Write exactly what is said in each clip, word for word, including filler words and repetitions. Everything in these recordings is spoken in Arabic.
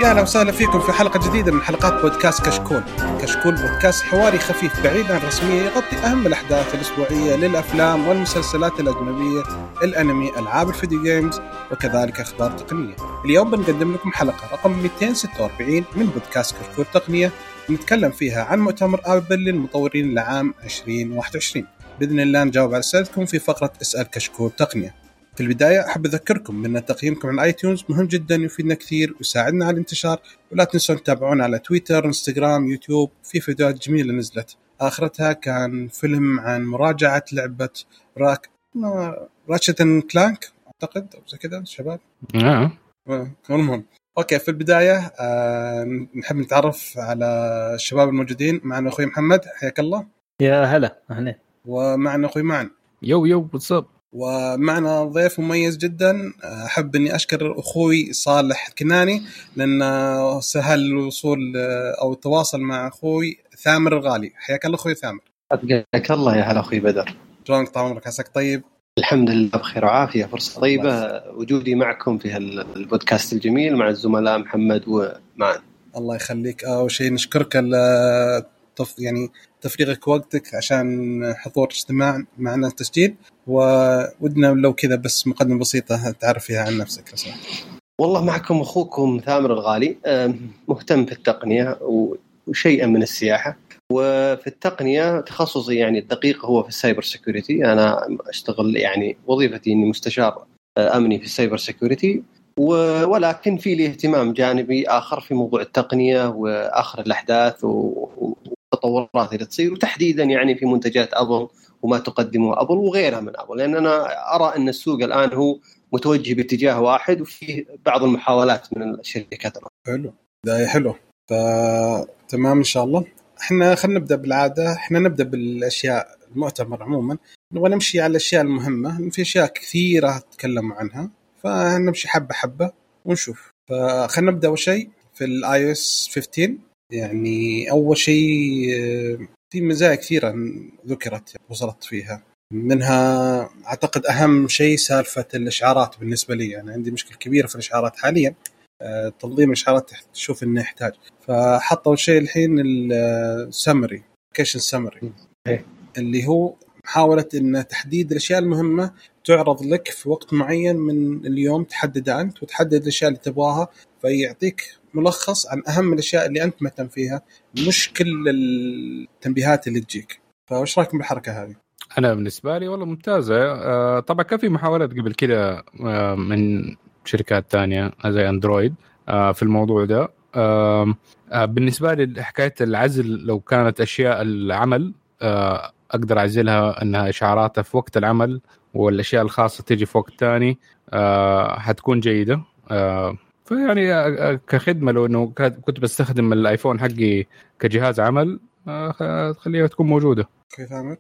يا أهلا وسهلا فيكم في حلقة جديدة من حلقات بودكاست كشكول. كشكول بودكاست حواري خفيف بعيد عن الرسمية، يغطي أهم الأحداث الأسبوعية للأفلام والمسلسلات الأجنبية، الأنمي، ألعاب الفيديو جيمز، وكذلك أخبار تقنية. اليوم بنقدم لكم حلقة رقم مئتين وستة وأربعين من بودكاست كشكول تقنية، نتكلم فيها عن مؤتمر آبل للمطورين لعام عشرين واحد وعشرين. بإذن الله نجاوب على أسئلتكم في فقرة اسأل كشكول تقنية. في البداية أحب أذكركم أن تقييمكم على آيتونز مهم جدا، يفيدنا كثير ويساعدنا على الانتشار. ولا تنسوا تتابعونا على تويتر، انستغرام، يوتيوب، في فيديوهات جميلة نزلت. آخرتها كان فيلم عن مراجعة لعبة راك راتشت اند كلانك أعتقد أو زي كذا شباب. نعم. المهم أوكي، في البداية آه نحب نتعرف على الشباب الموجودين. معنا أخوي محمد، حياك الله. يا هلا أهلا. ومعنا أخوي معن. يو يو بتصب. ومعنا ضيف مميز جدا، أحب أني أشكر أخوي صالح الكناني لأنه سهل الوصول أو التواصل مع أخوي ثامر الغالي. حياك الله أخوي ثامر. حياك الله. يا هلا أخوي بدر. شلونك؟ طال عمرك، عساك طيب؟ الحمد لله بخير وعافية. فرصة طيبة وجودي معكم في البودكاست الجميل مع الزملاء محمد ومعن. الله يخليك. أول شيء نشكرك التف... يعني تفريغك وقتك عشان حضور اجتماع معنا التسجيل، وودنا لو كذا بس مقدمة بسيطة تعرف فيها عن نفسك. رسالة. والله معكم أخوكم ثامر الغالي، مهتم في التقنية وشيئا من السياحة، وفي التقنية تخصصي يعني الدقيق هو في السايبر سيكوريتي. أنا أشتغل يعني وظيفتي إني مستشار أمني في السايبر سيكوريتي، ولكن في لي اهتمام جانبي آخر في موضوع التقنية وآخر الأحداث والتطورات اللي تصير، وتحديدا يعني في منتجات أبل وما تقدمه أبل وغيرها من أبل، لأن أنا أرى أن السوق الآن هو متوجه باتجاه واحد وفيه بعض المحاولات من الشركات. حلو، ده حلو. فتمام إن شاء الله. احنا خلينا نبدأ بالعادة، احنا نبدأ بالأشياء المؤتمر عموما، نبغى نمشي على الأشياء المهمة. في أشياء كثيرة تتكلم عنها فنمشي حبة حبة ونشوف. فخلينا نبدأ أول شيء في الاي او اس خمسة عشر. يعني أول شيء في مزايا كثيرة ذكرت وصلت فيها، منها أعتقد أهم شيء سالفة الإشعارات. بالنسبة لي يعني عندي مشكلة كبيرة في الإشعارات حاليا، تنظيم الإشعارات تشوف إنه يحتاج. فحطوا شيء الحين السمري كيشن سمري، اللي هو محاولة إن تحديد الأشياء المهمة تعرض لك في وقت معين من اليوم، تحددها أنت وتحدد الأشياء اللي تبغاها، فيعطيك ملخص عن أهم الأشياء اللي أنت مهتم فيها، مش كل التنبيهات اللي تجيك. فوش رأيكم بالحركة هذه؟ أنا بالنسبة لي والله ممتازة. آه طبعا كان في محاولات قبل كده آه من شركات تانية زي أندرويد آه في الموضوع ده. آه آه بالنسبة لي حكاية العزل، لو كانت أشياء العمل آه أقدر أعزلها أنها إشعاراتها في وقت العمل، والأشياء الخاصة تيجي في وقت تاني آه حتكون جيدة. آه فيعني آه كخدمة، لو أنه كنت بستخدم الآيفون حقي كجهاز عمل آه خليها تكون موجودة. كيف عمر؟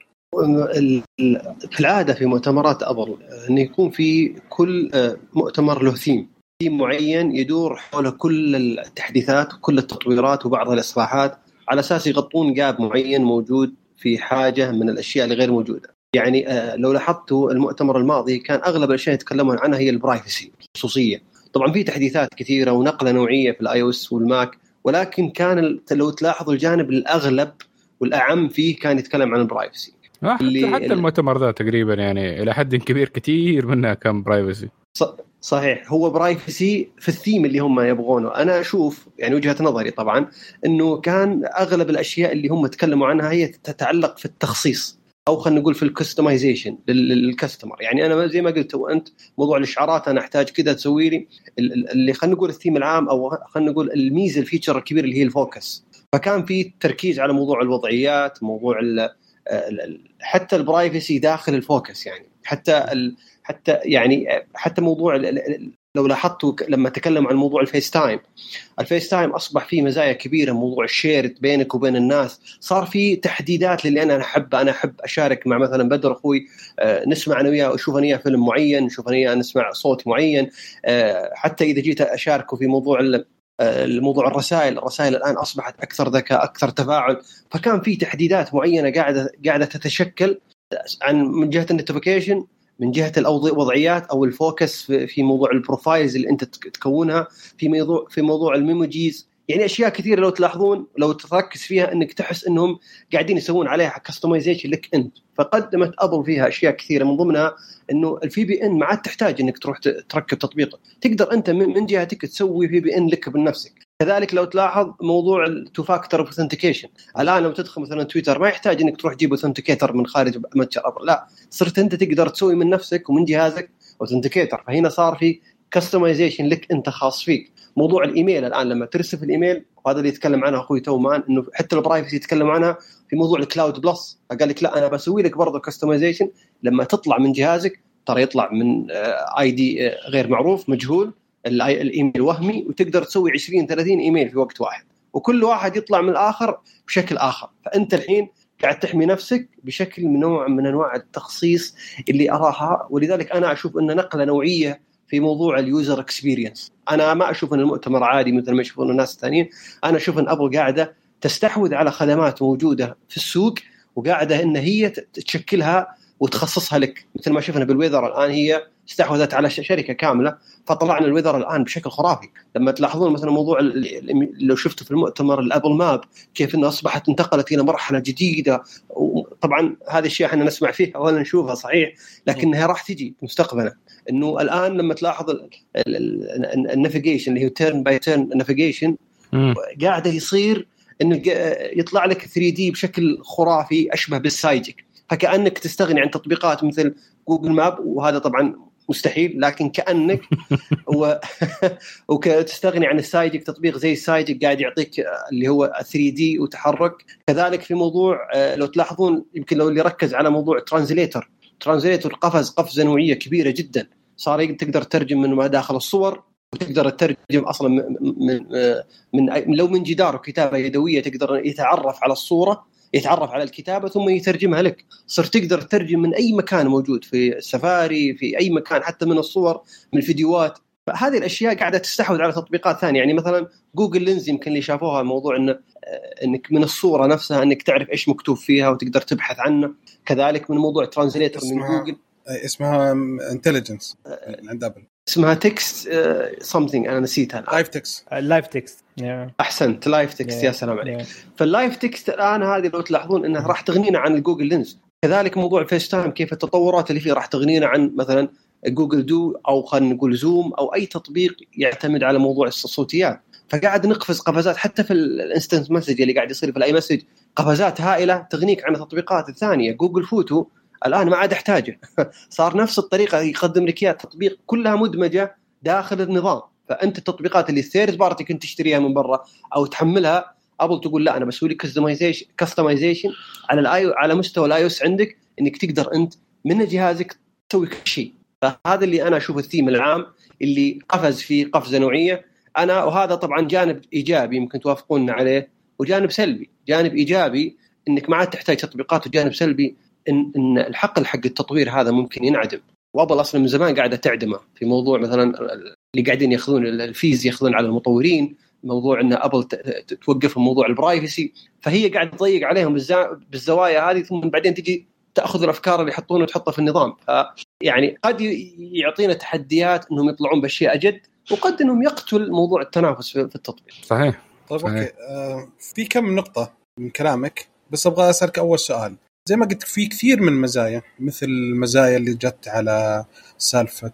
في العادة في مؤتمرات أبل أن يكون في كل مؤتمر له ثيم ثيم معين يدور حول كل التحديثات وكل التطويرات وبعض الإصلاحات، على أساس يغطون جاب معين موجود في حاجة من الأشياء اللي غير موجودة. يعني لو لاحظتوا المؤتمر الماضي كان أغلب الأشياء يتكلمون عنها هي البرايفسي، الخصوصية. طبعا في تحديثات كثيرة ونقلة نوعية في الآي أو إس والماك، ولكن كان لو تلاحظوا الجانب الأغلب والأعم فيه كان يتكلم عن البرايفسي. حتى, حتى المؤتمر ذا تقريبا يعني إلى حد كبير كثير منها كان برايفسي. صحيح، هو برايفسي في الثيم اللي هم يبغونه. أنا أشوف يعني وجهة نظري طبعا أنه كان أغلب الأشياء اللي هم تكلموا عنها هي تتعلق في التخصيص، أو خلينا نقول في الكستمايزيشن للكستمر. يعني أنا زي ما قلت وأنت، موضوع الإشعارات أنا أحتاج كده تسوي لي اللي خلينا نقول الثيم العام، أو خلينا نقول الميزة الفيتشر الكبير اللي هي الفوكس. فكان في تركيز على موضوع الوضعيات، موضوع حتى البرايفسي داخل الفوكس. يعني حتى ال حتى يعني حتى موضوع لو لاحظتوا لما تكلم عن موضوع الفيس تايم، الفيس تايم أصبح فيه مزايا كبيرة، موضوع الشير بينك وبين الناس. صار فيه تحديدات للي أنا أحب أنا أحب أشارك مع مثلا بدر أخوي، آه نسمع أنا وياه وشوف أنا وياه فيلم معين، شوف أنا وياه نسمع صوت معين. آه حتى إذا جيت أشاركه في موضوع الموضوع الرسائل الرسائل الآن أصبحت أكثر ذكاء، أكثر تفاعل. فكان في تحديدات معينة قاعدة قاعدة تتشكل عن من جهة النوتيفيكيشن، من جهة الوضعيات أو الفوكس في موضوع البروفايلز اللي أنت تكونها، في موضوع في موضوع الميموجيز، يعني أشياء كثيرة لو تلاحظون لو تركز فيها أنك تحس أنهم قاعدين يسوون عليها كاستمايزيشن لك أنت. فقدمت أبل فيها أشياء كثيرة، من ضمنها أنه الفي بي إن ما عاد تحتاج أنك تروح تركب تطبيق، تقدر أنت من جهتك تسوي في بي إن لك بنفسك. كذلك لو تلاحظ موضوع التو فاكتور اوثنتيكيشن، الان لو تدخل مثلا تويتر ما يحتاج انك تروح تجيب اوثنتيكيتر من خارج متجر ابل، لا صرت انت تقدر تسوي من نفسك ومن جهازك اوثنتيكيتر. فهنا صار في كاستمايزيشن لك انت خاص فيك. موضوع الايميل الان لما ترسل الايميل، وهذا اللي يتكلم عنه اخوي تومان، انه حتى البرايفسي يتكلم عنها في موضوع الكلاود بلس، فقال لك لا انا بسوي لك برضه كاستمايزيشن لما تطلع من جهازك، ترى يطلع من اي دي غير معروف مجهول، الايميل وهمي، وتقدر تسوي عشرين ثلاثين ايميل في وقت واحد، وكل واحد يطلع من الاخر بشكل اخر. فانت الحين قاعد تحمي نفسك بشكل من نوع من انواع التخصيص اللي اراها. ولذلك انا اشوف ان نقله نوعيه في موضوع اليوزر اكسبيرينس. انا ما اشوف ان المؤتمر عادي مثل ما يشوفون الناس الثانيين، انا اشوف ان ابل قاعده تستحوذ على خدمات موجوده في السوق، وقاعده ان هي تشكلها وتخصصها لك. مثل ما شفنا بالويذر الان، هي استحوذت على شركه كامله، فطلعنا الويذر الان بشكل خرافي. لما تلاحظون مثلا موضوع لو شفتوا في المؤتمر الابل ماب، كيف انه اصبحت انتقلت الى مرحله جديده. وطبعا هذه الشيء احنا نسمع فيها ولا نشوفها صحيح، لكنها راح تجي مستقبلا. انه الان لما تلاحظ النافيجيشن اللي هو تيرن باي تيرن نافيجيشن، قاعده يصير انه يطلع لك ثري دي بشكل خرافي اشبه بالسايجك، فكأنك تستغني عن تطبيقات مثل جوجل ماب، وهذا طبعا مستحيل، لكن كأنك و... وتستغني عن السايجك، تطبيق زي السايجك قاعد يعطيك اللي هو ثري دي وتحرك. كذلك في موضوع لو تلاحظون، يمكن لو اللي ركز على موضوع ترانزليتر، ترانزليتر قفز قفزة نوعية كبيرة جدا، صار تقدر تترجم من ما داخل الصور، وتقدر تترجم أصلا من, من, من لو من جدار كتابة يدوية تقدر يتعرف على الصورة، يتعرف على الكتابة ثم يترجمها لك. صرت تقدر تترجم من أي مكان موجود في السفاري، في أي مكان، حتى من الصور، من الفيديوهات. فهذه الأشياء قاعدة تستحوذ على تطبيقات ثانية. يعني مثلا جوجل لينز، يمكن اللي شافوها موضوع إن إنك من الصورة نفسها إنك تعرف إيش مكتوب فيها وتقدر تبحث عنه. كذلك من موضوع ترانزليتر من جوجل، اسمها انتليجنس عند أبل، اسمها تكست something أنا نسيتها. لايف تكست لايف تكست أحسنت، لايف تكست. يا سلام عليك. فاللايف تكست الآن هذه لو تلاحظون إنها راح تغنينا عن الجوجل لينز. كذلك موضوع فيس تايم، كيف التطورات اللي فيه راح تغنينا عن مثلا جوجل دو، أو خلينا نقول زوم، أو أي تطبيق يعتمد على موضوع الصوتيات. فقاعد نقفز قفزات، حتى في الانستنت مسج اللي قاعد يصير في الاي مسج، قفزات هائلة تغنيك عن التطبيقات الثانية. جوجل فوتو الآن ما عاد احتاجه صار نفس الطريقة يقدم لك اياها، تطبيق كلها مدمجة داخل النظام. فأنت التطبيقات اللي الثيرد بارتي كنت تشتريها من برا أو تحملها، أبل تقول لا أنا بسوي لك كاستمايزيشن كاستمايزيشن على الاي على مستوى الاي او اس عندك، إنك تقدر أنت من جهازك تسوي كل شيء. فهذا اللي أنا أشوف الثيم العام اللي قفز فيه قفزة نوعية أنا. وهذا طبعا جانب إيجابي ممكن توافقون عليه، وجانب سلبي. جانب إيجابي إنك ما عاد تحتاج تطبيقات، وجانب سلبي إن, إن الحقل حق التطوير هذا ممكن ينعدم. وأبل أصلا من زمان قاعدة تعدمه في موضوع مثلا اللي قاعدين ياخذون الفيز ياخذون على المطورين، موضوع إن أبل توقف موضوع البرايفسي. فهي قاعدة تضيق عليهم بالزوايا هذه، ثم بعدين تجي تأخذ الأفكار اللي يحطونها وتحطها في النظام. يعني قد يعطينا تحديات إنهم يطلعون بأشياء جد، وقد إنهم يقتل موضوع التنافس في التطبيق. صحيح. طيب صحيح. أوكي. آه في كم نقطة من كلامك، بس أبغى أسألك أول سؤال. زي ما قلت في كثير من المزايا، مثل المزايا اللي جت على سالفة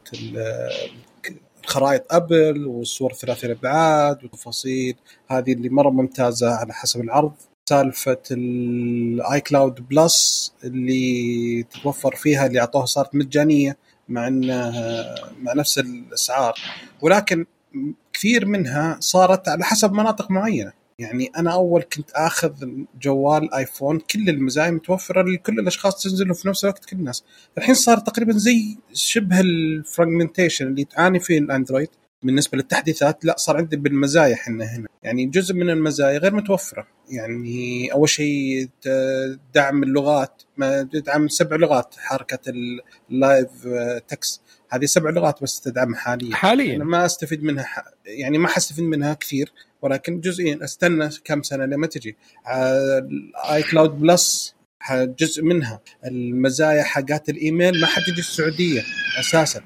الخرائط أبل والصور ثلاثية الأبعاد والتفاصيل هذه اللي مرة ممتازة على حسب العرض. سالفة الآي كلاود بلس اللي تتوفر فيها، اللي أعطوها صارت مجانية مع إنها مع نفس الأسعار، ولكن كثير منها صارت على حسب مناطق معينة. يعني أنا أول كنت أخذ جوال آيفون كل المزايا متوفرة لكل الأشخاص تنزله في نفس الوقت كل الناس. الحين صار تقريبا زي شبه الفراغمنتيشن اللي تعاني فيه الأندرويد بالنسبة للتحديثات. لا صار عندي بالمزايا حنا هنا، يعني جزء من المزايا غير متوفرة. يعني أول شيء دعم اللغات، ما تدعم سبع لغات. حركة اللايف تكست هذه سبع لغات بس تدعم حاليا. حاليا أنا ما أستفيد منها، يعني ما حستفيد منها كثير، ولكن جزئين. استنى كم سنة لما تجي. اي كلاود بلس جزء منها المزايا حقات الايميل ما حد يجي السعوديه اساسا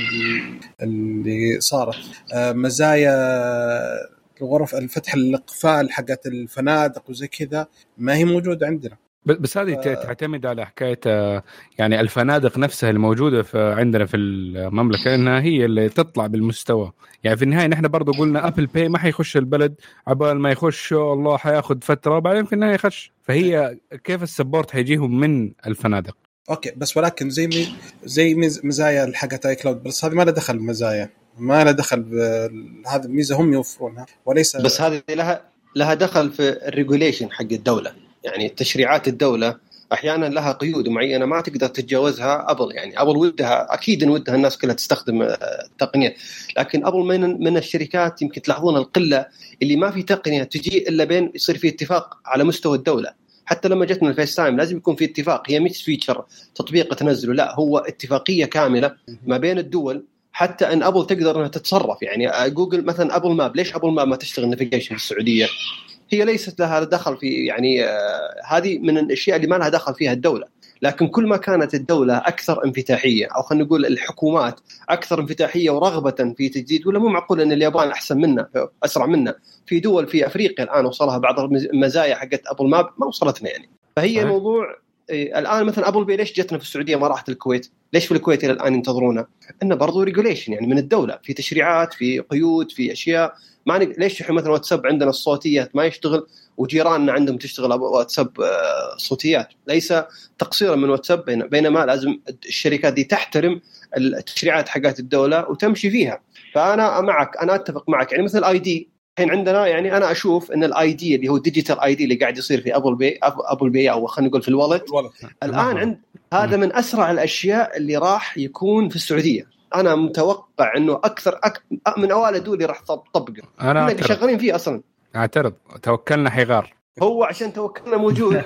اللي صارت مزايا الغرف الفتح الاقفال حقات الفنادق وزي كذا ما هي موجوده عندنا. بس هذه ف... تعتمد على حكايه يعني الفنادق نفسها الموجوده في عندنا في المملكه انها هي اللي تطلع بالمستوى. يعني في النهايه نحن برضو قلنا ابل باي ما حيخش البلد عبال ما يخش الله حياخذ فتره بعدين في النهايه يخش. فهي كيف السبورت حيجيهم من الفنادق. اوكي بس ولكن زي مي... زي مزايا حقت اي كلاود بس هذه ما لها دخل مزايا ما لها دخل هذا الميزه هم يوفرونها وليس بس هذه لها لها دخل في الريجوليشن حق الدوله. يعني تشريعات الدولة أحيانا لها قيود معينة ما تقدر تتجاوزها أبل. يعني أبل ودها أكيد إن ودها الناس كلها تستخدم التقنية لكن أبل من من الشركات يمكن تلاحظون القلة اللي ما في تقنية تجي إلا بين يصير في اتفاق على مستوى الدولة. حتى لما جتنا الفيس تايم لازم يكون في اتفاق. هي مش فيتشر تطبيق تنزله لا هو اتفاقية كاملة ما بين الدول حتى أن أبل تقدر أنها تتصرف. يعني جوجل مثلا أبل ماب ليش أبل ماب ما تشتغل نافيجيشن في السعودية؟ هي ليست لها دخل في يعني آه هذه من الأشياء اللي ما لها دخل فيها الدولة. لكن كل ما كانت الدولة أكثر انفتاحية أو خلينا نقول الحكومات أكثر انفتاحية ورغبة في تجديد ولا مو معقول أن اليابان أحسن منا أسرع منا. في دول في أفريقيا الآن وصلها بعض المزايا حقت أبل ماب ما وصلتنا. يعني فهي موضوع إيه الآن مثلا أبل بي ليش جتنا في السعودية ما راحت الكويت؟ ليش في الكويت إلى الآن ينتظرونا؟ إنه برضو ريجوليشن يعني من الدولة في تشريعات في قيود في أشياء ما نق... ليش إحنا مثلا واتساب عندنا الصوتيات ما يشتغل وجيراننا عندهم تشتغل واتساب صوتيات؟ ليس تقصيرا من واتساب بينما لازم الشركات دي تحترم التشريعات حقات الدولة وتمشي فيها. فأنا معك أنا أتفق معك. يعني مثل آي دي الحين عندنا يعني أنا أشوف إن الآي دي اللي هو ديجيتال آي دي اللي قاعد يصير في أبل بي أبل بي أو خلينا نقول في الوالت الآن عند هذا من أسرع الأشياء اللي راح يكون في السعودية. أنا متوقع إنه أكثر أك... من أوائل الدول اللي راح تطبقه. أنا اللي شغالين فيه أصلاً. اعترض توكلنا حيغار. هو عشان توكلنا موجود.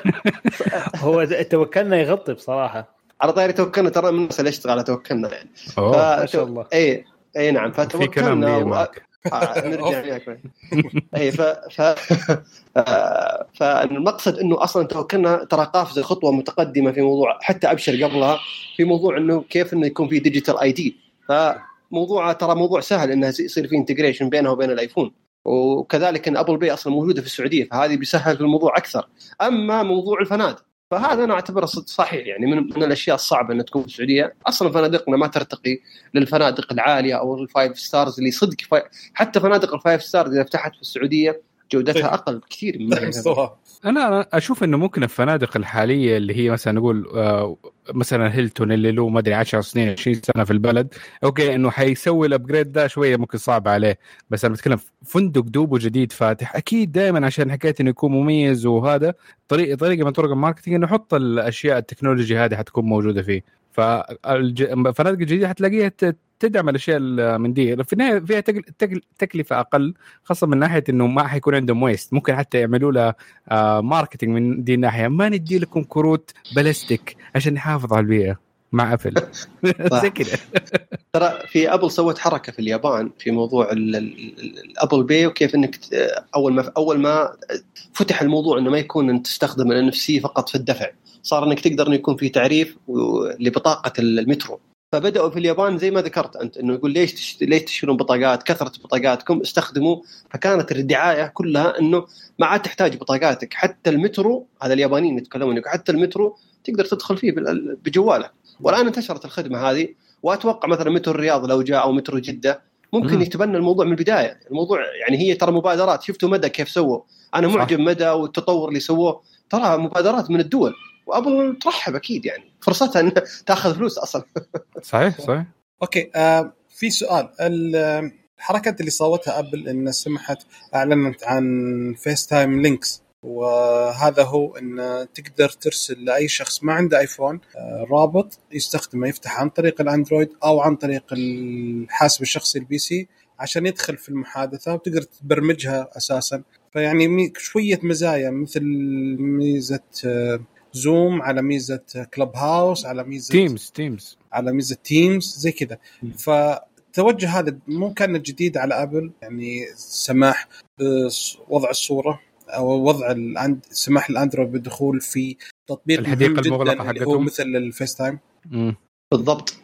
هو توكلنا يغطي بصراحة. على طاري توكلنا ترى من الناس اللي يشتغل على توكلنا يعني. أوه ما شاء الله. إيه إيه نعم فتوكلنا. و... نرجع ليك. إيه ف ف فالمقصد إنه أصلاً توكلنا ترى قافز خطوة متقدمة في موضوع حتى أبشر قبلها في موضوع إنه كيف إنه يكون في ديجيتال آي دي. فموضوع ترى موضوع سهل إنه يصير فيه انتجريشن بينه وبين الآيفون. وكذلك إن أبل بي أصلاً موجودة في السعودية فهذه بيسهل في الموضوع أكثر. أما موضوع الفنادق فهذا أنا أعتبره صحيح. يعني من, من الأشياء الصعبة أن تكون في السعودية. أصلاً فنادقنا ما ترتقي للفنادق العالية أو الفايف ستارز اللي صدق فا... حتى فنادق الفايف ستارز إذا فتحت في السعودية جودتها أقل كثير من أنا أشوف إنه ممكن الفنادق الحالية اللي هي مثلا نقول آه مثلا هيلتون اللي له ما أدري عشر سنين عشرين سنة في البلد أوكي إنه حيسوي الأبجريد ده شوية ممكن صعب عليه. بس أنا بتكلم فندق دوبه جديد فاتح أكيد دائما عشان حكاية إنه يكون مميز وهذا طريقة طريقة من طرق الماركتينج إنه يحط الأشياء التكنولوجي هذه حتكون موجودة فيه. فالفنادق الجديدة حتلاقيها تدعم الأشياء من دي. في النهاية فيها تكلفة أقل خاصة من ناحية إنه ما حيكون عندهم ويست. ممكن حتى يعملوا له ماركتينج من دي الناحية. ما ندي لكم كروت بلاستيك عشان نحافظ على البيئة مع أبل زي كده. ترى في أبل سوت حركة في اليابان في موضوع الأبل باي وكيف إنك أول ما أول ما فتح الموضوع إنه ما يكون أن تستخدم ال إن إف سي فقط في الدفع صار إنك تقدر إنه يكون في تعريف لبطاقة المترو. فبدأوا في اليابان زي ما ذكرت أنت إنه يقول ليش تشت... ليش تشترون بطاقات كثرة بطاقاتكم استخدموا. فكانت الدعاية كلها إنه ما عاد تحتاج بطاقاتك حتى المترو. هذا اليابانيين يتكلمون إنه حتى المترو تقدر تدخل فيه بجوالك. والآن انتشرت الخدمة هذه وأتوقع مثلا مترو الرياض لو جاء أو مترو جدة ممكن م. يتبنى الموضوع من البداية. الموضوع يعني هي ترى مبادرات. شفتوا مدى كيف سووا. أنا معجب مدى والتطور اللي سووه. ترى مبادرات من الدول وأبل ترحب أكيد. يعني فرصتها أن تأخذ فلوس أصلا. صحيح صحيح. أوكي آه في سؤال. الحركات اللي صوتها أبل إن سمحت أعلنت عن فيس تايم لينكس وهذا هو إن تقدر ترسل لأي شخص ما عنده آيفون آه رابط يستخدمه يفتح عن طريق الأندرويد أو عن طريق الحاسب الشخصي البي سي عشان يدخل في المحادثة وتقدر تبرمجها أساسا. فيعني شوية مزايا مثل ميزة آه زوم على ميزة كلوب هاوس على ميزة تيمز تيمز على ميزة تيمز زي كذا. فتوجه هذا مو كان جديد على أبل. يعني سماح بوضع الصورة أو وضع الأند سماح الأندرويد بالدخول في تطبيق الحديقة المغلقة حقتهم هو مثل الفيس تايم. مم. بالضبط.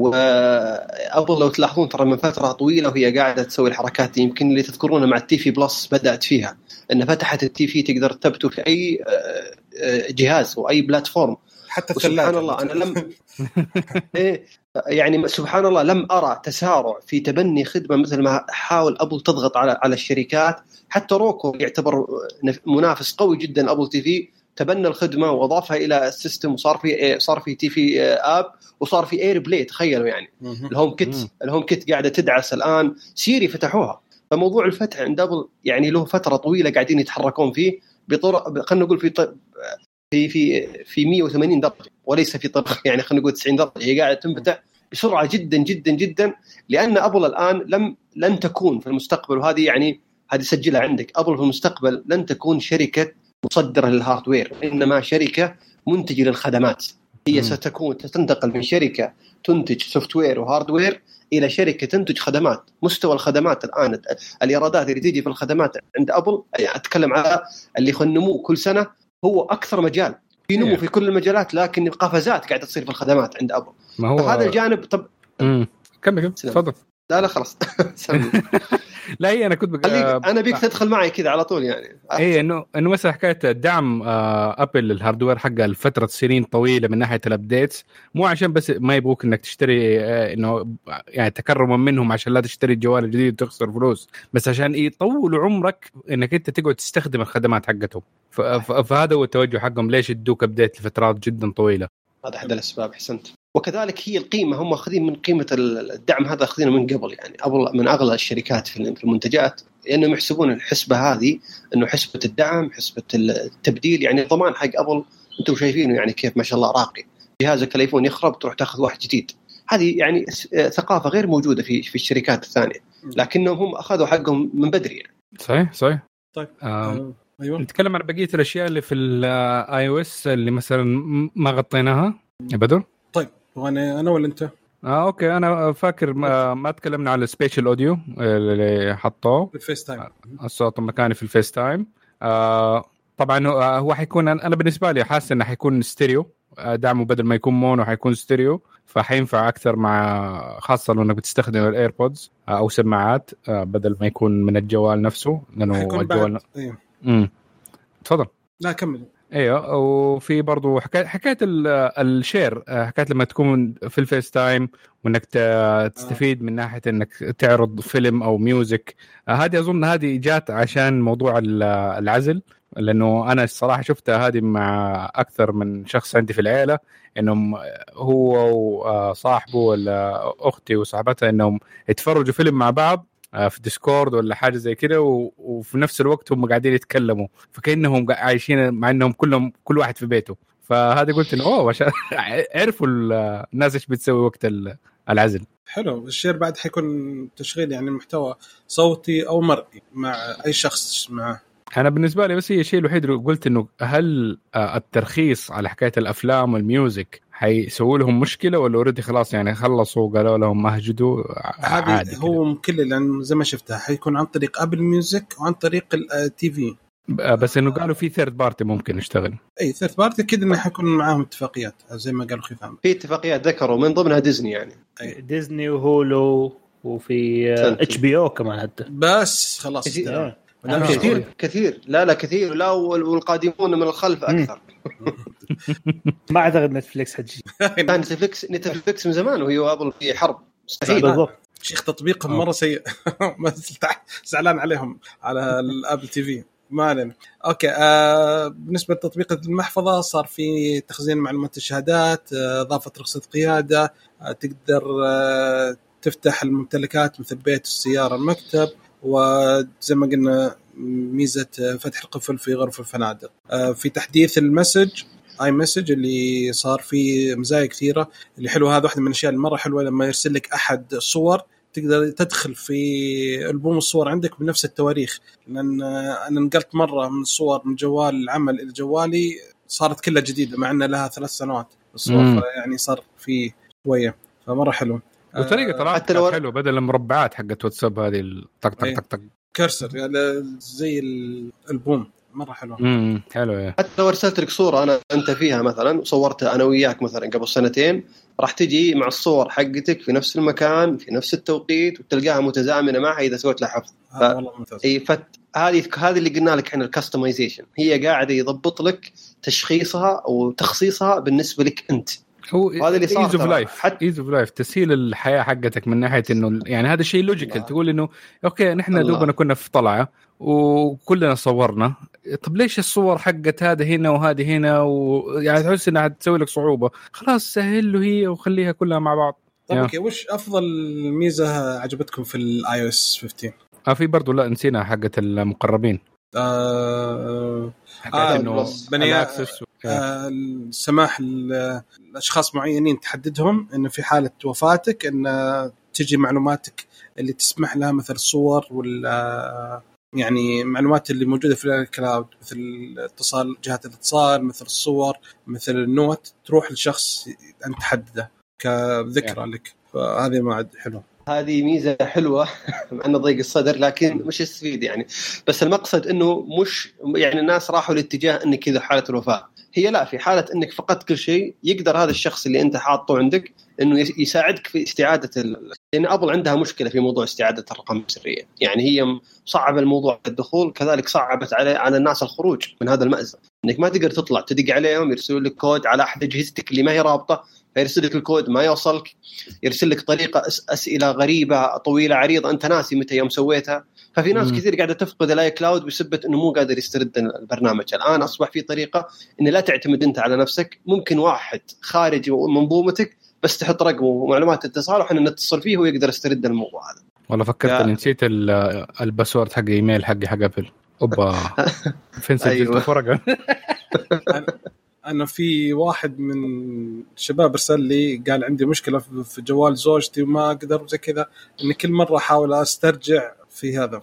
وأبل لو تلاحظون ترى من فترة طويلة وهي قاعدة تسوي الحركات دي، يمكن اللي تذكرونها مع التي في بلس بدأت فيها، إن فتحت التي في تقدر تثبته في أي جهاز وأي بلاتفورم حتى سبحان الله أنا لم إيه يعني سبحان الله لم أرى تسارع في تبني خدمة مثل ما حاول أبل تضغط على على الشركات. حتى روكو يعتبر منافس قوي جدا أبل تي في، تبنى الخدمة وأضافها إلى السيستم، وصار في صار في تي في آب، وصار في اير بلاي. تخيلوا يعني الهوم كيت الهوم كيت قاعدة تدعس الآن، سيري فتحوها. فموضوع الفتح عند أبل يعني له فترة طويلة قاعدين يتحركون فيه بطرق، خلينا نقول في في في في مية وثمانين درجة وليس في طرق يعني خلينا نقول تسعين درجة. هي قاعدة تنفتح بسرعة جدا جدا جدا، لأن أبل الآن لم لن تكون في المستقبل، وهذه يعني هذه سجلها عندك، أبل في المستقبل لن تكون شركة مصدرة للهاردوير، إنما شركة منتجة للخدمات. هي ستكون تنتقل من شركة تنتج سوفت وير وهاردوير إلى شركة تنتج خدمات. مستوى الخدمات الآن، الإيرادات اللي تيجي في الخدمات عند أبل، يعني أتكلم على اللي خنموه كل سنة، هو أكثر مجال في نمو في كل المجالات، لكن قفزات قاعدة تصير في الخدمات عند أبل. ما هو هذا الجانب. طب كمل كمل تفضل. لا لا خلاص لا هي انا كنت بق... انا بيك تدخل معي كذا على طول يعني. اي انه انه مثلا حكايه دعم ابل للهاردوير حقها لفتره سنين طويله من ناحيه الابديتس، مو عشان بس ما يبغوك انك تشتري انه يعني تكرما منهم عشان لا تشتري الجوال الجديد وتخسر فلوس، بس عشان يطولوا عمرك انك انت تقعد تستخدم الخدمات حقتهم. ف... فهذا هو التوجه حقهم، ليش يدوك ابديت لفترات جدا طويله. هذا احد الاسباب. حسنت. وكذلك هي القيمة، هم أخذين من قيمة الدعم هذا، أخذينه من قبل يعني. أبل من أغلى الشركات في المنتجات، لأنهم يحسبون الحسبة هذه أنه حسبة الدعم، حسبة التبديل، يعني الضمان حق أبل أنتم شايفينه يعني كيف ما شاء الله راقي. جهازك الايفون يخرب تروح تأخذ واحد جديد، هذه يعني ثقافة غير موجودة في في الشركات الثانية، لكنهم هم أخذوا حقهم من بدري يعني. صحيح صحيح. طيب آه. أيوة. نتكلم عن بقية الأشياء اللي في الاي او اس اللي مثلا ما غطيناها يا بدر. طيب وانا انا ولا انت؟ اه اوكي انا فاكر ما, ما تكلمنا على السبيشال اوديو اللي حطوه الفيس تايم، الصوت المكاني في الفيس تايم. آه طبعا هو حيكون، انا بالنسبه لي حاسس انه حيكون ستيريو، دعمه بدل ما يكون مونو حيكون ستيريو، فحينفع اكثر مع خاصه لو انك بتستخدم الايربودز او سماعات بدل ما يكون من الجوال نفسه، لانه الجوال ايوه امم تفضل. لا كمل. ايوه. وفي برضو حكايه حكايه الشير، حكايه لما تكون في الفيس تايم وانك تستفيد من ناحيه انك تعرض فيلم او ميوزك. هذه اظن هذه جات عشان موضوع العزل، لانه انا الصراحه شفتها هذه مع اكثر من شخص عندي في العيله، انهم هو وصاحبه ولا اختي وصاحبتها انهم يتفرجوا فيلم مع بعض في ديسكورد ولا حاجه زي كده، وفي نفس الوقت هم قاعدين يتكلموا، فكانهم عايشين مع انهم كلهم كل واحد في بيته. فهذا قلت انه اوه عشان عرفوا الناس ايش بتسوي وقت العزل. حلو. الشير بعد حيكون تشغيل يعني محتوى صوتي او مرئي مع اي شخص معه. انا بالنسبه لي بس هي الشيء الوحيد اللي قلت انه هل الترخيص على حكايه الافلام والميوزك حيسووا لهم مشكله ولا اوريدي خلاص يعني خلصوا قالوا لهم مهجدوا عادي؟ هو ممكن لان زي ما شفتها حيكون عن طريق ابل ميوزك وعن طريق التي في، بس انه قالوا في ثيرد بارتي ممكن يشتغل. اي ثيرد بارتي كده انه حيكون معاهم اتفاقيات زي ما قالوا خفام. في اتفاقيات ذكروا من ضمنها ديزني يعني. أي. ديزني وهولو وفي اتش بي او كمان حتى. بس خلاص كثير كثير, كثير لا لا كثير لا والقادمون من الخلف اكثر. ما اعتقد نتفليكس حتجي. نتفليكس نتفليكس من زمان وهي وابل في حرب مستحيل. شيخ تطبيقهم مره سيء ما زعلان عليهم على الابل تي في. ما علينا. اوكي آه بالنسبه لتطبيق المحفظه صار في تخزين معلومات الشهادات، اضافه آه رخصه قياده، آه تقدر آه تفتح الممتلكات مثل بيت السياره المكتب، وزي ما قلنا ميزه فتح القفل في غرف الفنادق. آه في تحديث المسج اي مسج اللي صار فيه مزايا كثيره اللي حلو. هذا واحده من الاشياء المره حلوه لما يرسل لك احد صور تقدر تدخل في ألبوم الصور عندك بنفس التواريخ، لأن أنا نقلت مرة من الصور من جوال العمل إلى جوالي صارت كلها جديدة مع أن لها ثلاث سنوات الصور، يعني صار في شوية فمرة حلو. وطريقة طلعت حتى لو حلو بدل المربعات حقت واتساب هذه الطق طق طق طق كرسر يعني زي الألبوم مره حلوه. امم حلو. حتى لو ارسلت لك صوره انا انت فيها مثلا وصورتها انا وياك مثلا قبل سنتين، راح تجي مع الصور حقتك في نفس المكان في نفس التوقيت وتلقاها متزامنه معها اذا سويت لها حفظ. ف... والله ممتاز. اي فت هذه هذه اللي قلنا لك احنا الكستمايزيشن، هي قاعده يضبط لك تشخيصها او تخصيصها بالنسبه لك انت. هو هذا اللي صار ايز اوف لايف، ايز اوف لايف، تسهيل الحياه حقتك من ناحيه انه يعني هذا شيء لوجيكال. تقول انه اوكي نحن دوبنا كنا في طلعه وكلنا صورنا، طب ليش الصور حقت هذا هنا وهذه هنا، ويعني تحس انها تسوي لك صعوبه، خلاص سهل له هي وخليها كلها مع بعض. طب اوكي وش افضل ميزه عجبتكم في الاي او اس خمسة عشر؟ اه في برضو لا نسينا حقت المقربين. آه آه انه بني اكسس آه السماح لاشخاص معينين تحددهم انه في حاله وفاتك ان تجي معلوماتك اللي تسمح لها مثل الصور وال يعني معلومات اللي موجوده في الكلاود مثل اتصال جهات الاتصال مثل الصور مثل النوت تروح لشخص انت تحدده كذكرى يعني. لك فهذه ما حلو. هذه ميزة حلوة مع أنه ضيق الصدر لكن مش يستفيد يعني. بس المقصد أنه مش يعني الناس راحوا لاتجاه أنك كذا حالة الوفاة، هي لا، في حالة أنك فقدت كل شيء يقدر هذا الشخص اللي أنت حاطه عندك أنه يساعدك في استعادة ال... لأن أبل عندها مشكلة في موضوع استعادة الرقم السرية، يعني هي صعب الموضوع الدخول، كذلك صعبت على على الناس الخروج من هذا المأزق، أنك ما تقدر تطلع تدق عليهم يرسلوا لك كود على أحد أجهزتك اللي ما هي رابطة، يرسل لك الكود ما يوصلك، يرسل لك طريقة أسئلة غريبة طويلة عريضة أنت ناسي متى يوم سويتها. ففي ناس م. كثير قاعدة تفقد الاي كلاود بسبب أنه مو قادر يسترد البرنامج. الآن أصبح في طريقة أن لا تعتمد أنت على نفسك، ممكن واحد خارجي منظومتك بس تحط رقمه ومعلومات اتصال وحنا نتصل فيه ويقدر يسترد الموضوع هذا. والله فكرت أني نسيت الباسورد حق إيميل حقي حق أبل. أوبا فين سجلت أيوة. فرقة أنا في واحد من الشباب أرسل لي قال عندي مشكلة في جوال زوجتي وما أقدر وزي كذا، إن كل مرة أحاول أسترجع في هذا،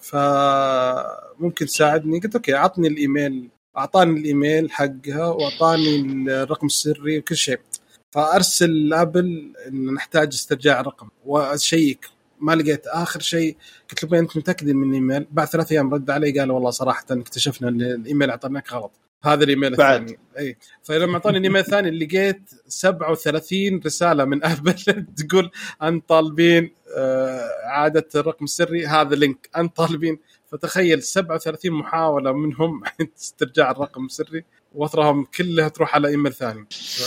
فممكن تساعدني؟ قلت أوكي أعطني الإيميل، أعطاني الإيميل حقها وأعطاني الرقم السري وكل شيء، فأرسل أبل إن نحتاج استرجاع الرقم وأشيك ما لقيت. آخر شيء قلت له أنت متأكد من الإيميل؟ بعد ثلاث أيام رد علي قال والله صراحة اكتشفنا الإيميل أعطاناك غلط، هذا الإيميل الثاني. أي فلما أعطاني الإيميل الثاني لقيت سبعة وثلاثين رسالة من أبل تقول أنت طالبين إعادة الرقم السري، هذا لينك أنت طالبين. فتخيل سبعة وثلاثين محاولة منهم استرجاع الرقم السري وأثرهم كلها تروح على إيميل ثاني.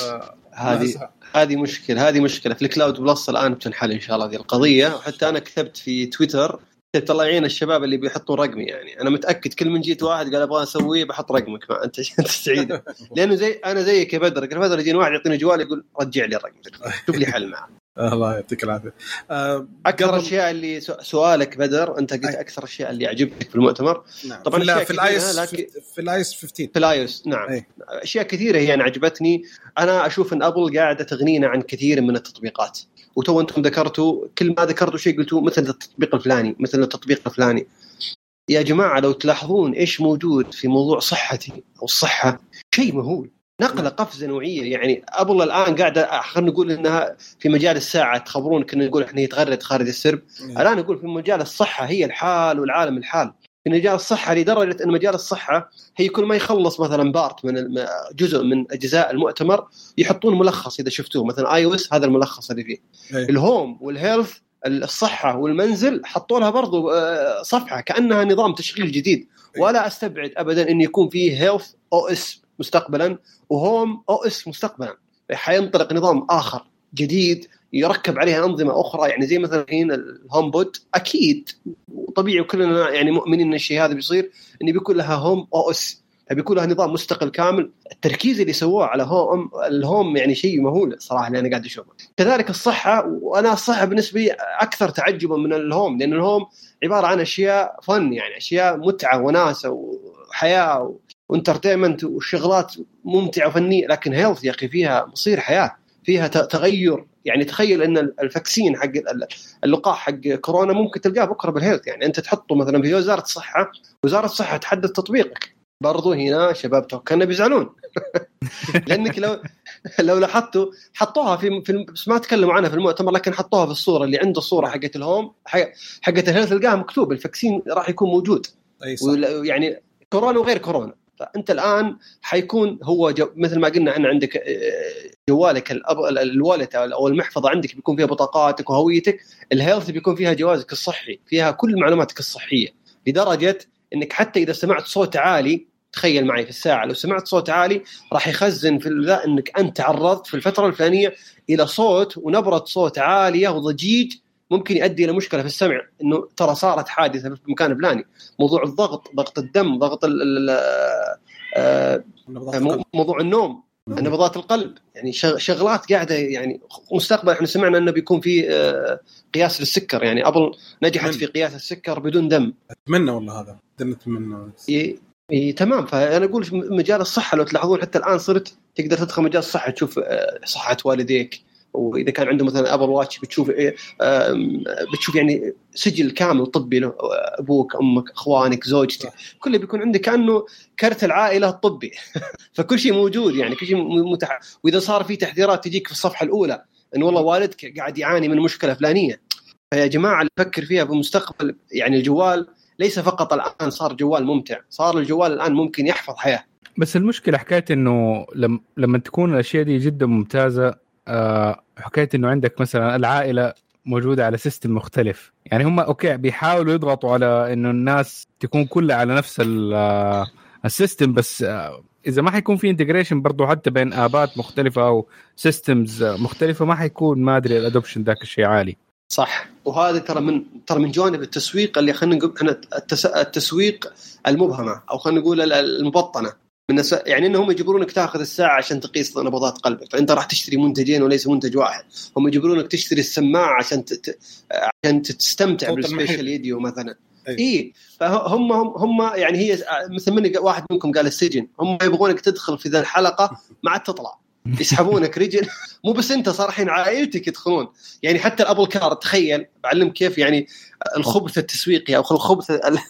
هذه هذه مشكلة، هذه مشكلة في الكلاود بلس الآن بتنحل إن شاء الله هذه القضية. وحتى أنا كتبت في تويتر طلعين الشباب اللي بيحطوا رقمي، يعني انا متاكد كل من جيت واحد قال ابغى اسويه بحط رقمك ما انت انت سعيد. لانه زي انا زيك يا بدر، كل فتره يجيني واحد يعطيني جوال يقول رجع لي الرقم شوف لي حل معه. الله يعطيك العافيه. أه اكثر اشياء اللي سؤالك بدر انت قلت اكثر اشياء اللي عجبتك في المؤتمر. نعم. طبعا لا في الايس لكن... في الايس خمسة عشر في الايس نعم أي. اشياء كثيره هي يعني عجبتني. انا اشوف ان ابل قاعده تغنينا عن كثير من التطبيقات، وتو انتم ذكرتوا كل ما ذكرتوا شيء قلتوا مثل التطبيق الفلاني مثل التطبيق الفلاني. يا جماعه لو تلاحظون ايش موجود في موضوع صحتي او الصحه شيء مهول، نقله قفزه نوعيه. يعني ابل الان قاعده خلينا نقول انها في مجال الساعه تخبرون كنا نقول احنا يتغرد خارج السرب، الان نقول في مجال الصحه هي الحال والعالم الحال. في مجال الصحه لدرجه ان مجال الصحه هي كل ما يخلص مثلا بارت من جزء من اجزاء المؤتمر يحطون ملخص اذا شفتوه مثلا اي او اس هذا الملخص اللي فيه. الهوم والهيلث الصحه والمنزل حطوا لها برضو صفحه كانها نظام تشغيل جديد. ولا استبعد ابدا ان يكون فيه هيلث او اس مستقبلا وهوم او اس مستقبلا، حينطلق نظام اخر جديد يركب عليها أنظمة أخرى، يعني زي مثلا الحين الهوم بود أكيد وطبيعي وكلنا يعني مؤمنين إن الشيء هذا بيصير إنه بيكون لها هوم أو إس، بيكون لها نظام مستقل كامل. التركيز اللي سووه على هوم الهوم يعني شيء مهول صراحة اللي أنا قاعد أشوفه. كذلك الصحة، وأنا الصحة بالنسبة لي أكثر تعجبا من الهوم، لأن الهوم عبارة عن أشياء فن، يعني أشياء متعة وناسة وحياة وانترتينمنت وشغلات ممتعة وفنية. لكن هيلث يا أخي فيها مصير حياة، فيها تغير. يعني تخيل ان الفاكسين حق اللقاح حق كورونا ممكن تلقاه بكره بالهيلث، يعني انت تحطه مثلا في وزاره الصحه، وزاره الصحه تحدد تطبيقك. برضو هنا شباب توكلنا بيزعلون لانك لو لو لاحظتوا حطوها في في بس ما تكلموا عنها في المؤتمر، لكن حطوها في الصوره اللي عنده الصوره حقت الهوم حقت الهيلث، تلقاها مكتوب الفاكسين راح يكون موجود. يعني كورونا وغير كورونا، فانت الان حيكون هو جو مثل ما قلنا ان عندك جوالك الوالت او المحفظه عندك بيكون فيها بطاقاتك وهويتك. الهيلث بيكون فيها جوازك الصحي، فيها كل معلوماتك الصحيه، لدرجه انك حتى اذا سمعت صوت عالي، تخيل معي في الساعه لو سمعت صوت عالي راح يخزن في ذا انك انت تعرضت في الفتره الفلانيه الى صوت ونبره صوت عاليه وضجيج ممكن يؤدي الى مشكله في السمع، انه ترى صارت حادثه في مكان فلاني. موضوع الضغط، ضغط الدم، ضغط موضوع النوم، نبضات القلب، يعني شغلات قاعده. يعني مستقبل احنا سمعنا انه بيكون في قياس للسكر، يعني ابل نجحت في قياس السكر بدون دم. اتمنى والله هذا نتمنى. اي تمام. فانا اقول مجال الصحه لو تلاحظون حتى الان صرت تقدر تدخل مجال الصحه تشوف صحه والديك، واذا كان عنده مثلا ابل واتش بتشوف بتشوف يعني سجل كامل طبي له، ابوك، امك، اخوانك، زوجتك، كله بيكون عندك كانه كرت العائله الطبي. فكل شيء موجود، يعني كل شيء متاح. واذا صار في تحذيرات تجيك في الصفحه الاولى ان والله والدك قاعد يعاني من مشكله فلانيه. فيا جماعه اللي فكر فيها بالمستقبل، يعني الجوال ليس فقط الآن صار جوال ممتع، صار الجوال الآن ممكن يحفظ حياة. بس المشكلة حكاية إنه لما لما تكون الأشياء دي جدا ممتازة، أه حكاية إنه عندك مثلا العائلة موجودة على سيستم مختلف، يعني هم أوكي بيحاولوا يضغطوا على إنه الناس تكون كلها على نفس السيستم، بس أه إذا ما حيكون في انتجريشن برضو حتى بين آبات مختلفة أو سيستمز مختلفة، ما حيكون ما أدري الأدوبشن ذاك الشيء عالي. صح. وهذا ترى من ترى من جوانب التسويق اللي خلينا نقول احنا التسويق المبهمه، او خلينا نقول المبطنه من الس... يعني انهم يجبرونك تاخذ الساعه عشان تقيس نبضات قلبك، فانت راح تشتري منتجين وليس منتج واحد. هم يجبرونك تشتري السماعه عشان ت... عشان تستمتع بالسبيشال فيديو مثلا. اي إيه. فهم هم هم يعني هي مثل من واحد منكم قال السجن، هم يبغونك تدخل في ذا الحلقه ما عاد تطلع، يسحبونك رجل. مو بس انت، صار الحين عائلتك يدخلون. يعني حتى الابل كار، تخيل بعلم كيف يعني الخبث التسويقي او الخبث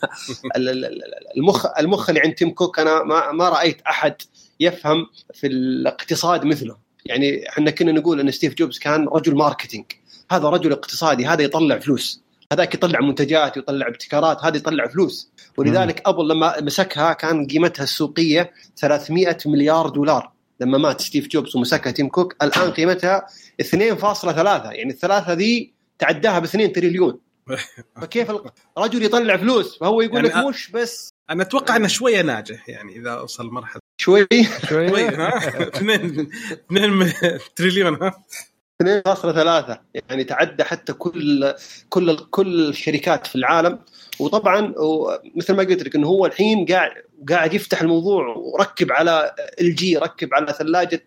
المخ المخ اللي عند تيم كوك. انا ما ما رايت احد يفهم في الاقتصاد مثله. يعني احنا كنا نقول ان ستيف جوبز كان رجل ماركتينج، هذا رجل اقتصادي، هذا يطلع فلوس، هذاك يطلع منتجات ويطلع ابتكارات، هذا يطلع فلوس. ولذلك ابل لما مسكها كان قيمتها السوقيه ثلاثمائة مليار دولار. لما مات ستيف جوبز ومسكها تيم كوك الآن قيمتها اثنين فاصلة ثلاثة، يعني الثلاثة ذي تعداها باثنين تريليون. فكيف الرجل يطلع فلوس؟ فهو يقول يعني لك أ... مش بس أنا أتوقع أنه شوية ناجح، يعني إذا وصل مرحلة شوي شوي ها اثنين اثنين تريليون ها اثنين فاصلة ثلاثة، يعني تعدى حتى كل كل كل الشركات في العالم. وطبعا مثل ما قلت لك انه هو الحين قاعد قاعد يفتح الموضوع وركب على الجي، ركب على ثلاجة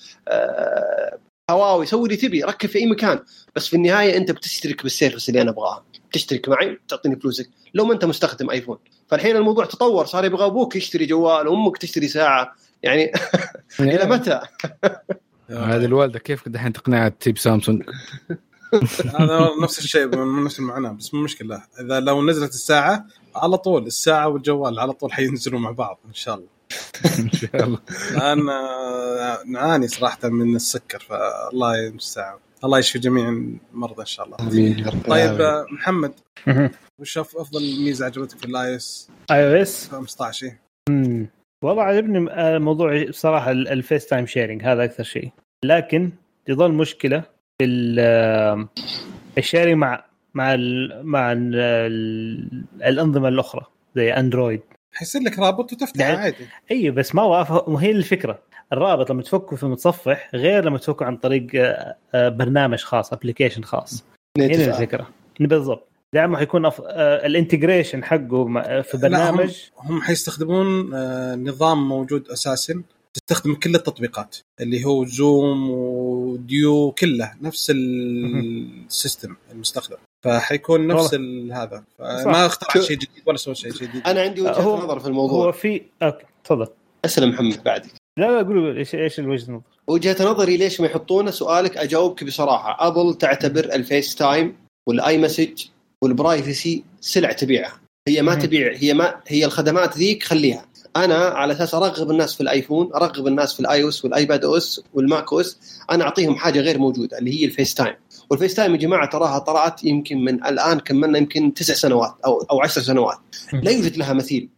هواوي، سوي اللي تبي، ركب في اي مكان، بس في النهاية انت بتشترك بالسيرفس اللي انا ابغاه، تشترك معي تعطيني فلوسك لو ما انت مستخدم ايفون. فالحين الموضوع تطور، صار يبغى ابوك يشتري جوال وامك تشتري ساعة، يعني الى متى؟ هذا الوالدة كيف الحين تقنعها تجيب سامسونج؟ هذا نفس الشيء من نفس المعنى، بس مو مشكلة. إذا لو نزلت الساعة على طول الساعة والجوال على طول حينزلوا مع بعض إن شاء الله. إن شاء الله. أنا نعاني صراحة من السكر، فالله يمستعان، الله يشفي جميع المرضى إن شاء الله. طيب محمد، وش أفضل ميزة عجبتك في الايوس اي او اس خمسة عشر؟ امم والله عجبني موضوع بصراحة الفيس تايم شيرينج، هذا أكثر شيء. لكن تظل مشكلة في الشيرينج مع مع ال مع ال الأنظمة الأخرى زي أندرويد. حيصير لك رابط وتفتح عادي. أيه بس ما وافق. وهي الفكرة، الرابط لما تفكه في المتصفح غير لما تفكه عن طريق برنامج خاص، أبليكيشن خاص. هنا الفكرة بالضبط. دائما حيكون أف... آه... الانتجريشن حقه في برنامج. هم, هم حيستخدمون آه... نظام موجود أساساً تستخدم كل التطبيقات اللي هو زوم وديو، كله نفس السيستم المستخدم، فحيكون نفس هذا. ما اخترع شيء جديد ولا سوى شيء جديد. أنا عندي وجهة نظر في الموضوع. هو في أوكي تفضل. أسلم محمد بعدي. لا لا أقول إيش إيش الوجهة نظر. وجهة نظري ليش ما يحطونه سؤالك أجاوبك بصراحة. أبل تعتبر الفيس تايم والآي مسج والبرايفسي سلع تبيعها، هي ما تبيع، هي ما هي الخدمات ذيك خليها. انا على اساس ارغب الناس في الايفون، ارغب الناس في الاي او اس والايباد او اس والماك او اس، انا اعطيهم حاجه غير موجوده اللي هي الفيس تايم. والفيس تايم يا جماعه تراها طلعت يمكن من الان كملنا يمكن تسع سنوات او او عشر سنوات، لا يوجد لها مثيل.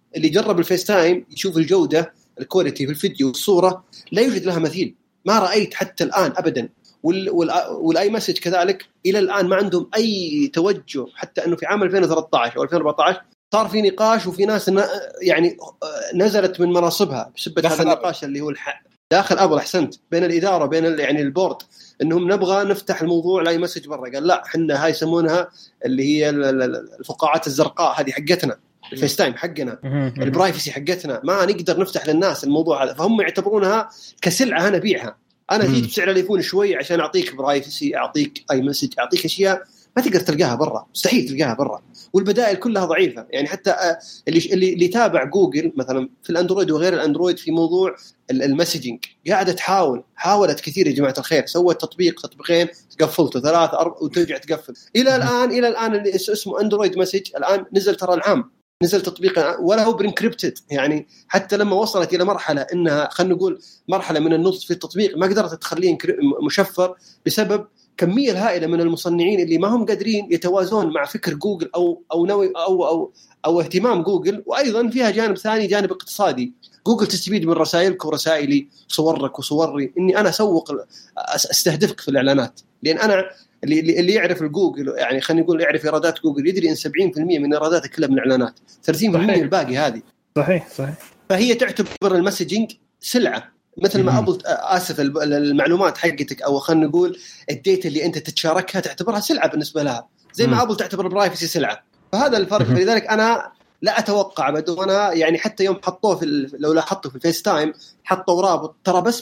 اللي جرب الفيس تايم يشوف الجوده الكواليتي في الفيديو والصوره لا يوجد لها مثيل، ما رايت حتى الان ابدا. وال والاي مسج كذلك الى الان ما عندهم اي توجه، حتى انه في عام ألفين وثلاثة عشر او ألفين وأربعة عشر صار في نقاش وفي ناس يعني نزلت من مناصبها بسبب هذا النقاش اللي هو الح... داخل ابل احسنت بين الاداره وبين يعني البورد انهم نبغى نفتح الموضوع لاي مسج برا. قال لا احنا هاي يسمونها اللي هي الفقاعات الزرقاء، هذه حقتنا، الفيس تايم حقنا، البرايفسي حقتنا، ما نقدر نفتح للناس الموضوع هذا. فهم يعتبرونها كسلعه انا بيعها، انا زيد بسعر التليفون شوي عشان اعطيك برايفسي، اعطيك اي مسج، اعطيك اشياء ما تقدر تلقاها برا، مستحيل تلقاها برا. والبدائل كلها ضعيفه. يعني حتى اللي اللي, اللي تابع جوجل مثلا في الاندرويد وغير الاندرويد في موضوع المسجنج قاعده تحاول حاولت كثير يا جماعه الخير، سوت تطبيق تطبيقين قفلته ثلاث أربع وترجع تقفل الى الان. الى الان اللي اسمه اندرويد مسج الان نزل ترى العام نزل تطبيق ولا هو برينكريبتد. يعني حتى لما وصلت الى مرحله انها خلينا نقول مرحله من النص في التطبيق ما قدرت تخليه مشفر بسبب كميه الهائله من المصنعين اللي ما هم قادرين يتوازون مع فكر جوجل او او نوي او او او اهتمام جوجل. وايضا فيها جانب ثاني جانب اقتصادي، جوجل تستفيد من رسائلك ورسائلي صورك وصوري اني انا اسوق استهدفك في الاعلانات، لان انا اللي اللي يعرف الجوجل يعني خلينا نقول يعرف ايرادات جوجل يدري ان سبعين بالمئة من ايراداتها كلها من الاعلانات، ثلاثين بالمئة من الباقي هذه. صحيح صحيح. فهي تعتبر المسجنج سلعه مثل ما أبل آسف المعلومات حقتك أو خلنا نقول الديتا اللي أنت تتشاركها تعتبرها سلعة بالنسبة لها، زي ما أبل تعتبر البرايفسي سلعة. فهذا الفرق. فلذلك أنا لا أتوقع بدو أنا يعني حتى يوم حطوه في لو لاحظته في الفيس تايم حطوا رابط ترى بس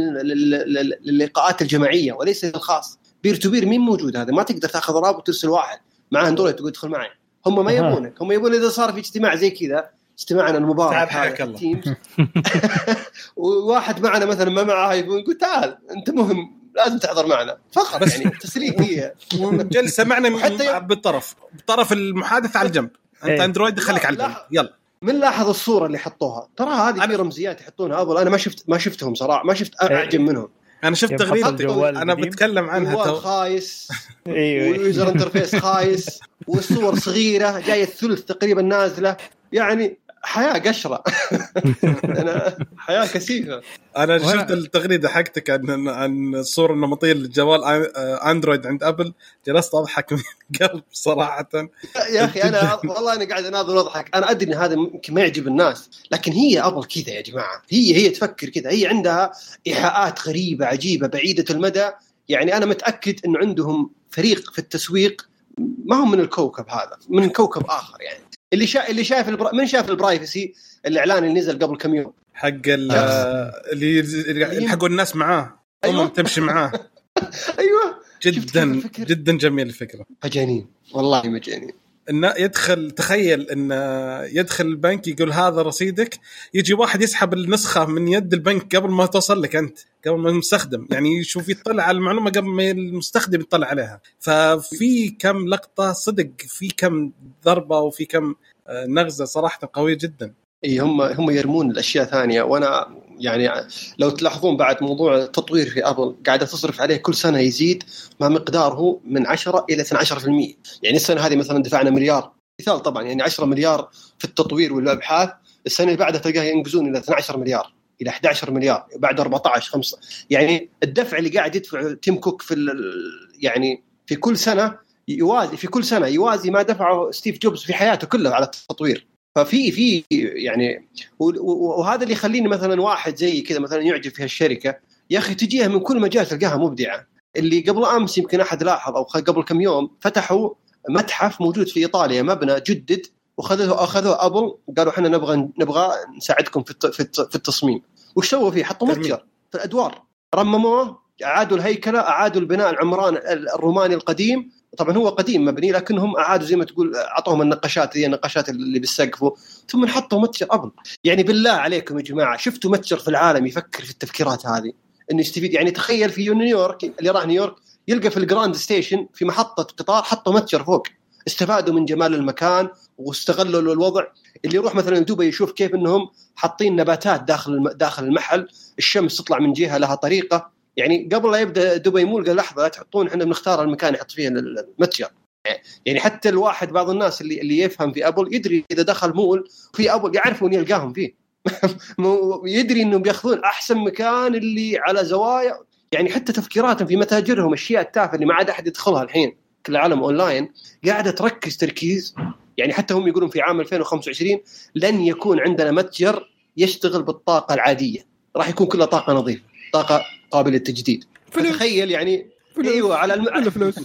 باللقاءات الجماعية وليس الخاص، بير تو بير مين موجود هذا، ما تقدر تأخذ رابط ترسل واحد مع اندرويد تقول ادخل معي. هم ما يبونك، هم يبون إذا صار في اجتماع زي كذا اجتماعنا المبارك هذا تيمز وواحد معنا مثلا ما معه يقول يقول تعال انت مهم لازم تحضر معنا فقط، يعني تسليكيه جلسه معنا حتى بالطرف بالطرف المحادثه على الجنب. انت اندرويد خليك على الجنب يلا. من لاحظ الصوره اللي حطوها ترى هذه في رمزيات يحطونها ابل، انا ما شفت ما شفتهم صراحه، ما شفت اعجب منهم. انا شفت تغريده انا بتكلم عنها تو خايس واليوزر انترفيس خايس والصور صغيره جايه الثلث تقريبا نازله، يعني حياة قشرة أنا حياة كثيفة. أنا شفت التغريدة حقتك عن عن الصورة النمطية للجوال أندرويد عند أبل، جلست أضحك من قلب صراحة يا أخي. أنا والله أنا قاعد أناظر أضحك. أنا أدري إن هذا ممكن ما يعجب الناس، لكن هي أبل كذا يا جماعة، هي هي تفكر كذا، هي عندها إيحاءات غريبة عجيبة بعيدة المدى. يعني أنا متأكد إنه عندهم فريق في التسويق ما هم من الكوكب هذا، من كوكب آخر. يعني اللي شا... اللي شايف البرا... من شاف البرايفسي الإعلان اللي نزل قبل كم يوم حق ال... اللي يلحقوا الناس معاه أيوة. هم تمشي معاه أيوة جدا جدا جميل الفكرة. مجانين والله مجانين. إنه يدخل تخيل إن يدخل البنك يقول هذا رصيدك، يجي واحد يسحب النسخة من يد البنك قبل ما توصل لك أنت، قبل ما المستخدم يعني يشوف يطلع على المعلومة قبل ما المستخدم يطلع عليها. ففي كم لقطة صدق، في كم ضربة وفي كم نغزة صراحة قوية جدا. إيه هم هم يرمون الأشياء ثانية. وأنا يعني لو تلاحظون بعد موضوع التطوير في أبل قاعدة تصرف عليه كل سنة يزيد ما مقداره من عشرة إلى اثنا عشر بالمئة. يعني السنة هذه مثلا دفعنا مليار مثال طبعا، يعني عشرة مليار في التطوير والأبحاث، السنة اللي بعدها تلقاه ينقزون إلى اثنا عشر مليار إلى أحد عشر مليار، بعد أربعة عشر خمسة. يعني الدفع اللي قاعد يدفع تيم كوك في يعني في كل سنة يوازي في كل سنة يوازي ما دفعه ستيف جوبز في حياته كلها على التطوير. ففي في يعني وهذا اللي يخليني مثلا واحد زي كذا مثلا يعجب في هالشركة يا أخي تجيها من كل مجال تلقاها مبدعة. اللي قبل أمس يمكن أحد لاحظ أو قبل كم يوم فتحوا متحف موجود في إيطاليا، مبنى جدد وخذوه أخذوه أبل، قالوا إحنا نبغى نبغى نساعدكم في في التصميم. وش سووا فيه؟ حطوا متجر في الأدوار، رمموه، أعادوا الهيكلة، أعادوا البناء العمران الروماني القديم. طبعا هو قديم مبني لكنهم أعادوا زي ما تقول أعطوهم النقاشات هي النقاشات اللي بالسقف، ثم نحطوا متجر أبل. يعني بالله عليكم يا جماعة شفتوا متجر في العالم يفكر في التفكيرات هذه إنه يستفيد؟ يعني تخيل في نيويورك اللي راح نيويورك يلقى في الجراند ستيشن في محطة قطار حطوا متجر فوق، استفادوا من جمال المكان واستغلوا الوضع. اللي يروح مثلا دبي يشوف كيف إنهم حاطين نباتات داخل داخل المحل، الشمس تطلع من جهة لها طريقة. يعني قبل لا يبدأ دبي مول قال لحظة لا تحطون، احنا بنختار المكان يحط فيه المتجر. يعني حتى الواحد بعض الناس اللي اللي يفهم في ابل يدري اذا دخل مول في ابل يعرفوا ان يلقاهم فيه يدري انهم بياخذون احسن مكان اللي على زوايا، يعني حتى تفكيراتهم في متاجرهم اشياء التافهه اللي ما عاد احد يدخلها الحين، كل العالم اونلاين قاعده تركز تركيز. يعني حتى هم يقولون في عام ألفين وخمسة وعشرين لن يكون عندنا متجر يشتغل بالطاقه العاديه، راح يكون كلها طاقه نظيفه، طاقه قابله للتجديد. فتخيل يعني فلوس. ايوه على الم... الفلوس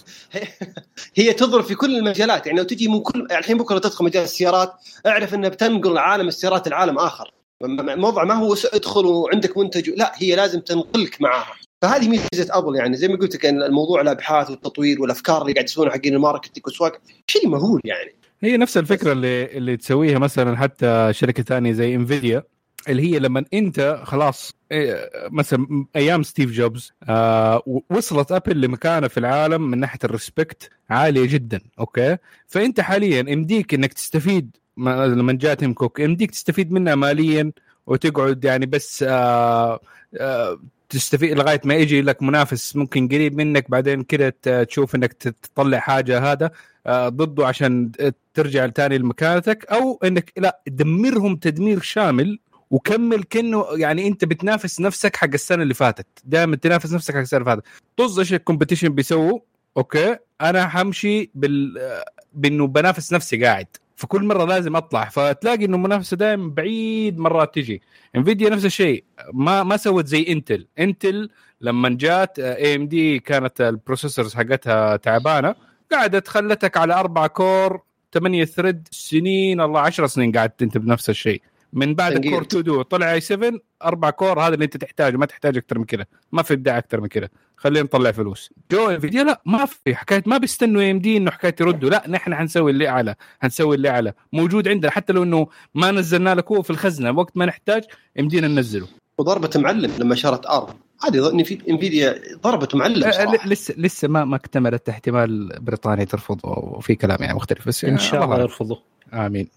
هي تضرب في كل المجالات. يعني لو تجي من كل الحين بكره تدخل مجال السيارات اعرف انها بتنقل عالم السيارات العالم اخر. موضوع ما هو ادخل وعندك منتج، لا هي لازم تنقلك معاها. فهذه ميزه ابل. يعني زي ما قلت كان الموضوع الابحاث والتطوير والافكار اللي قاعد يسوونها حقين الماركتينج والسواق شيء مهول. يعني هي نفس الفكره اللي اللي تسويها مثلا حتى شركه ثانيه زي انفيديا، اللي هي لما انت خلاص مثلا ايام ستيف جوبز آه وصلت ابل لمكانه في العالم من ناحيه الريسبكت عاليه جدا. اوكي، فانت حاليا امديك انك تستفيد لما جاء تيم كوك، امديك تستفيد منها ماليا وتقعد يعني بس آه آه تستفيد لغايه ما يجي لك منافس ممكن قريب منك، بعدين كده تشوف انك تطلع حاجه هذا آه ضده عشان ترجع تاني لمكانتك، او انك لا تدمرهم تدمير شامل وكمل كأنه يعني انت بتنافس نفسك حق السنه اللي فاتت. دائما تنافس نفسك حق السنه اللي فاتت. طز ايش الكومبيتيشن بيسووا؟ اوكي انا همشي بال بانه بنافس نفسي قاعد، فكل مره لازم اطلع، فتلاقي انه منافسه دائما بعيد مرات تجي. انفيديا نفس الشيء، ما ما سوت زي انتل. انتل لما جات اي ام دي كانت البروسيسورز حقتها تعبانه، قاعده خلتك على أربعة كور ثمانية ثريد سنين، الله عشر سنين قاعد انت بنفس الشيء. من بعد الكور تو دو طلع اي سبعة أربعة كور، هذا اللي انت تحتاجه، ما تحتاج اكثر من كده، ما في ابداع اكثر من كده، خلينا نطلع فلوس. جو انفيديا لا، ما في حكايه، ما بيستنوا ام دي انه حكايه يردوا، لا نحن حنسوي اللي اعلى، حنسوي اللي اعلى موجود عندنا، حتى لو انه ما نزلنا لك هو في الخزنه وقت ما نحتاج ام دي ننزله. وضربه معلم لما شرت ار عادي ظني في انفيديا ضربه معلم صراحه. لسه لسه ما ما اكتملت، احتمال بريطانيا ترفض وفي كلام يعني مختلف، بس ان شاء الله يرفضوا. امين.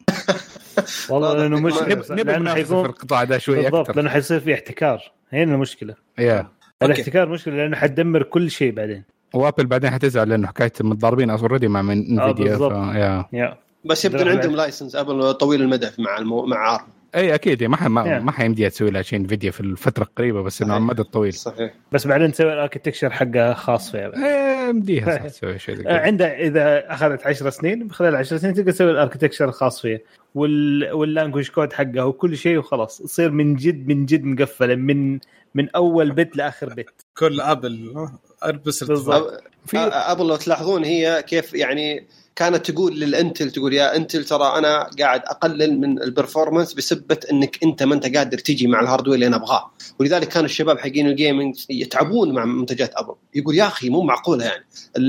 والله لانه مش نبغى نحيكون في القطاع ده شويه اكثر، لانه حيصير في احتكار. هنا المشكله يا الاحتكار مشكله، لانه حتدمر كل شيء بعدين. وابل بعدين حتزعل لانه حكايه متضاربين اوريدي مع من انفيديا. آه يا يا بس يبدو عندهم لايسنس ابل طويل المدى مع المو... مع ار. اي اكيد ما ما, ما حيمديها تسوي لها شيء فيديو في الفتره القريبه، بس انه على المدى الطويل صحيح. بس بعدين تسوي الاركتكتشر حقها خاص فيها. ايه مديها تسوي شيء عندها اذا اخذت عشر سنين، خلال عشر سنين تقدر تسوي الاركتكتشر الخاص فيها وال واللانجويج كود حقها وكل شيء، وخلاص تصير من جد من جد مقفله من من اول بت لاخر بت. كل ابل اربس في ابل لو تلاحظون هي كيف يعني كانت تقول للانتل، تقول يا انتل ترى انا قاعد اقلل من البرفورمانس بسبه انك انت ما انت قادر تيجي مع الهاردوير اللي انا ابغاه. ولذلك كان الشباب حقين الجيمنج يتعبون مع منتجات ابل، يقول يا اخي مو معقوله يعني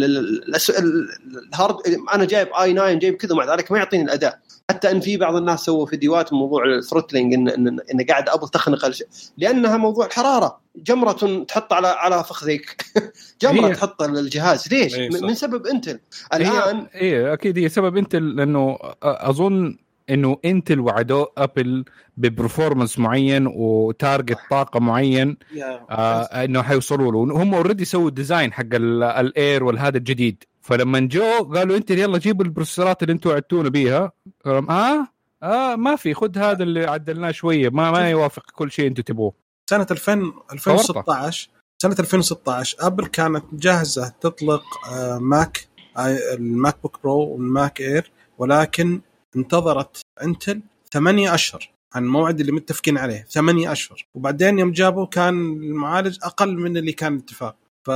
الهارد انا جايب اي تسعة جايب كذا مع ذلك ما يعطيني الاداء. حتى ان في بعض الناس سووا فيديوهات موضوع الثروتلينج ان ان, إن قاعد ابل تخنق لانها موضوع الحراره، جمره تحط على على فخذك جمره تحط الجهاز ليش؟ من سبب انتل الان. ايه اكيد هي سبب انتل، لانه اظن انه انتل وعدوا ابل ببرفورمانس معين وتارجت طاقه معين آه انه حيوصلوا له. هم اوريدي سووا الديزاين حق الاير والهذا الجديد، فلما جو قالوا انت يلا جيبوا البروسيسورات اللي انتوا عدتونا بيها، اه اه ما في، خد هذا اللي عدلناه شويه، ما ما يوافق كل شيء انتوا تبوه. سنه ألفين وستة عشر سنه ألفين وستة عشر ابل كانت جاهزه تطلق آه ماك الماك بوك برو والماك اير، ولكن انتظرت انتل ثمانية أشهر عن الموعد اللي متفقين عليه، ثمانية أشهر، وبعدين يوم جابوا كان المعالج أقل من اللي كان الاتفاق.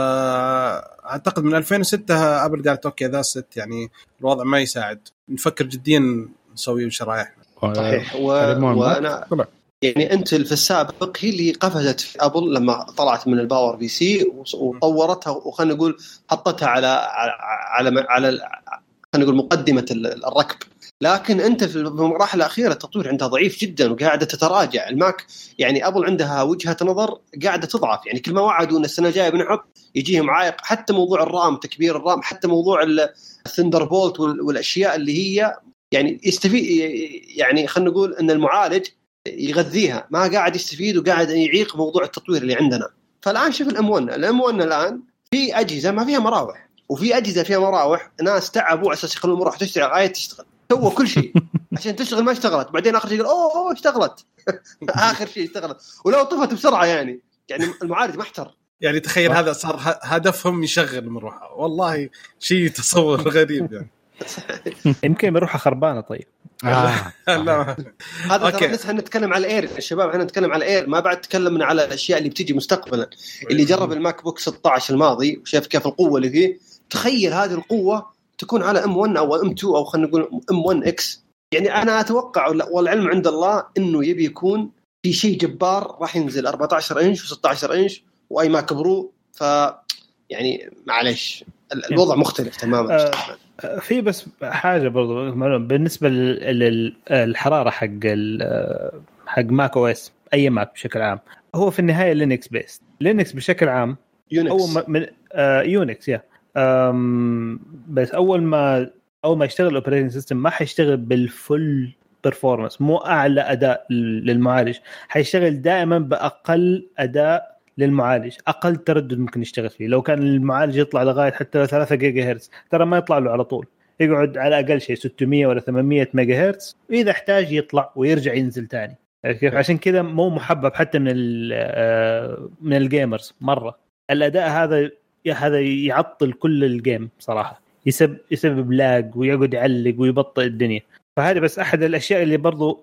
فأعتقد من ألفين وستة أبل قالت أوكي ذا ست، يعني الوضع ما يساعد، نفكر جديا نسوي شرائح. صحيح. و... وأنا يعني انتل في السابق هي اللي قفزت في ابل لما طلعت من الباور بي سي وطورتها، وخلنا نقول حطتها على على على خلينا نقول مقدمة الركب. لكن انت في المراحل الاخيره التطوير عندها ضعيف جدا وقاعده تتراجع. الماك يعني ابل عندها وجهه نظر قاعده تضعف، يعني كل ما وعدوا ان السنه الجايه بنحط يجيهم عائق، حتى موضوع الرام تكبير الرام، حتى موضوع الثندر بولت والاشياء اللي هي يعني يستفيد، يعني خلينا نقول ان المعالج يغذيها، ما قاعد يستفيد وقاعد يعيق موضوع التطوير اللي عندنا. فالان شوف الام واحد الام واحد الان في اجهزه ما فيها مراوح، وفي اجهزه فيها مراوح ناس تعبوا على اساس يخلون المروحه تشتغل غايه تشتغل سووا كل شيء عشان تشتغل ما اشتغلت بعدين اخر شيء يقول اوه اوه اشتغلت اخر شيء اشتغلت ولو طفت بسرعه يعني يعني المعالج ما احتر يعني تخيل هذا صار هدفهم يشغل المروحه والله شيء تصور غريب يعني يمكن مروحه خربانه طيب آه. لا هذا ترى لسه نتكلم على الاير الشباب احنا نتكلم على الاير ما بعد تكلمنا على الاشياء اللي بتيجي مستقبلا اللي جرب الماك بوك ستة عشر الماضي وشاف كيف القوه اللي فيه تخيل هذه القوه تكون على ام واحد او ام اثنين او خلينا نقول ام واحد اكس يعني انا اتوقع والعلم عند الله انه يبي يكون في شيء جبار راح ينزل أربعة عشر انش وستة عشر انش واي ماك برو ف يعني معلش الوضع مختلف تماما. آه في بس حاجه برضو بالنسبه للحراره حق حق ماك او اس اي ماك بشكل عام هو في النهايه لينكس بيست لينكس بشكل عام يونكس او من آه يونكس يا بس اول ما اول ما يشتغل الاوبريتنج سيستم ما حيشتغل بالفول بيرفورمانس مو اعلى اداء للمعالج حيشتغل دائما باقل اداء للمعالج اقل تردد ممكن يشتغل فيه لو كان المعالج يطلع لغايه حتى ثلاثة جيجا هرتز ترى ما يطلع له على طول يقعد على اقل شيء ستمية ولا ثمانمية ميجا هرتز واذا احتاج يطلع ويرجع ينزل تاني كيف عشان كذا مو محبب حتى من من الجيمرز مره الاداء هذا هذا يعطل كل الجيم صراحه يسبب يسبب لاج ويقعد يعلق ويبطئ الدنيا فهذه بس احد الاشياء اللي برضو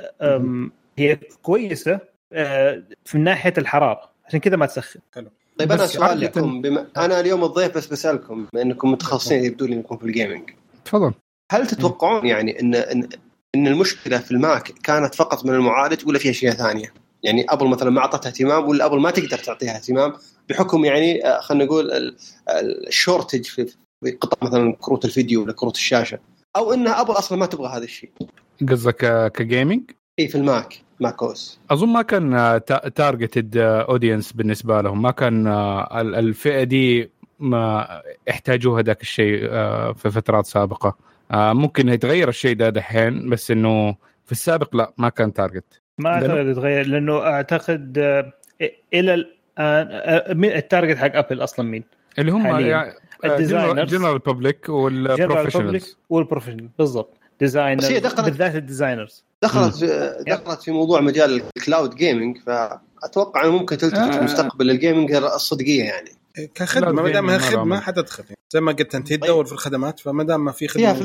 هي كويسه في ناحيه الحراره عشان كذا ما تسخن. طيب انا سؤال لكم بما انا اليوم الضيف بس بسالكم بانكم متخصصين يبدو لي انكم في الجيمنج تفضل هل تتوقعون يعني ان ان ان المشكله في الماك كانت فقط من المعالج ولا في اشياء ثانيه يعني ابل مثلا ما اعطتها اهتمام ولا ابل ما تقدر تعطيها اهتمام بحكم يعني خلينا نقول الشورتج في قطع مثلا كروت الفيديو ولا كروت الشاشه او انها ابل اصلا ما تبغى هذا الشيء قصدك كجيمنج اي في الماك ماكوس اظن ما كان تارجتد اودينس بالنسبه لهم ما كان الفئه دي ما احتاجوها ذاك الشيء في فترات سابقه ممكن يتغير الشيء ده دحين بس انه في السابق لا ما كان تارجت ما اعتقد يتغير لانه اعتقد الى الان التارجت حق ابل اصلا مين اللي هم يعني الديزاينرز جنرال بابليك والبروفيشنالز والبروفيشنال بالضبط ديزاينرز بالذات الديزاينرز دخلت في دخلت في موضوع مجال الكلاود جيمنج فاتوقع انه ممكن تلتفت في مستقبل الجيمنج الصدقيه يعني كخدمه ما دام هي خدمه حتدخل يعني. زي ما قلت انت تدور في الخدمات فما دام ما في خدمه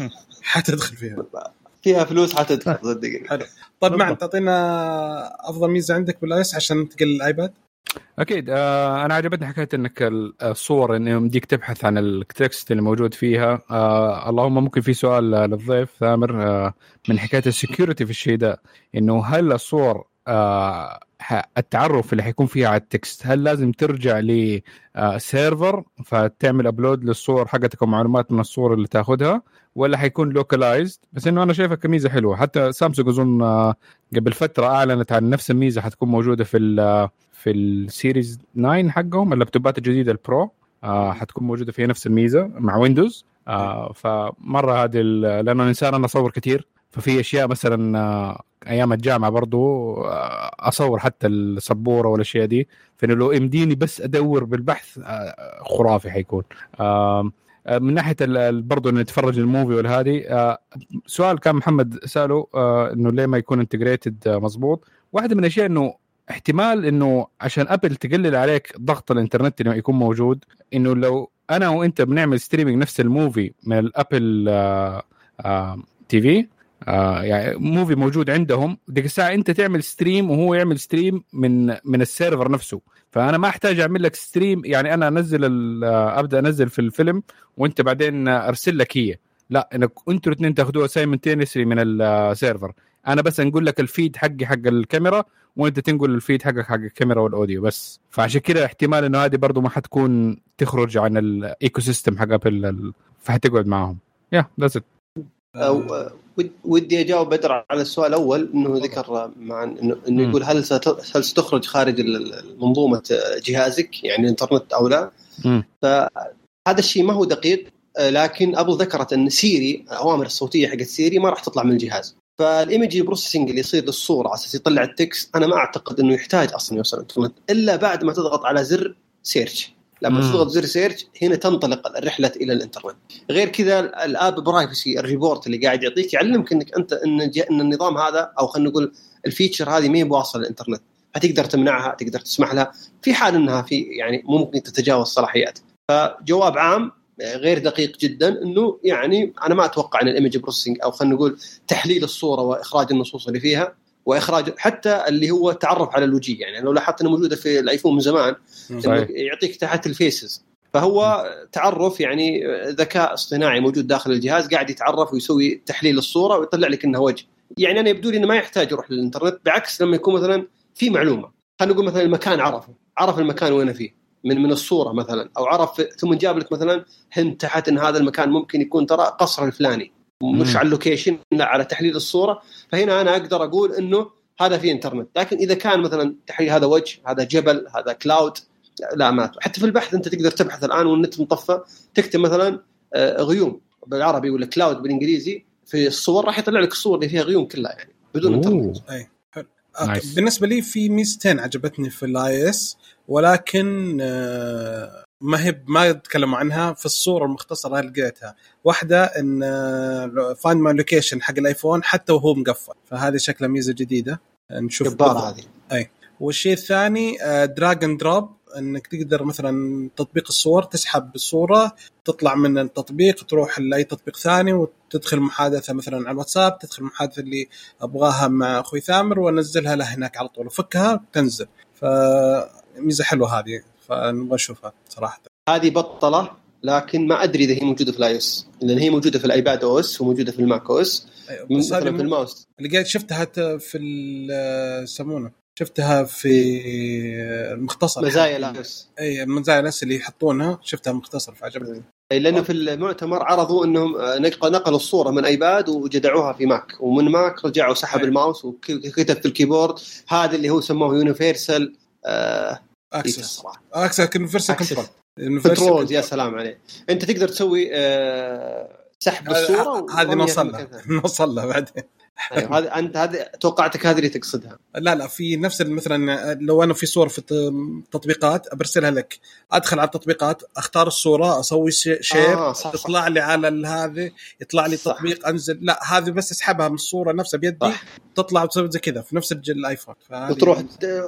حتدخل فيها فيها فلوس حتدخل صدقني. حلو طيب معن تعطينا افضل ميزه عندك بالايس عشان تقل الايباد. اكيد آه انا عجبتني حكايه انك الصور انه يمديك تبحث عن التكست اللي موجود فيها. آه اللهم ممكن في سؤال للضيف ثامر آه من حكايه السكيورتي في الشيء ده انه هل الصور آه التعرف اللي حيكون فيها على التكست هل لازم ترجع لسيرفر فتعمل ابلود للصور حقتك ومعلومات من الصور اللي تاخذها ولا حيكون لوكالايزد؟ بس انه انا شايفها كميزه حلوه. حتى سامسونج اظن آه قبل فتره اعلنت عن نفس الميزه حتكون موجوده في في السيريز تسعة حقهم اللابتوبات الجديده البرو آه حتكون موجوده فيها نفس الميزه مع ويندوز. آه فمره هذه لانه الانسان انا اصور كثير ففي اشياء مثلا آه ايام الجامعه برضو آه اصور حتى السبوره والاشياء دي فانه لو امديني بس ادور بالبحث آه خرافي حيكون. آه من ناحيه برضو انه نتفرج الموفي والهذه آه سؤال كان محمد ساله آه انه ليه ما يكون انتجريتد آه مزبوط. واحده من الاشياء انه احتمال انه عشان ابل تقلل عليك ضغط الانترنت اللي يكون موجود انه لو انا وانت بنعمل ستريمينج نفس الموفي من الابل آه آه تي في آه يعني موفي موجود عندهم ديك الساعه انت تعمل ستريم وهو يعمل ستريم من من السيرفر نفسه فانا ما احتاج اعمل لك ستريم يعني انا انزل ابدا انزل في الفيلم وانت بعدين ارسل لك هي لا انك انتوا الاثنين تاخذوها سايمنتينيسلي من السيرفر انا بس نقول لك الفيد حقي حق الكاميرا وانت تنقل الفيد حقك حق الكاميرا والاوديو بس. فعشان كده احتمال انه هذه برضو ما حتكون تخرج عن الايكو سيستم حق ابل فحتقعد معهم. يا ذاتس أو ودي اجاوب بدر على السؤال الاول انه ذكر مع انه انه يقول هل هل ستخرج خارج المنظومه جهازك يعني الانترنت او لا. فهذا الشيء ما هو دقيق لكن ابل ذكرت ان سيري الاوامر الصوتيه حقت سيري ما راح تطلع من الجهاز فالايميج بروسيسنج اللي يصير للصوره على اساس يطلع التكست انا ما اعتقد انه يحتاج اصلا يوصل الانترنت الا بعد ما تضغط على زر سيرش لما تضغط زر سيرش هنا تنطلق الرحله الى الانترنت. غير كذا الاب برايفسي الريبورت اللي قاعد يعطيك يعلمك انك انت ان ان النظام هذا او خلينا نقول الفيتشر هذه ما هي بواصل الانترنت، هتقدر تمنعها، تقدر تسمح لها في حال انها في يعني ممكن تتجاوز صلاحيات. فجواب عام غير دقيق جدا انه يعني انا ما اتوقع ان الايمج بروسيسنج او خلينا نقول تحليل الصوره واخراج النصوص اللي فيها واخراج حتى اللي هو التعرف على الوجه، يعني لو لاحظت انه موجوده في الايفون من زمان يعطيك تحت الفيسز، فهو تعرف يعني ذكاء اصطناعي موجود داخل الجهاز قاعد يتعرف ويسوي تحليل الصوره ويطلع لك انها وجه. يعني انا يبدو لي انه ما يحتاج يروح للانترنت، بعكس لما يكون مثلا في معلومه خلينا نقول مثلا المكان عرفه عرف المكان وين فيه من من الصوره مثلا، او عرف ثم جاب لك مثلا هنت تحت ان هذا المكان ممكن يكون ترى قصر الفلاني مش على اللوكيشن لا على تحليل الصوره، فهنا انا اقدر اقول انه هذا في انترنت. لكن اذا كان مثلا تحليل هذا وجه هذا جبل هذا كلاود لا ما. حتى في البحث انت تقدر تبحث الان والنت مطفى تكتب مثلا غيوم بالعربي ولا كلاود بالانجليزي في الصور راح يطلع لك الصور اللي فيها غيوم كلها يعني بدون انترنت. اي بالنسبه لي في ميزتين عجبتني في الاي اس ولكن ما هي ما يتكلموا عنها في الصورة المختصرة اللي لقيتها. واحدة إن فايند ماي لوكيشن حق الآيفون حتى وهو مقفل، فهذه شكلها ميزة جديدة نشوف جبارة هذه. أي والشيء الثاني دراج اند دروب، إنك تقدر مثلا تطبيق الصور تسحب الصورة تطلع من التطبيق تروح لأي تطبيق ثاني وتدخل محادثة مثلا على الواتساب، تدخل المحادثة اللي أبغاها مع أخوي ثامر وأنزلها له هناك على طول وفكها تنزل. فميزة حلوة هذه فنبغى نشوفها صراحة. هذه بطلة لكن ما أدري إذا هي موجودة في الآي إس، لأن هي موجودة في الآيباد أو إس وموجودة في الماك أو إس. أيوة مثلا في الماوس اللي قاعد شفتها في السمونة شفتها في المختصر مزايا الآي إس. أي مزايا الآي إس اللي يحطونها شفتها مختصر فعجبتني. لأنه في المؤتمر عرضوا إنهم نقلوا الصورة من آيباد وجدعوها في ماك، ومن ماك رجعوا سحب أيوة. الماوس وكتب في الكيبورد هذا اللي هو سموه يونيفرسال آه اكسس اكسس كونفرسال كنترول كنترول. يا سلام عليه، انت تقدر تسوي أه سحب الصوره هذه نوصل لها نوصل لها بعدين. أيوة هذا انت هذه توقعتك هذه اللي تقصدها. لا لا في نفس مثلا لو انا في صور في التطبيقات ابرسلها لك ادخل على التطبيقات اختار الصوره اسوي شير آه تطلع صح. لي على هذه يطلع لي صح. تطبيق انزل لا هذه بس اسحبها من الصوره نفسها بيدي صح. تطلع وتسوي زي كذا في نفس الايفون وتروح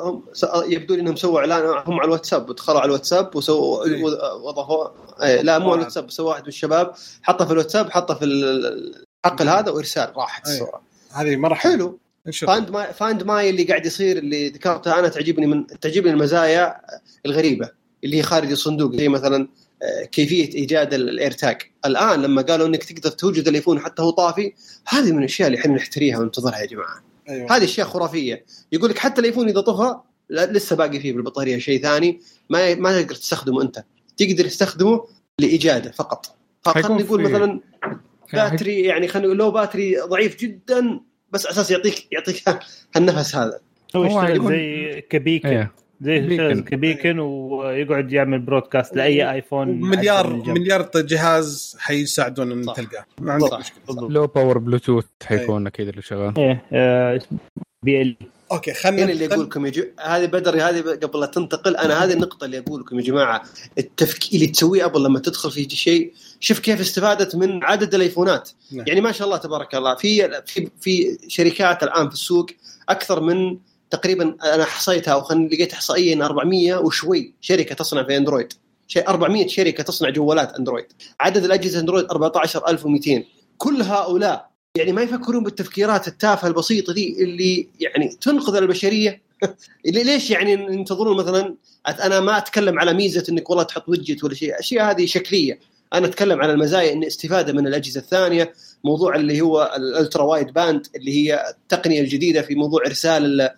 يبدو لي انهم سووا اعلان هم على الواتساب ودخلوا على الواتساب وسووا وضعوا لا مو على الواتساب سووا واحد من الشباب حطها في الواتساب حطها في الحقل هذا وارسال راحت الصوره. هذه مرة حلو. فاند ماي فاند ماي اللي قاعد يصير اللي ذكرتها أنا تعجبني من تعجبني المزايا الغريبة اللي هي خارج الصندوق، زي مثلا كيفية إيجاد الإيرتاج. الآن لما قالوا إنك تقدر توجد التليفون حتى هو طافي، هذه من الأشياء اللي إحنا نحتريها وننتظرها يا جماعة. أيوة. هذه أشياء خرافية. يقول لك حتى التليفون إذا طفى لسه باقي فيه بالبطارية شيء ثاني ما ما تقدر تستخدمه أنت، تقدر تستخدمه لإيجاده فقط. فخلنا نقول مثلا باتري يعني خلينا نقول لو باتري ضعيف جدا بس اساس يعطيك يعطيك هالنفس هذا. هو يشتغل زي كبيكن ايه. زي كبيكن ويقعد يعمل برودكاست لاي ايفون. مليار مليار جهاز حيساعدون ان تلقاه ما عندك مشكله. لو باور بلوتوث حيكون اكيد اللي شغال ايه اسمه بي ال. اوكي خلينا اللي اقول لكم يا جماعه هذه بدر هذه قبل لا تنتقل انا هذه النقطه اللي اقول لكم يا جماعه التفكير اللي تسويه قبل لما تدخل في شيء شوف كيف استفادت من عدد الايفونات. نعم. يعني ما شاء الله تبارك الله في في في شركات الان في السوق اكثر من تقريبا انا حصيتها او خلينا لقيت احصائيه أربعمية وشوي شركه تصنع في اندرويد، شيء أربعمية شركه تصنع جوالات اندرويد، عدد الاجهزه اندرويد أربعة عشر ألف ومئتين. كل هؤلاء يعني ما يفكرون بالتفكيرات التافهه البسيطه دي اللي يعني تنقذ البشريه. اللي ليش يعني ينتظرون مثلا انا ما اتكلم على ميزه انك والله تحط ويدجت ولا شيء، اشياء هذه شكليه. انا اتكلم عن المزايا ان استفاده من الاجهزه الثانيه، موضوع اللي هو الالترا وايد باند اللي هي التقنيه الجديده في موضوع ارسال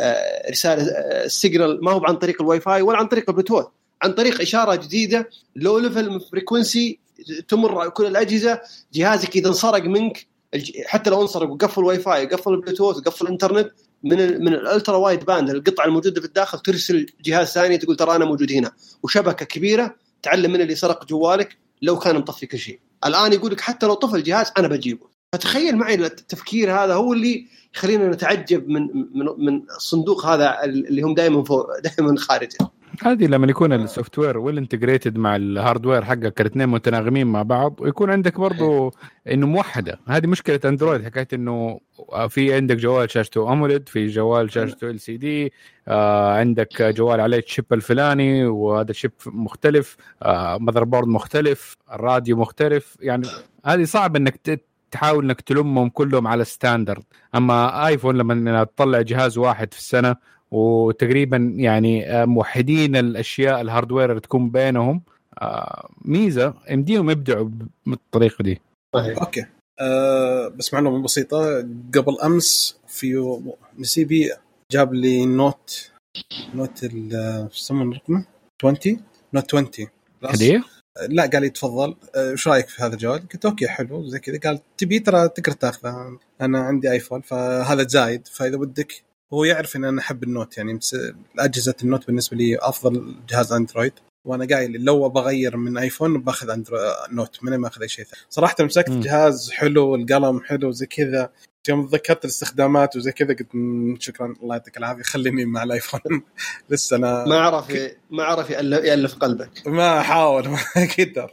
ارسال السيجنال ما هو عن طريق الواي فاي ولا عن طريق البلوتوث، عن طريق اشاره جديده لو ليفل فريكوينسي تمر على كل الاجهزه. جهازك اذا انسرق منك حتى لو انسرق وقفل واي فاي وقفل البلوتوث وقفل الانترنت من ال من الالترا وايد باند القطعه الموجوده في الداخل ترسل جهاز ثاني تقول ترى انا موجود هنا، وشبكه كبيره تعلم من اللي سرق جوالك لو كان مطفي كل شيء. الان يقول لك حتى لو طفى الجهاز انا بجيبه. فتخيل معي التفكير هذا هو اللي يخلينا نتعجب من من من الصندوق هذا اللي هم دائما فوق دائما خارجه. هذه لما يكون السوفت وير والانتجريتد مع الهاردوير حقك الاثنين متناغمين مع بعض، ويكون عندك برضو انه موحده. هذه مشكله اندرويد، حكايه انه في عندك جوال شاشته اموليد، في جوال شاشته ال سي دي، آه عندك جوال عليه تشيب الفلاني وهذا شيب مختلف، آه ماذر بورد مختلف، الراديو مختلف. يعني هذه صعب انك تحاول انك تلمهم كلهم على ستاندرد. اما ايفون لما تطلع جهاز واحد في السنه وتقريبا يعني موحدين الاشياء الهاردوير اللي تكون بينهم، ميزه يمديهم يبدعوا بالطريقه دي. اوكي أه بس معلومه بسيطه، قبل امس في نسيبي جاب لي نوت نوت ال يسمونه رقمه عشرين نوت عشرين هديه. لا قال لي تفضل ايش رايك في هذا الجوال؟ قلت اوكي حلو زي كذا. قال تبي ترى تقدر تاخذه، انا عندي ايفون فهذا زايد، فاذا بدك. هو يعرف ان انا احب النوت، يعني اجهزه النوت بالنسبه لي افضل جهاز اندرويد، وانا قايل لو بغير من ايفون باخذ اندرويد نوت من ما اخذ اي شيء ثاني. صراحه مسكت م. جهاز حلو، القلم حلو زي كذا، يوم تذكرت الاستخدامات وزي كذا قلت شكرا الله يعطيك العافيه خليني مع الايفون. لسه انا ما اعرف ك... ما اعرف يالف قلبك، ما احاول ما اقدر.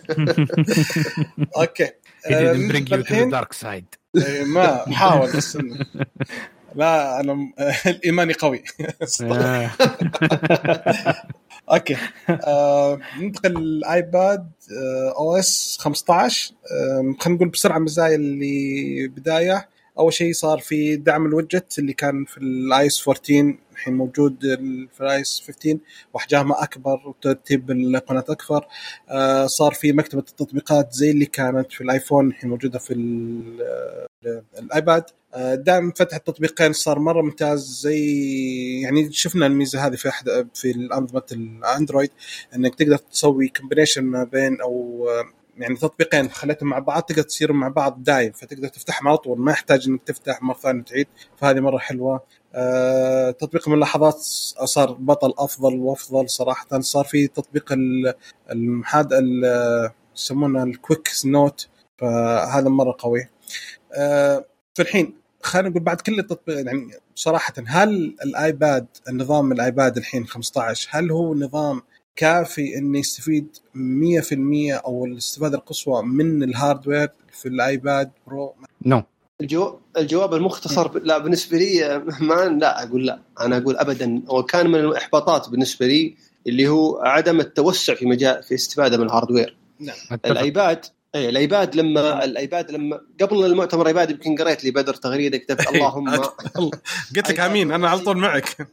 اوكي الحين دارك سايد ما احاول بس لا انا الايماني قوي. اوكي آه، ننتقل للايباد او اس خمسة عشر. آه، خلينا نقول بسرعه مزايا اللي بدايه. اول شيء صار في دعم الويدجت اللي كان في الايس أربعة عشر الحين موجود في الايس خمسة عشر واحجامه اكبر وترتيب الايقونات اكبر. آه، صار في مكتبه التطبيقات زي اللي كانت في الايفون الحين موجوده في الايباد. دعم فتح التطبيقين صار مرة ممتاز، زي يعني شفنا الميزة هذه في أحد في الأنظمة الأندرويد أنك تقدر تسوي كومبينيشن ما بين أو يعني تطبيقين خليتهم مع بعض تقدر تصيروا مع بعض دايم، فتقدر تفتحهم على طول ما يحتاج أنك تفتح مرة ثانية تعيد، فهذه مرة حلوة. أه تطبيق الملاحظات صار بطل أفضل وأفضل صراحة. صار في تطبيق المحاد يسمونه الكويك نوت، فهذا مرة قوي. أه في الحين خلينا نقول بعد كل التطبيق يعني صراحة هل الآيباد النظام الآيباد الحين خمسة عشر هل هو نظام كافي إنه يستفيد مية في المية أو الاستفادة القصوى من الهاردوير في الآيباد برو؟ نو no. الجو الجواب المختصر لا بالنسبة لي ما لا أقول لا، أنا أقول أبدا. وكان من الإحباطات بالنسبة لي اللي هو عدم التوسع في مجال في استفادة من الهاردوير. نعم. الآيباد اي الايباد لما الايباد لما قبل المؤتمر ايباد يمكن قريت لي بدر تغريده كتبت اللهم قلت لك امين انا على طول معك.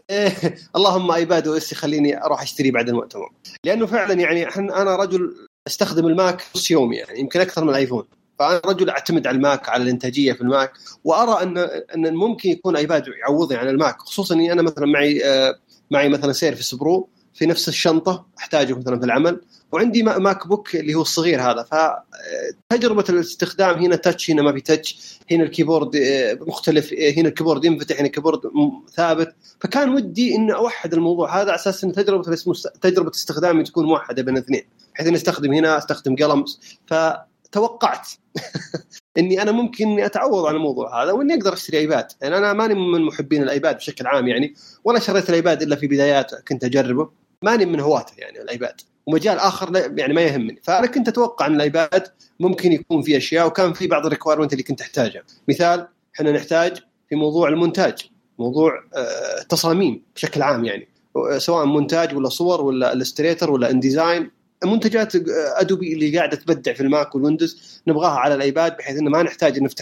اللهم ايباد واس خليني اروح اشتري بعد المؤتمر، لانه فعلا يعني انا رجل استخدم الماك نص يومي يعني يمكن اكثر من الايفون، فانا رجل اعتمد على الماك على الانتاجيه في الماك، وارى ان ان ممكن يكون ايباد يعوضني عن الماك، خصوصا اني انا مثلا معي معي مثلا سيرفس برو في نفس الشنطه احتاجه مثلا في العمل، وعندي ماك بوك اللي هو الصغير هذا، فتجربة الاستخدام هنا تاتش هنا ما في تاتش، هنا الكيبورد مختلف، هنا الكيبورد ينفتح هنا الكيبورد ثابت، فكان ودي إن أوحد الموضوع هذا على أساس إن تجربة تجربة استخدامي تكون موحدة بين الاثنين، بحيث إن استخدم هنا استخدم قلم. فتوقعت إني أنا ممكن أتعوض عن الموضوع هذا وإني أقدر أشتري ايباد، يعني أنا ماني من محبين الايباد بشكل عام يعني، ولا شريت الايباد إلا في بداياته كنت أجربه، ماني من هواته يعني الايباد، ومجال آخر يعني ما يهمني. فأنا كنت أتوقع أن الايباد ممكن يكون في أشياء، وكان في بعض الريكويرمنت اللي كنت أحتاجها. مثال إحنا نحتاج في موضوع المونتاج، موضوع آه تصاميم بشكل عام يعني، سواء مونتاج ولا صور ولا إلستريتر ولا إنديزاين، منتجات أدوبي اللي قاعدة تبدع في الماك والويندوز نبغاها على الايباد، بحيث إنه ما نحتاج نفتح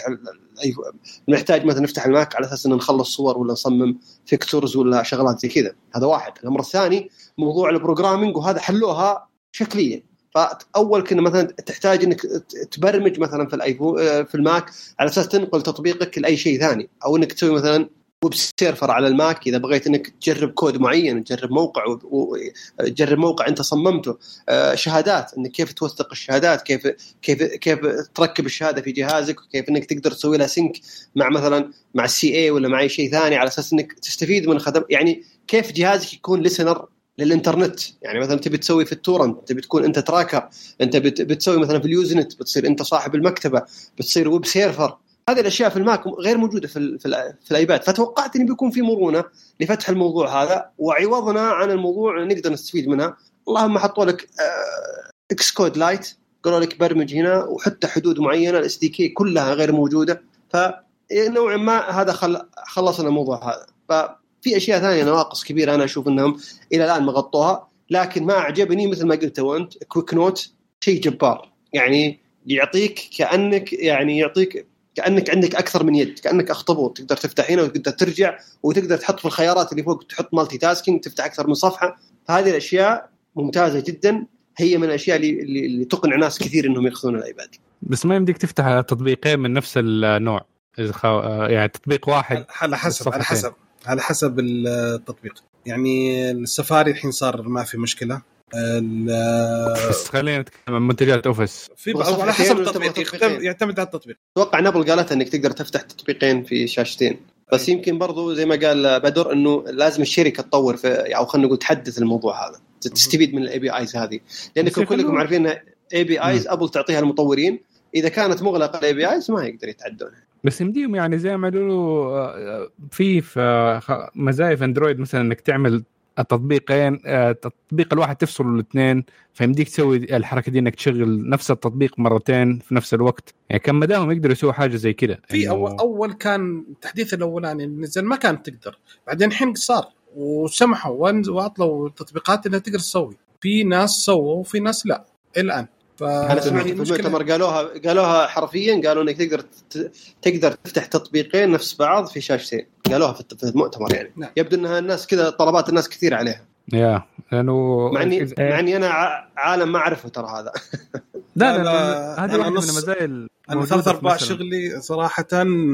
نحتاج مثلا نفتح الماك على أساس إنه نخلص صور ولا نصمم فيكتورز ولا شغلات زي كذا. هذا واحد. الأمر الثاني موضوع البروجرامينج، وهذا حلوها شكليا. فأول كنا مثلا تحتاج إنك تبرمج مثلا في الايفون في الماك على أساس تنقل تطبيقك لأي شيء ثاني، أو إنك تسوي مثلا ويب سيرفر على الماك إذا بغيت إنك تجرب كود معين، تجرب موقع وتجرب موقع أنت صممته، شهادات إنك كيف توثق الشهادات، كيف كيف كيف تركب الشهادة في جهازك، وكيف إنك تقدر تسوي لها سينك مع مثلا مع السي اي ولا مع أي شيء ثاني على أساس إنك تستفيد من خدم، يعني كيف جهازك يكون ليسنر للإنترنت. يعني مثلا تبي تسوي في التورنت، تبي تكون أنت تراكر، أنت بت بتسوي مثلا في اليوزنت، بتصير أنت صاحب المكتبة، بتصير ويب سيرفر، هذه الاشياء في الماك غير موجوده في ال في, ال في الايباد. فتوقعت ان بيكون في مرونه لفتح الموضوع هذا، وعوضنا عن الموضوع نقدر نستفيد منها. اللهم حطوا لك اكس كود لايت، قالوا لك برمج هنا وحتى حدود معينه، الاس دي كي كلها غير موجوده، فنوعا ما هذا خل خلصنا الموضوع هذا. ففي اشياء ثانيه نواقص كبيره انا اشوف انهم الى الان ما غطوها. لكن ما عجبني مثل ما قلت وانت كويك نوت شيء جبار، يعني يعطيك كانك يعني يعطيك كانك عندك اكثر من يد، كانك اخطبوط تقدر تفتح هنا وتقدر ترجع وتقدر تحط في الخيارات اللي فوق تحط مالتي تاسكينج تفتح اكثر من صفحه. هذه الاشياء ممتازه جدا، هي من الاشياء اللي اللي تقنع ناس كثير انهم ياخذون الايباد. بس ما يمديك تفتح تطبيقين من نفس النوع، يعني تطبيق واحد على حسب على حسب على حسب التطبيق. يعني السفاري الحين صار ما في مشكله، بس خلينا نتكلم عن منتجات اوفيس في بعض على حسب التطبيق، يعتمد على التطبيق. اتوقع نابل قالت انك تقدر تفتح تطبيقين في شاشتين، بس يمكن برضو زي ما قال بدر انه لازم الشركه تطور في او خلينا نقول تحدث الموضوع هذا، تستفيد من الاي بي ايز هذه، لانكم كلكم عارفين ان اي بي ايز ابل تعطيها المطورين، اذا كانت مغلقه الاي بي ايز ما يقدر يتعدونها. بس يمديهم يعني زي ما يقولوا في في مزايا في اندرويد مثلا انك تعمل التطبيقين، التطبيق الواحد تفصل الاثنين، فيمديك تسوي الحركه دي انك تشغل نفس التطبيق مرتين في نفس الوقت. يعني كم مداهم يقدروا يسووا حاجه زي كده. في اول اول كان التحديث الاولاني نزل ما كانت تقدر، بعدين الحين صار وسمحوا واطلوا التطبيقات اللي تقدر تسوي. في ناس سووا وفي ناس لا الان. أنا سمعت في المؤتمر قالوها قالوها حرفيا، قالوا انك تقدر تقدر تفتح تطبيقين نفس بعض في شاشتين، قالوها في المؤتمر يعني. نعم. يبدو انها الناس كذا طلبات الناس كثير عليها. يا لانه معني معني انا عالم ما اعرفه ترى هذا. لا لا هذه واحده من المزايا. انا ثلاث ارباع شغلي صراحه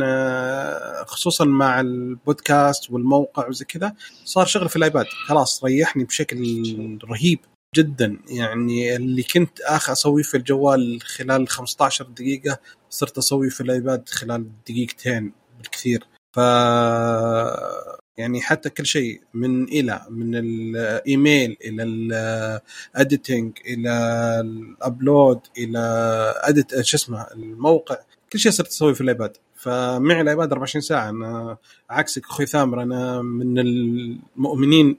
خصوصا مع البودكاست والموقع وزي كذا صار شغل في الايباد، خلاص ريحني بشكل رهيب جدا. يعني اللي كنت اخ اسويه في الجوال خلال خمسة عشر دقيقه صرت اسويه في الايباد خلال دقيقتين بالكثير. ف يعني حتى كل شيء من الى من الايميل الى الاديتنج الى الابلود الى اديت شو اسمه الموقع، كل شيء صرت اسويه في الايباد. فمعي الايباد أربعة وعشرين ساعه. انا عكسك اخوي ثامر، انا من المؤمنين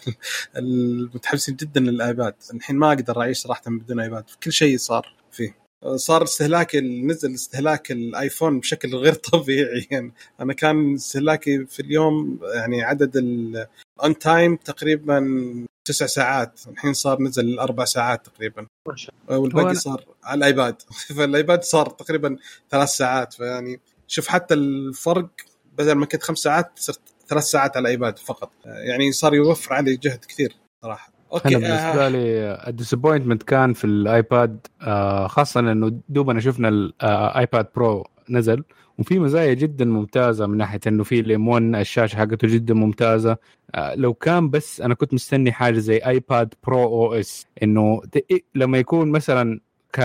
والمتحمسين جدا للايباد. الحين ما اقدر اعيش صراحه بدون ايباد، كل شيء صار فيه. صار استهلاك نزل استهلاك الايفون بشكل غير طبيعي. يعني انا كان استهلاكي في اليوم يعني عدد الان تايم تقريبا تسع ساعات، الحين صار نزل أربع ساعات تقريبا، والباقي صار على الايباد. فالايباد صار تقريبا ثلاث ساعات. فيعني شوف حتى الفرق، بدل ما كنت خمس ساعات صرت ثلاث ساعات على الايباد فقط. يعني صار يوفر علي جهد كثير صراحه. أوكي. أنا بالنسبة لي الديسابوينتمنت كان في الآيباد، خاصة أنه دوبنا شفنا الآيباد برو نزل وفي مزايا جدا ممتازة من ناحية أنه في الام واحد الشاشة حقته جدا ممتازة. لو كان بس أنا كنت مستني حاجة زي آيباد برو أو إس، أنه لما يكون مثلا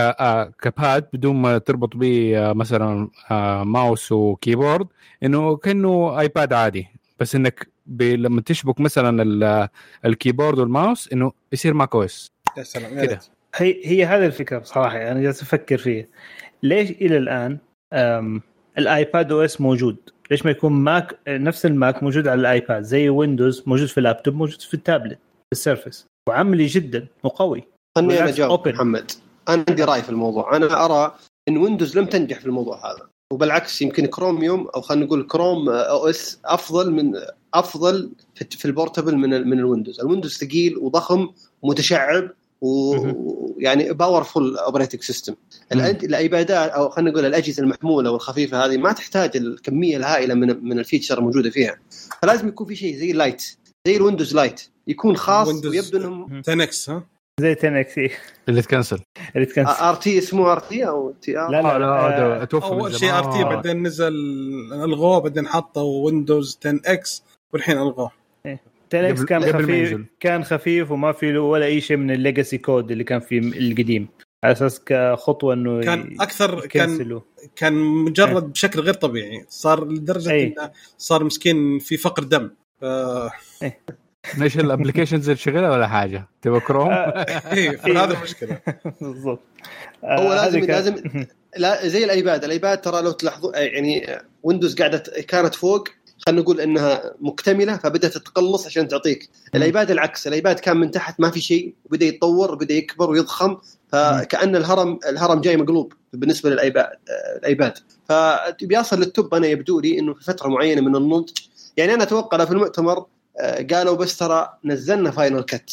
كباد بدون ما تربط به مثلا ماوس وكيبورد، أنه كأنه آيباد عادي، بس أنك لما تشبك مثلا الكيبورد والماوس انه يصير ماك او اس كده. هي هي هذه الفكره بصراحه. انا يعني جالس افكر فيه ليش الى الان الايباد او اس موجود، ليش ما يكون ماك نفس الماك موجود على الايباد زي ويندوز موجود في اللابتوب موجود في التابلت في السيرفس وعملي جدا وقوي. خلني انا جاوب محمد. انا عندي راي في الموضوع. انا ارى ان ويندوز لم تنجح في الموضوع هذا، وبالعكس يمكن كروميوم او خلينا نقول كروم او اس افضل من افضل في البورتابل من من الويندوز. الويندوز ثقيل وضخم متشعب ويعني باورفول اوبريتنج سيستم. الايبادات او خلينا نقول الاجهزه المحموله والخفيفه هذه ما تحتاج الكميه الهائله من من الفيتشر الموجوده فيها، فلازم يكون في شيء زي لايت زي الويندوز لايت يكون خاص ويبدو انهم تنكس ها زي تنكسي اللي تكنسل اللي تكنسل ار تي اسمه ار تي او تي ار. لا لا, لا اول شيء ار تي بعدين نزل الغوه بعدين حطوا ويندوز عشرة اكس والحين الغوه. تنكس كان خفيف كان خفيف وما في له ولا اي شيء من الليجاسي كود اللي كان في القديم، على اساس كخطوه انه كان اكثر كان كان مجرد أي. بشكل غير طبيعي، صار لدرجه أي. انه صار مسكين في فقر دم. ف... ايش الابلكيشنز اللي شغاله ولا حاجه تبغى كروم؟ ايه هذا المشكله بالضبط. هو لازم لازم لا زي الايباد الايباد ترى لو تلاحظوا يعني ويندوز قاعده كانت فوق، خلينا نقول انها مكتمله فبدات تتقلص عشان تعطيك. الايباد العكس، الايباد كان من تحت ما في شيء وبدا يتطور وبدا يكبر ويضخم، فكأن الهرم الهرم جاي مقلوب بالنسبه للايباد الايباد فبيصل للتوب. انا يبدو لي انه في فتره معينه من النضج، يعني انا اتوقع في المؤتمر قالوا بس ترى نزلنا فاينل كات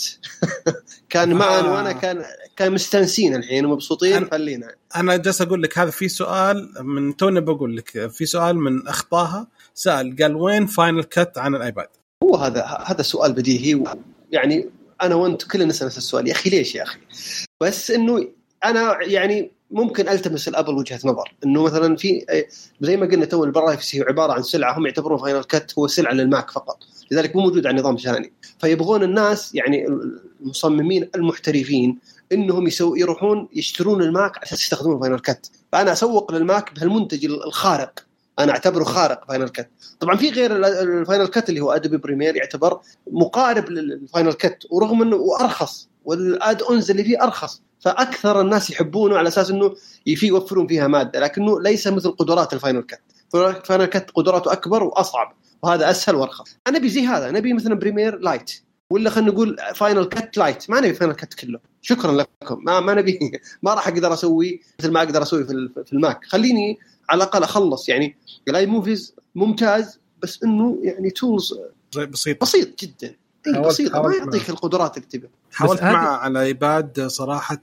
كان معنا وانا كان كان مستانسين الحين ومبسوطين. خلينا انا جالس اقول لك هذا في سؤال من تونا، بقول لك في سؤال من اخطاها سأل قال وين فاينل كات عن الايباد؟ هو هذا هذا سؤال بديهي، يعني انا وانت كلنا نسال نفس السؤال، يا اخي ليش يا اخي؟ بس انه انا يعني ممكن التمس الابل وجهه نظر انه مثلا في زي ما قلنا تو البرايفسي عباره عن سلعه، هم يعتبرون فاينل كات هو سلعه للماك فقط، لذلك مو موجود على نظام ثاني. فيبغون الناس يعني المصممين المحترفين انهم يسوي يروحون يشترون الماك عشان يستخدمون فاينل كات. فانا اسوق للماك بهالمنتج الخارق، انا اعتبره خارق فاينل كات. طبعا في غير الفاينل كات اللي هو ادوبي بريمير يعتبر مقارب للفاينل كات، ورغم انه ارخص والاد اونز اللي فيه ارخص، فاكثر الناس يحبونه على اساس انه يفي يوفرون فيها ماده، لكنه ليس مثل قدرات الفاينل كات. فاينل كات قدراته اكبر واصعب وهذا اسهل وارخص. انا نبي زي هذا، نبي مثلا بريمير لايت ولا خلينا نقول فاينل كات لايت، ما نبي فاينل كات كله شكرا لكم، ما ما نبي ما راح اقدر اسوي مثل ما اقدر اسوي في الماك. خليني على الاقل اخلص يعني الاي موفيز ممتاز بس انه يعني تولز بسيط بسيط جدا بسيطه ما يعطيك القدرات اللي تبي. حاولت مع على ايباد صراحه،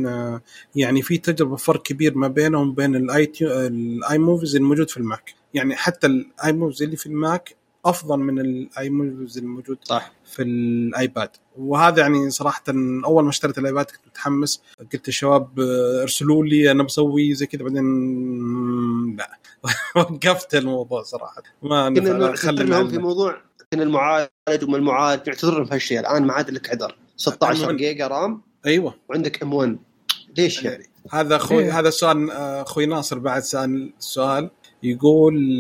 يعني في تجربه فرق كبير ما بينهم وبين الاي الاي موفيز الموجود في الماك. يعني حتى الاي موفيز اللي في الماك افضل من الاي موفيز الموجود صح في الايباد. وهذا يعني صراحه اول ما اشتريت الايباد كنت متحمس، قلت الشباب ارسلوا لي انا مسوي زي كذا، بعدين لا وقفت الموضوع صراحه. ما نخلي في موضوع ان المعالج وما المعالج نعتذر في هالشيء الان ما عاد لك عذر. ستة عشر جيجا رام ايوه وعندك ام واحد ليش يعني؟ هذا اخوي هذا السؤال اخوي ناصر بعد سأل السؤال يقول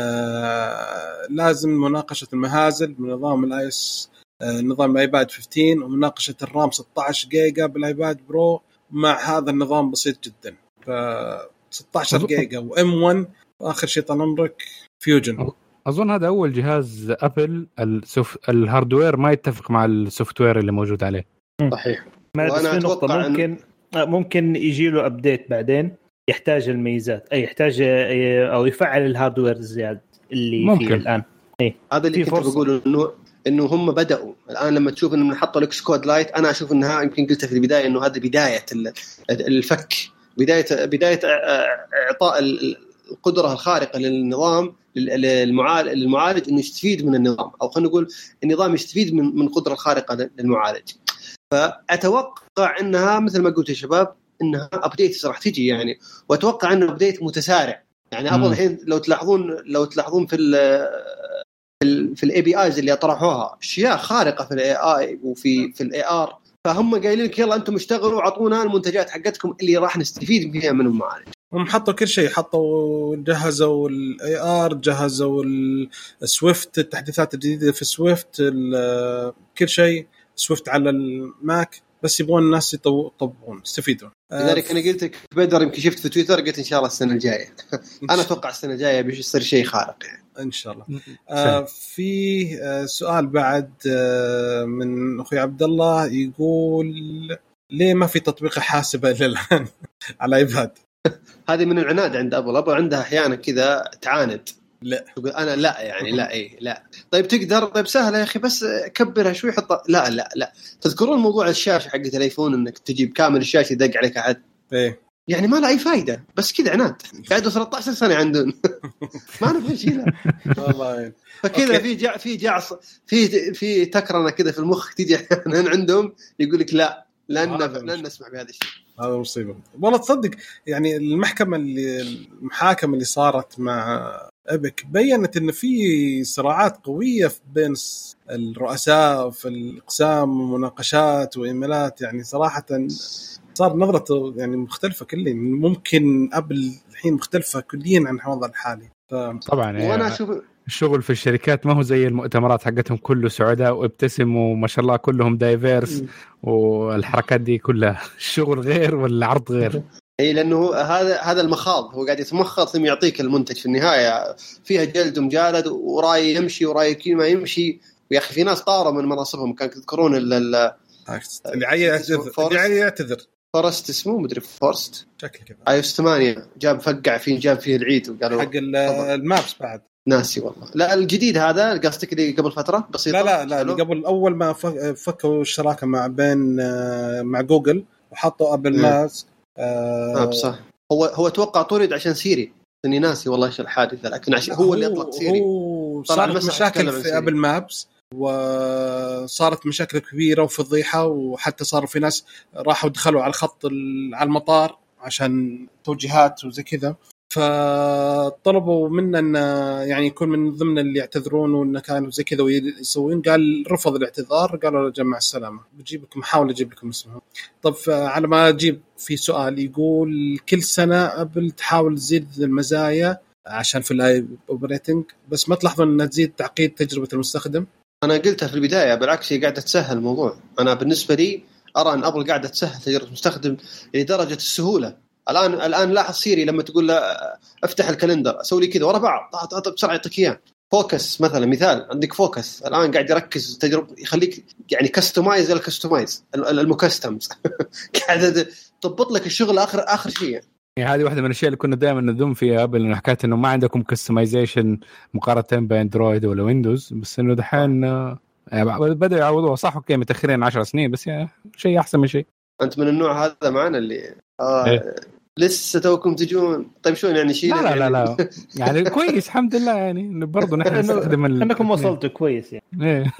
آه لازم مناقشه المهازل بنظام الاي اس آه نظام الايباد خمسة عشر ومناقشه الرام ستة عشر جيجا بالايباد برو مع هذا النظام بسيط جدا. ف ستة عشر جيجا وام واحد واخر شيء طال عمرك فيوجن. اظن هذا اول جهاز ابل السوف... الهاردوير ما يتفق مع السوفت وير اللي موجود عليه. صحيح. وانا اتوقع ممكن أن... ممكن يجي له ابديت بعدين يحتاج الميزات اي يحتاج او يفعل الهاردوير الزياده اللي ممكن. فيه الان ايه. هذا اللي كنت بقوله انه انه هم بداوا الان لما تشوف انه حطوا الاكس كود لايت، انا اشوف انها يمكن قلت في البدايه انه هذا بدايه الفك، بدايه بدايه اعطاء القدره الخارقه للنظام للمعالج المعالج انه يستفيد من النظام، او خلينا نقول النظام يستفيد من من القدره الخارقه للمعالج. فاتوقع انها مثل ما قلت يا شباب انها ابديت راح تجي يعني، واتوقع انه ابديت متسارع يعني. ابل الحين لو تلاحظون لو تلاحظون في ال في الاي بي ايز اللي طرحوها اشياء خارقه في الاي اي وفي في الاي ار، فهم قايلين لك يلا انتم اشتغلوا وعطونا المنتجات حقتكم اللي راح نستفيد فيها من المعالج. هم حطوا كل شيء، حطوا جهزوا الاي ار، جهزوا السويفت، التحديثات الجديده في سويفت، كل شيء سويفت على الماك، بس يبغون الناس يطبقون يستفيدون. لذلك انا قلت لك بدر يمكن شفت في تويتر قلت ان شاء الله السنه الجايه انا اتوقع السنه الجايه بيصير شيء خارق يعني ان شاء الله. آه في آه سؤال بعد آه من اخوي عبد الله يقول ليه ما في تطبيق حاسبه الى الان على ايباد؟ هذه من العناد عند ابل. ابل عندها احيانا كذا تعاند، لا تقول انا لا يعني لا ايه لا طيب تقدر طيب سهله يا اخي بس كبرها شوي حط لا لا لا. تذكرون موضوع الشاشه حقت الايفون انك تجيب كامل الشاشه يدق عليك احد؟ ايه يعني ما له اي فايده بس كذا عناد. قعدوا ثلاثة عشر سنه عندهم ما نبغى شيء والله. فكذا في جع في جعص في في تكرنه كذا في المخ تيجي عندهم يقول لك لا لن لن نسمح بهذا الشيء. هذا مصيبه والله. تصدق يعني المحكمه اللي المحاكمه اللي صارت مع أبك بيّنت إن في صراعات قوية بين الرؤساء في الأقسام ومناقشات وإيميلات، يعني صراحة صار نظرته يعني مختلفة كليا. ممكن قبل الحين مختلفة كليا عن الوضع الحالي. طبعا وأنا أشوف الشغل في الشركات ما هو زي المؤتمرات حقتهم كله سعداء وابتسم وما شاء الله كلهم دايفيرس والحركات دي كلها. الشغل غير والعرض غير. اي لانه هذا هذا المخاض، هو قاعد يتمخض ثم يعطيك المنتج في النهايه فيها جلد ومجالد وراي يمشي وراي كي ما يمشي. ويا اخي في ناس طاروا من مناصبهم، كان يذكرون اللي اللي يعتذر فورست اسمه مدري فورست شكل كذا ايوس ثمانية جاب فقع فيه جاب فيه العيد وقالوا حق المابس بعد ناسي والله. لا الجديد هذا قصدك اللي قبل فتره بسيطه. لا لا لا قبل اول ما فكوا الشراكه مع بين مع جوجل وحطوا ابل ماس. آه بصح هو هو توقع طرد عشان سيري، اني ناسي والله ايش الحادثه، لكن عشان هو, هو اللي اطلق سيري. صارت مشاكل في ابل مابس وصارت مشاكل كبيره وفضيحه، وحتى صاروا في ناس راحوا دخلوا على الخط على المطار عشان توجيهات وزي كذا، فطلبوا منا ان يعني يكون من ضمن اللي يعتذرون وان كانوا زي كذا ويسوون. قال رفض الاعتذار، قالوا له جمع السلامه بجيب لكم حاول اجيب لكم اسمهم. طب على ما اجيب في سؤال يقول كل سنه ابل تحاول تزيد المزايا عشان في الاي اوبريتنج، بس ما تلاحظون انها تزيد تعقيد تجربه المستخدم؟ انا قلتها في البدايه بالعكس هي قاعده تسهل الموضوع. انا بالنسبه لي ارى ان ابل قاعده تسهل تجربه المستخدم لدرجه السهوله. الان الان لاحظ سيري لما تقول له افتح الكالندر اسوي لي كذا ورا بعض بسرعه يعطيك اياه. فوكس مثلا مثال، عندك فوكس الان قاعد يركز تجربه يخليك يعني كستمايز الكستمايز المكستمز قاعد تضبط لك الشغل اخر اخر شيء. يعني هذه واحدة من الأشياء اللي كنا دائما نذم فيها قبل، إنه حكيت إنه ما عندكم كستمايزيشن مقارنة بأندرويد ولا ويندوز، بس إنه دحين يعني بدأوا يعوضوها صح. أوكي متأخرين عشر سنين بس يعني شيء أحسن من شيء. أنت من النوع هذا معنا اللي آه إيه؟ لسه توكم تجون. طيب شو يعني شيء؟ لا لا لا, لا. يعني كويس الحمد لله، يعني برضو نحن نستخدم أنكم وصلتوا كويس يعني. إيه.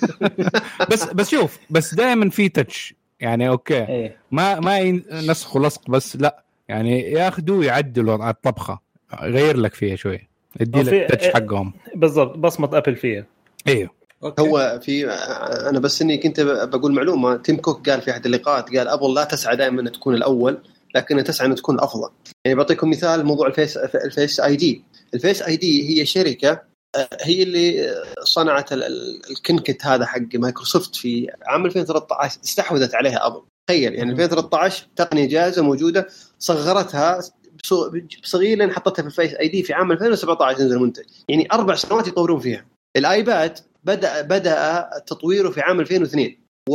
بس بس شوف بس دائما في تاتش يعني أوكي إيه؟ ما ما نسخ ولصق بس لا يعني ياخذوا يعدلوا على الطبخة غير لك فيها شوي ادي لك تاتش حقهم بالضبط بصمة أبل فيها. ايوه أوكي. هو في انا بس اني كنت بقول معلومه. تيم كوك قال في احد اللقاءات قال ابل لا تسعى دائما ان تكون الاول لكن تسعى ان تكون افضل. يعني بعطيكم مثال موضوع الفيس الفيس اي دي. الفيس اي دي هي شركه هي اللي صنعت الكنكت هذا حق مايكروسوفت في عام ألفين وثلاثة عشر استحوذت عليها ابل. تخيل يعني ألفين وثلاثة عشر تقنيه جاهزه موجوده صغرتها صغيرا حطتها في الفيس اي دي في عام ألفين وسبعة عشر نزل منتج. يعني اربع سنوات يطورون فيها. الايباد بدا بدا تطويره في عام ألفين واثنين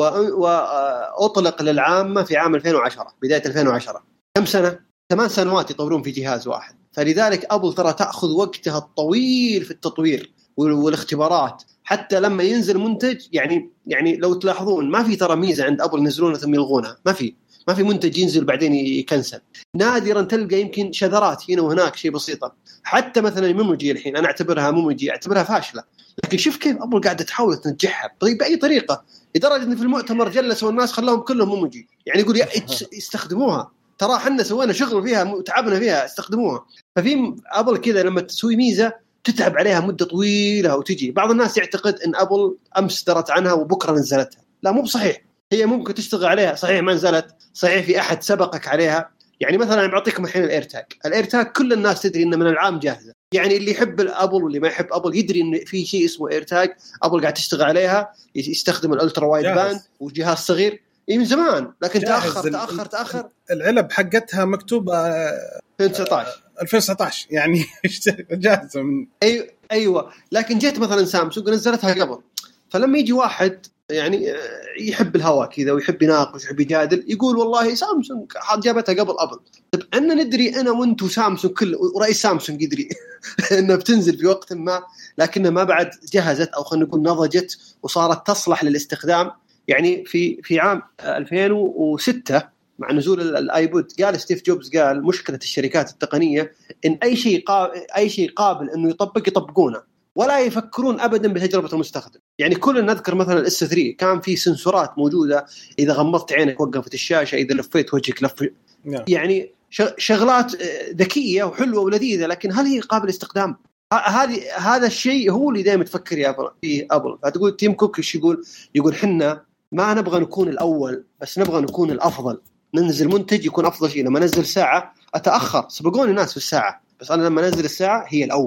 واطلق للعامه في عام ألفين وعشرة بدايه ألفين وعشرة. كم سنه؟ ثمان سنوات يطورون في جهاز واحد. فلذلك ابل ترى تاخذ وقتها الطويل في التطوير والاختبارات حتى لما ينزل منتج. يعني يعني لو تلاحظون ما في ترى ميزه عند ابل ينزلونها ثم يلغونها. ما في ما في منتج ينزل بعدين يكنسل. نادرا تلقى يمكن شذرات هنا وهناك شيء بسيطه. حتى مثلا الميموجي الحين انا اعتبرها ميموجي اعتبرها فاشله، لكن شوف كيف ابل قاعده تحاول تنجحها باي طريقه لدرجه ان في المؤتمر جلسوا الناس خلاهم كلهم ميموجي. يعني يقول يستخدموها ترى احنا سوينا شغل فيها تعبنا فيها استخدموها. ففي ابل كذا لما تسوي ميزه تتعب عليها مده طويله وتجي. بعض الناس يعتقد ان ابل امس درت عنها وبكره نزلتها. لا مو بصحيح. هي ممكن تشتغل عليها صحيح ما نزلت صحيح في احد سبقك عليها. يعني مثلا بعطيكم الحين الايرتاج. الايرتاج كل الناس تدري انه من العام جاهزه. يعني اللي يحب الابل واللي ما يحب ابل يدري ان في شيء اسمه ايرتاج. ابل قاعد تشتغل عليها يستخدم الالترا وايد باند وجهاز صغير من زمان لكن تاخر تاخر تاخر. العلب حقتها مكتوبه ألفين وتسعة عشر ألفين وتسعة عشر يعني جاهزه من ايوه ايوه. لكن جت مثلا سامسونج نزلتها قبل. فلما يجي واحد يعني يحب الهواء كذا ويحب يناقش ويحب يجادل يقول والله سامسونج جابتها قبل أبل. طب أنا ندري أنا وأنت وسامسونج كل ورئيس سامسونج يدري أنها بتنزل في وقت ما لكنها ما بعد جهزت أو خلينا نقول نضجت وصارت تصلح للاستخدام. يعني في في عام ألفين وستة مع نزول الآيبود قال ستيف جوبز قال مشكلة الشركات التقنية إن أي شيء قابل أي شيء قابل إنه يطبق يطبقونه ولا يفكرون أبدا بتجربة المستخدم. يعني كلنا نذكر مثلا الاس ثلاثة كان في سنسورات موجودة إذا غمضت عينك وقفت الشاشة إذا لفيت وجهك لف. يعني شغلات ذكية وحلوة ولذيذة لكن هل هي قابل استخدام؟ هذه هذا الشيء هو اللي دائما تفكر يا في أبل. فتقول تيم كوك إيش يقول؟ يقول حنا ما نبغى نكون الأول بس نبغى نكون الأفضل. ننزل منتج يكون أفضل شيء. لما نزل ساعة أتأخر سبقوني ناس في الساعة بس أنا لما نزل الساعة هي الأول.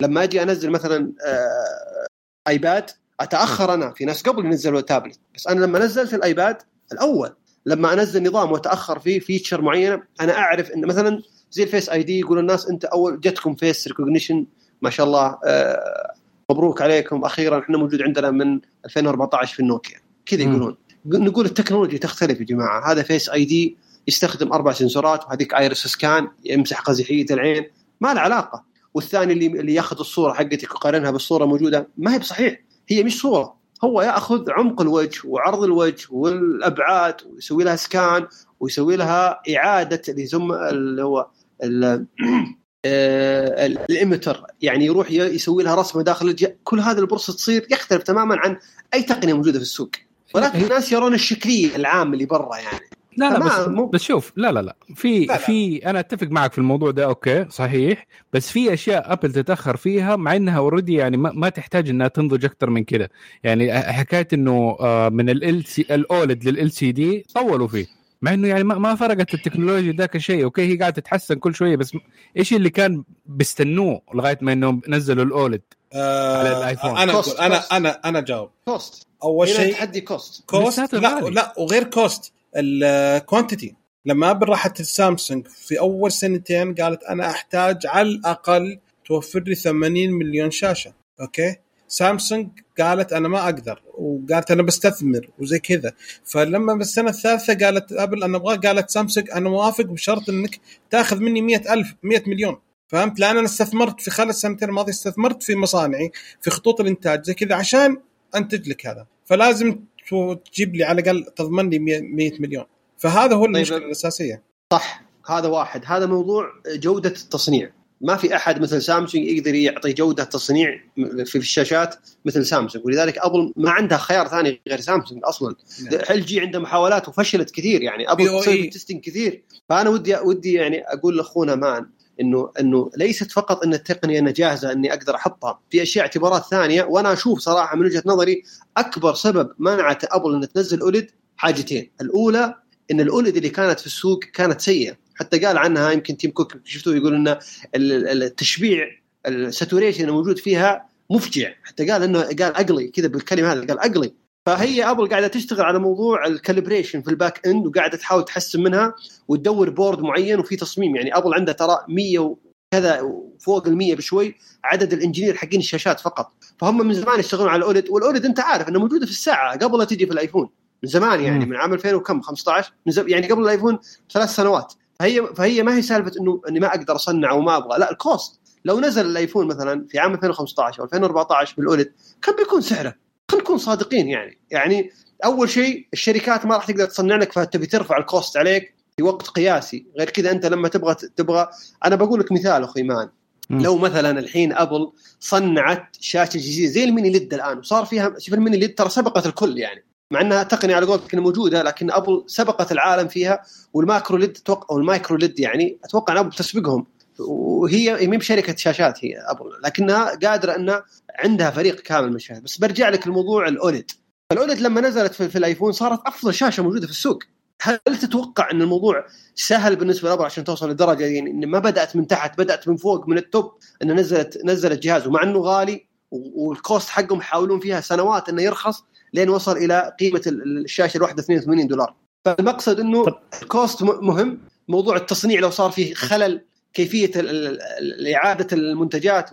لما اجي انزل مثلا ايباد اتاخر انا، في ناس قبل ينزلوا تابلت، بس انا لما نزلت الايباد الاول لما انزل نظام واتاخر فيه فيتشر معينه انا اعرف ان مثلا زي الفيس اي دي يقول الناس انت اول جتكم فيس ريكوجنيشن ما شاء الله آه مبروك عليكم اخيرا احنا موجود عندنا من ألفين وأربعة عشر في النوكيا كذا يقولون. نقول التكنولوجيا تختلف يا جماعه، هذا فيس اي دي يستخدم اربع سنسورات وهذيك ايرس سكان يمسح قزحيه العين ما له علاقه، والثاني اللي اللي ياخذ الصوره حقتك يقارنها بالصوره موجوده ما هي بصحيح، هي مش صوره، هو ياخذ عمق الوجه وعرض الوجه والابعاد ويسوي لها سكان ويسوي لها اعاده اللي ثم اللي هو الإيميتر، يعني يروح يسوي لها رسمه داخل الجهاز. كل هذا البروسيس تصير يختلف تماما عن اي تقنيه موجوده في السوق، ولكن الناس يرون الشكليه العام اللي برا يعني. لا لا بس, مو... بس شوف لا لا لا في لا لا. في انا اتفق معك في الموضوع ده اوكي صحيح، بس في اشياء ابل تتاخر فيها مع انها اوريدي يعني ما, ما تحتاج انها تنضج اكثر من كده. يعني حكايه انه من ال سي الاولد لل سي دي طولوا فيه، مع انه يعني ما, ما فرقت التكنولوجيا ذاك الشيء اوكي، هي قاعده تتحسن كل شويه، بس ايش اللي كان بيستنوه لغايه ما انهم نزلوا الاولد آه على الايفون؟ انا أقول انا انا انا جاوب كوست. اول شيء تحدي كوست كوست لا لا وغير كوست الكوانتيتي. لما ابل راحت السامسونج في اول سنتين قالت انا احتاج على الاقل توفر لي ثمانين مليون شاشه اوكي، سامسونج قالت انا ما اقدر وقالت انا بستثمر وزي كذا. فلما بالسنه الثالثه قالت ابل انا ابغى، قالت سامسونج انا موافق بشرط انك تاخذ مني مئة ألف مئة مليون. فهمت؟ لان انا استثمرت في خلال السنتين الماضيه استثمرت في مصانعي في خطوط الانتاج زي كذا عشان انتج لك هذا، فلازم تجيب لي على الاقل تضمن لي مئة مليون. فهذا هو المشكله طيب الاساسيه. صح، هذا واحد. هذا موضوع جوده التصنيع، ما في أحد مثل سامسونج يقدر يعطي جودة تصنيع في الشاشات مثل سامسونج، ولذلك أبل ما عندها خيار ثاني غير سامسونج أصلاً. ال جي عنده محاولات وفشلت كثير، يعني أبل تسوي تستين كثير. فأنا ودي ودي يعني أقول لأخونا مان إنه إنه ليست فقط إن التقنية أنا جاهزة إني أقدر أحطها، في أشياء اعتبارات ثانية. وأنا أشوف صراحة من وجهة نظري أكبر سبب منعت أبل إن تنزل أولد حاجتين. الأولى إن الأولد اللي كانت في السوق كانت سيئة، حتى قال عنها يمكن تيم كوك شفتوه يقول إن التشبيع الساتوريشن الموجود فيها مفجع، حتى قال إنه قال أقلي كذا بالكلمة هذا، قال أقلي. فهي أبل قاعدة تشتغل على موضوع الكاليبريشن في الباك إند، وقاعدة تحاول تحسن منها وتدور بورد معين وفي تصميم. يعني أبل عندها ترى مية وكذا وفوق المية بشوي عدد الإنجنيير حقين الشاشات فقط، فهم من زمان يشتغلون على الأولد. والأولد أنت عارف إنه موجودة في الساعة قبل لا تيجي في الآيفون من زمان، يعني من عام ألفين وكم خمسة عشر من زمان، يعني قبل الآيفون ثلاث سنوات. فهي فهي ما هي سالفة إنه إني ما أقدر أصنع وما أبغى، لا الكوست. لو نزل الآيفون مثلا في عام ألفين وخمسة عشر أو ألفين وأربعة عشر بالأولد كان بيكون سعره، خلينا نكون صادقين يعني. يعني أول شيء الشركات ما راح تقدر تصنع لك، فتبي ترفع الكوست عليك في وقت قياسي. غير كذا أنت لما تبغى تبغى أنا بقول لك مثال أخوي مان، لو مثلا الحين أبل صنعت شاشة جديدة زي الميني ليد الآن وصار فيها، شوف الميني ليد ترى سبقت الكل يعني، مع أنها تقنية على قولك كانت موجودة، لكن أبل سبقت العالم فيها. والماكرو ليد أتوقع أو المايكرو ليد يعني أتوقع أن أبل تسبقهم، وهي مي بشركة شاشات هي أبل، لكنها قادرة أنها عندها فريق كامل من الشاشات. بس برجع لك الموضوع الأولد. فالأولد لما نزلت في, في الآيفون صارت أفضل شاشة موجودة في السوق. هل تتوقع أن الموضوع سهل بالنسبة لأبل عشان توصل لدرجة يعني إن ما بدأت من تحت، بدأت من فوق من التوب، أن نزلت نزلت جهاز ومع أنه غالي والكوست حقهم حاولون فيها سنوات أنه يرخص لين وصل إلى قيمة الشاشة الواحدة اثنين وثمانين دولار. فالمقصد أنه الكوست مهم، موضوع التصنيع لو صار فيه خلل، كيفية إعادة المنتجات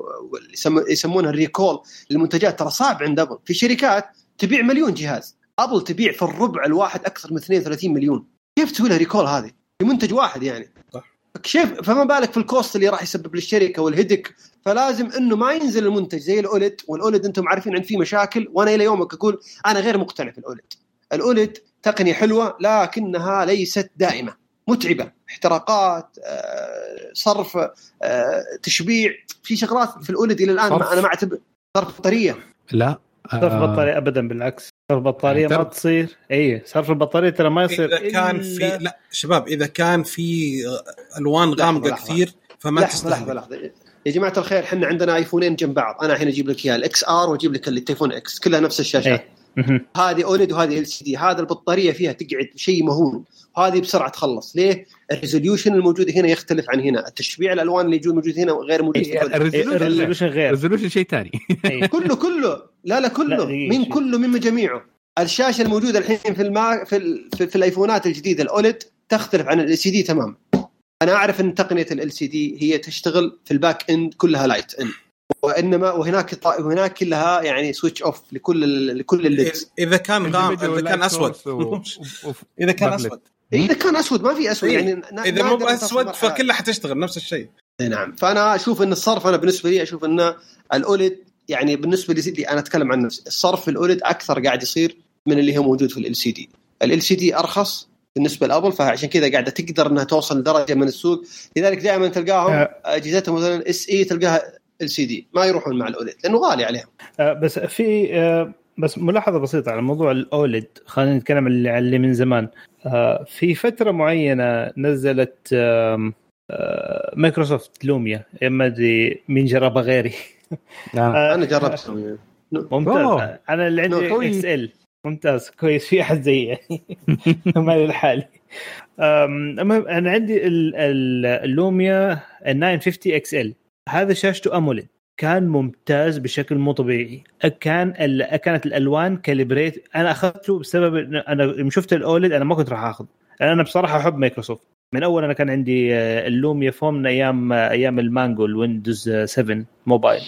ويسمونها الريكول المنتجات ترى صعب عند أبل. في شركات تبيع مليون جهاز، أبل تبيع في الربع الواحد أكثر من اثنين وثلاثين مليون، كيف تسوي لها ريكول هذه في منتج واحد يعني؟ كيف؟ فما بالك في الكوست اللي راح يسبب للشركة والهدك. فلازم إنه ما ينزل المنتج زي الأولد. والأولد أنتم عارفين عن فيه مشاكل، وأنا إلى يومك أقول أنا غير مقتنع في الأولد. الأولد تقنية حلوة لكنها ليست دائمة، متعبة، احتراقات، صرف، تشبيع، في شغلات في الأولد إلى الآن أنا ما أعتبر. صرف بطارية لا صرف بطارية أبدا، بالعكس صرف بطارية ما تصير. أي صرف البطارية ترى ما يصير إذا كان في لا شباب إذا كان في ألوان غامقة كثير فما تستهلك. يا جماعة الخير، حنا عندنا آيفونين جنب بعض، أنا الحين أجيب لك إياه الإكس آر وأجيب لك التليفون إكس كلها نفس الشاشة. هذه اوليد وهذه ال سي دي، هذا البطاريه فيها تقعد شيء مهول، وهذه بسرعه تخلص. ليه؟ الريزوليوشن الموجود هنا يختلف عن هنا، التشبيع الالوان اللي يجون موجود هنا غير موجود في الريزولوشن غير، الريزولوشن شيء ثاني. كله كله لا لا كله من كله من جميعه. الشاشه الموجوده الحين في الماء في ال في, في الايفونات الجديده الاوليد تختلف عن ال سي دي تمام. انا اعرف ان تقنيه ال سي دي هي تشتغل في الباك اند كلها لايت ان، وانما وهناك وهناك كلها يعني سويتش اوف لكل لكل الليدز. اذا كان غام اذا كان اسود اذا كان اسود اذا كان اسود ما في اسود يعني اذا مو اسود فكلها حتشتغل نفس الشيء. نعم. فانا اشوف ان الصرف، انا بالنسبه لي اشوف ان الاوليد يعني بالنسبه لي انا اتكلم عن نفسي، الصرف في الاوليد اكثر قاعد يصير من اللي هو موجود في ال سي دي. ال سي دي ارخص بالنسبه لابل، فعشان كذا قاعده تقدر انها توصل لدرجه من السوق. لذلك دائما تلقاهم اجهزتهم مثلا اس اي تلقاها ال سي دي ما يروحون مع الاوليد لانه غالي عليهم. بس في بس ملاحظه بسيطه على موضوع الاوليد، خلينا نتكلم اللي من زمان. في فتره معينه نزلت مايكروسوفت لوميا، اما دي مين جربها غيري. انا جربت ممتاز. انا اللي عندي اكس ال ممتاز كويس، في احد زي يعني مالي الحالي. انا عندي اللوميا تسعمية وخمسين اكس ال، هذا شاشته اموليد، كان ممتاز بشكل مو طبيعي. كان كانت الالوان كاليبريت. انا اخذته بسبب انا لما شفت الاوليد انا ما كنت راح اخذ، انا بصراحه احب مايكروسوفت من اول. انا كان عندي اللوميا فوم من ايام ايام المانجو الويندوز سبعة موبايل.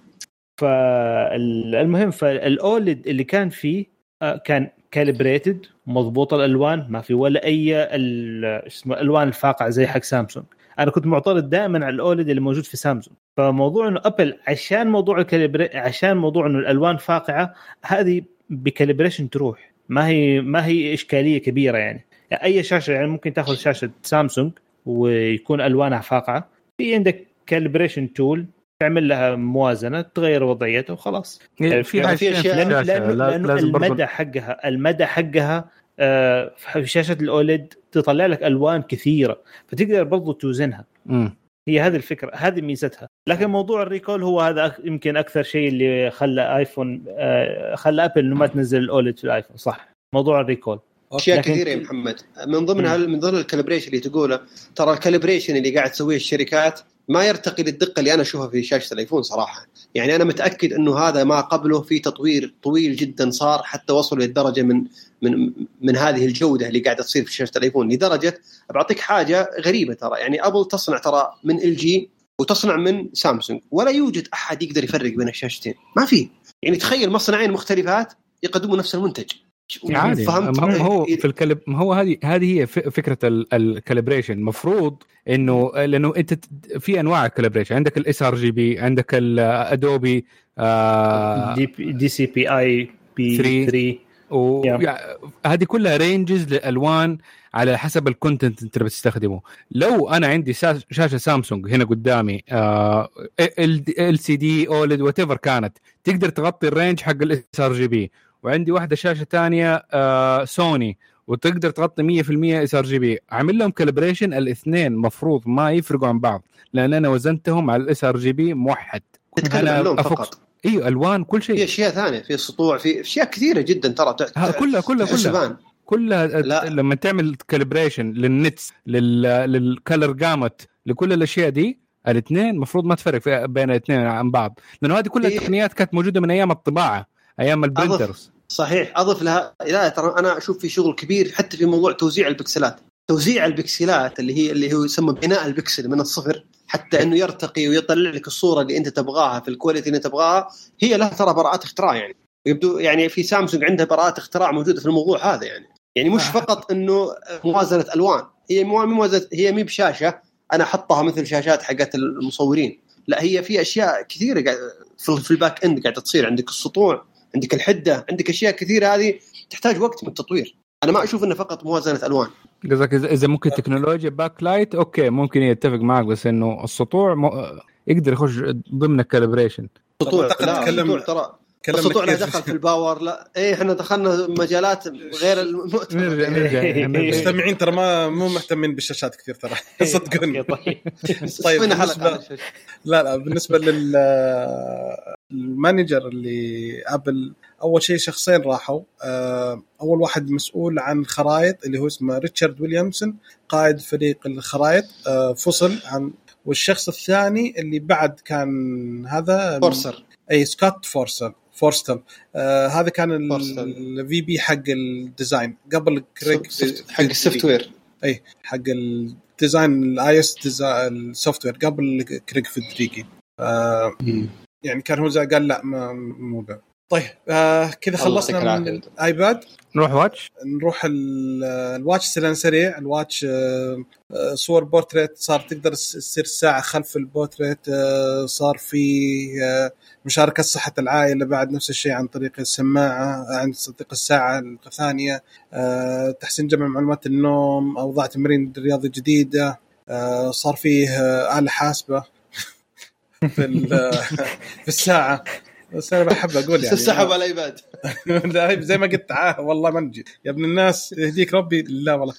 فالمهم فالاوليد اللي كان فيه كان كاليبريتد مضبوط، الالوان ما في ولا اي اسمه الوان الفاقعه زي حق سامسونج. انا كنت معترض دائما على الاوليد اللي موجود في سامسونج. فموضوع انه ابل عشان موضوع الكاليبريت، عشان موضوع انه الالوان فاقعه، هذه بكاليبريشن تروح، ما هي ما هي اشكاليه كبيره يعني. يعني اي شاشه يعني ممكن تاخذ شاشه سامسونج ويكون الوانها فاقعه، في عندك كاليبريشن تول تعمل لها موازنه تغير وضعيتها وخلاص. في في لأنه, لأنه, لأنه المدى حقها المدى حقها آه في شاشه الاوليد تطلع لك الوان كثيره، فتقدر برضو توزنها. م. هي هذه الفكره، هذه ميزتها. لكن موضوع الريكول هو هذا يمكن اكثر شيء اللي خلى ايفون آه خلى ابل انه ما تنزل الاوليد في الايفون. صح، موضوع الريكول اشياء كثيره يا محمد. من ضمنها من ضمن الكاليبريشن اللي تقوله، ترى الكاليبريشن اللي قاعد تسويه الشركات ما يرتقي للدقه اللي انا اشوفها في شاشه الايفون صراحه. يعني انا متاكد انه هذا ما قبله في تطوير طويل جدا صار حتى وصلوا للدرجه من من من هذه الجوده اللي قاعده تصير في شاشه الايفون. لدرجه بعطيك حاجه غريبه، ترى يعني ابل تصنع ترى من ال جي وتصنع من سامسونج، ولا يوجد احد يقدر يفرق بين الشاشتين، ما في. يعني تخيل مصنعين مختلفات يقدموا نفس المنتج. عادي. فهمت ما هو في الكلب ما هو هذه هذه هي فكره الكاليبريشن. مفروض انه لانه انت في انواع الكاليبريشن، عندك الاس ار جي بي، عندك الادوبي دي سي بي اي بي ثلاثة، وهذه كلها رينجز للالوان على حسب الكونتنت انت بتستخدمه. لو انا عندي شاشه سامسونج هنا قدامي ال سي دي اوليد وات ايفر كانت، تقدر تغطي الرينج حق الاس ار جي بي، وعندي واحدة شاشة تانية آه سوني وتقدر تغطي مية بالمية اس ار جي بي، عامل لهم كاليبريشن. الاثنين مفروض ما يفرقوا عن بعض لان انا وزنتهم على الاس ار جي بي موحد. تتكلم عن اللون فقط. ايوه الوان كل شيء. في اشياء ثانيه، في السطوع، في اشياء كثيره جدا ترى كلها كلها كلها كلها لما تعمل كاليبريشن للنتس للكالر جامت لكل الاشياء دي، الاثنين مفروض ما تفرق بين الاثنين عن بعض، لانه هذه كلها التقنيات كانت موجوده من ايام الطباعه، ايام البرينترز. صحيح. اضف لها لا ترى انا اشوف في شغل كبير حتى في موضوع توزيع البكسلات. توزيع البكسلات اللي هي اللي هو يسمى بناء البكسل من الصفر حتى انه يرتقي ويطلع لك الصوره اللي انت تبغاها في الكواليتي اللي تبغاها، هي لها ترى براءات اختراع. يعني يبدو يعني في سامسونج عندها براءات اختراع موجوده في الموضوع هذا. يعني يعني مش فقط انه موازنه الوان، هي مو موازنه، هي مي بشاشه انا احطها مثل شاشات حقت المصورين، لا هي في اشياء كثيره في الباك اند قاعده تصير. عندك السطوع، عندك الحده، عندك اشياء كثيره هذه تحتاج وقت من التطوير. انا ما اشوف انه فقط موازنه الوان. قصدك اذا ممكن تكنولوجيا باك لايت اوكي ممكن يتفق معك، بس انه السطوع م... يقدر يخش ضمن الكاليبريشن. السطوع تكلم ترى السطوع لا دخل في الباور، لا ايه احنا دخلنا مجالات غير المؤتمر. المستمعين ترى ما مو مهتمين بالشاشات كثير ترى صدقوني. طيب بالنسبة... لا لا بالنسبه لل المانجر اللي ابل اول شيء شخصين راحوا. اول واحد مسؤول عن الخرائط اللي هو اسمه ريتشارد ويليامسون، قائد فريق الخرائط، فصل عن. والشخص الثاني اللي بعد كان هذا فورسر، اي سكوت فورسر فورستر. آه هذا كان الفي بي حق الديزاين قبل كريج حق السوفت وير، اي حق الديزاين الاي اس ديزاين السوفت وير قبل كريج فيدريكي. آه يعني كان هو قال لا ما مو ده. طيب آه كذا خلصنا من الايباد، نروح واتش نروح الواتش سلان سريع. الواتش آه صور بورتريت، صار تقدر تصير الساعة خلف البورتريت. آه صار في آه مشاركة صحة العائلة بعد نفس الشيء عن طريق السماعة، عن طريق الساعة الثانية. أه تحسين جمع معلومات النوم، أوضاع تمرين رياضي جديدة. أه صار فيه آه آلة حاسبة في في الساعة. بس أنا بحب أقول يعني السحب على الأيباد زي ما قلت عاه والله ما نجي يا ابن الناس يهديك ربي. لا والله.